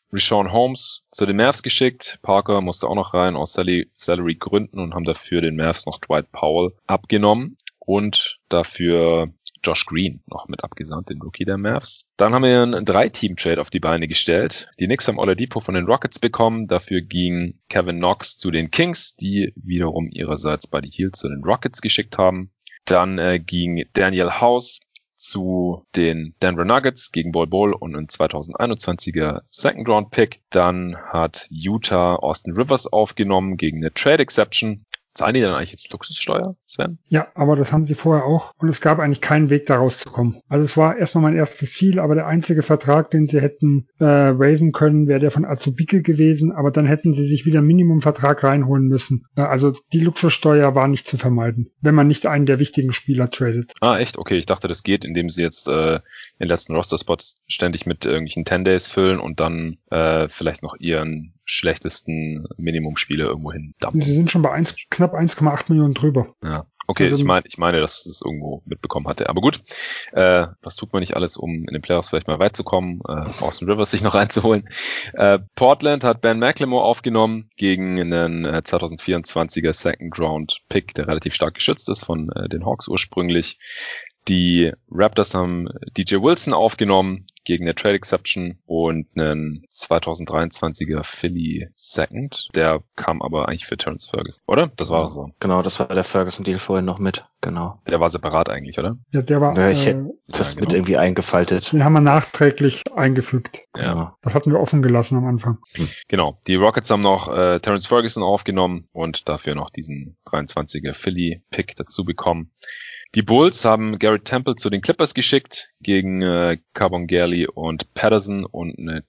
Richaun Holmes zu den Mavs geschickt. Parker musste auch noch rein aus Salary Gründen und haben dafür den Mavs noch Dwight Powell abgenommen und dafür Josh Green noch mit abgesandt, den Rookie der Mavs. Dann haben wir einen 3-Team-Trade auf die Beine gestellt. Die Knicks haben Oladipo von den Rockets bekommen. Dafür ging Kevin Knox zu den Kings, die wiederum ihrerseits Buddy Hield zu den Rockets geschickt haben. Dann ging Daniel House zu den Denver Nuggets gegen Bol Bol und einen 2021er Second-Round-Pick. Dann hat Utah Austin Rivers aufgenommen gegen eine Trade-Exception. Zahlen die dann eigentlich jetzt Luxussteuer, Sven? Ja, aber das haben sie vorher auch und es gab eigentlich keinen Weg, da rauszukommen. Also es war erstmal mein erstes Ziel, aber der einzige Vertrag, den sie hätten waiven können, wäre der von Azubike gewesen, aber dann hätten sie sich wieder einen Minimumvertrag reinholen müssen. Also die Luxussteuer war nicht zu vermeiden, wenn man nicht einen der wichtigen Spieler tradet. Ah, echt? Okay, ich dachte, das geht, indem sie jetzt den letzten Roster-Spots ständig mit irgendwelchen 10-Days füllen und dann vielleicht noch ihren schlechtesten Minimumspieler irgendwo hin dumpen. Sie sind schon bei knapp 1,8 Millionen drüber. Ja. Okay, also, ich meine, dass es irgendwo mitbekommen hatte. Aber gut, was tut man nicht alles, um in den Playoffs vielleicht mal weit zu kommen, Austin Rivers sich noch reinzuholen. Portland hat Ben McLemore aufgenommen gegen einen 2024er Second-Round-Pick, der relativ stark geschützt ist von den Hawks ursprünglich. Die Raptors haben DJ Wilson aufgenommen gegen eine Trade Exception und einen 2023er Philly Second. Der kam aber eigentlich für Terrence Ferguson, oder? Das war so. Genau, das war der Ferguson-Deal vorhin noch mit. Genau. Der war separat eigentlich, oder? Ja, der war. Ich hätte das mit irgendwie eingefaltet. Den haben wir nachträglich eingefügt. Ja. Das hatten wir offen gelassen am Anfang. Genau. Die Rockets haben noch Terrence Ferguson aufgenommen und dafür noch diesen 23er Philly Pick dazu bekommen. Die Bulls haben Garrett Temple zu den Clippers geschickt gegen Carbon-Gerly und Patterson und eine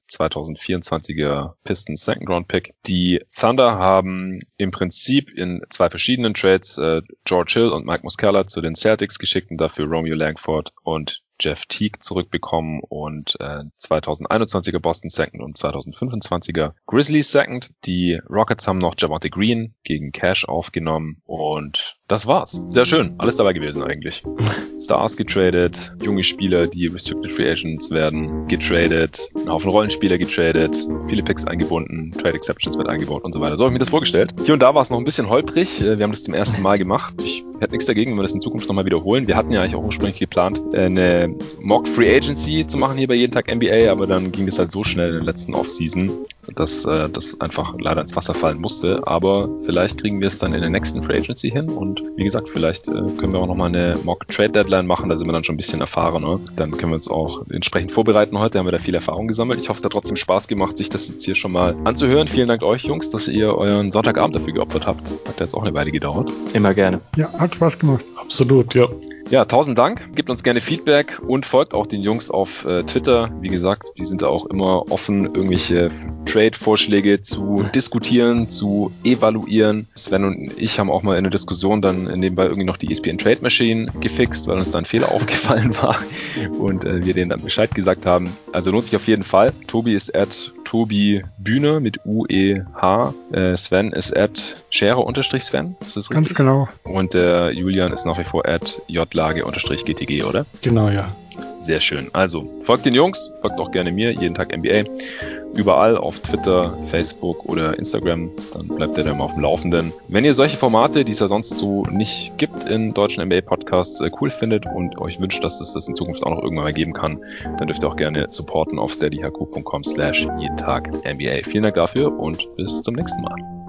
2024er Pistons Second-Round-Pick. Die Thunder haben im Prinzip in 2 verschiedenen Trades George Hill und Mike Muscala zu den Celtics geschickt und dafür Romeo Langford und Jeff Teague zurückbekommen und 2021er Boston Second und 2025er Grizzlies Second. Die Rockets haben noch Javonte Green gegen Cash aufgenommen und das war's. Sehr schön. Alles dabei gewesen eigentlich. Stars getradet, junge Spieler, die Restricted Free Agents werden getradet, ein Haufen Rollenspieler getradet, viele Picks eingebunden, Trade Exceptions mit eingebaut und so weiter. So habe ich mir das vorgestellt. Hier und da war es noch ein bisschen holprig. Wir haben das zum ersten Mal gemacht. Ich hätte nichts dagegen, wenn wir das in Zukunft nochmal wiederholen. Wir hatten ja eigentlich auch ursprünglich geplant, eine Mock Free Agency zu machen hier bei Jeden Tag NBA, aber dann ging es halt so schnell in der letzten Offseason, dass das einfach leider ins Wasser fallen musste. Aber vielleicht kriegen wir es dann in der nächsten Free Agency hin und wie gesagt, vielleicht können wir auch nochmal eine Mock Trade Deadline machen, da sind wir dann schon ein bisschen erfahrener. Dann können wir uns auch entsprechend vorbereiten heute, haben wir da viel Erfahrung gesammelt. Ich hoffe, es hat trotzdem Spaß gemacht, sich das jetzt hier schon mal anzuhören. Vielen Dank euch, Jungs, dass ihr euren Sonntagabend dafür geopfert habt. Hat jetzt auch eine Weile gedauert. Immer gerne. Ja, hat Spaß gemacht. Absolut, ja. Ja, 1000 Dank. Gebt uns gerne Feedback und folgt auch den Jungs auf Twitter. Wie gesagt, die sind da auch immer offen, irgendwelche Trade-Vorschläge zu diskutieren, zu evaluieren. Sven und ich haben auch mal in der Diskussion dann nebenbei irgendwie noch die ESPN Trade Machine gefixt, weil uns da ein Fehler aufgefallen war und wir denen dann Bescheid gesagt haben. Also lohnt sich auf jeden Fall. Tobi ist Tobi Bühne mit UEH. Sven ist Schere_Sven. Ist das richtig? Ganz genau. Und der Julian ist nach wie vor @jlage_gtg, oder? Genau, ja. Sehr schön. Also, folgt den Jungs, folgt auch gerne mir, Jeden Tag NBA. Überall auf Twitter, Facebook oder Instagram. Dann bleibt ihr da immer auf dem Laufenden. Wenn ihr solche Formate, die es ja sonst so nicht gibt in deutschen NBA-Podcasts, cool findet und euch wünscht, dass es das in Zukunft auch noch irgendwann mal geben kann, dann dürft ihr auch gerne supporten auf steadyhq.com/jedentagNBA. Vielen Dank dafür und bis zum nächsten Mal.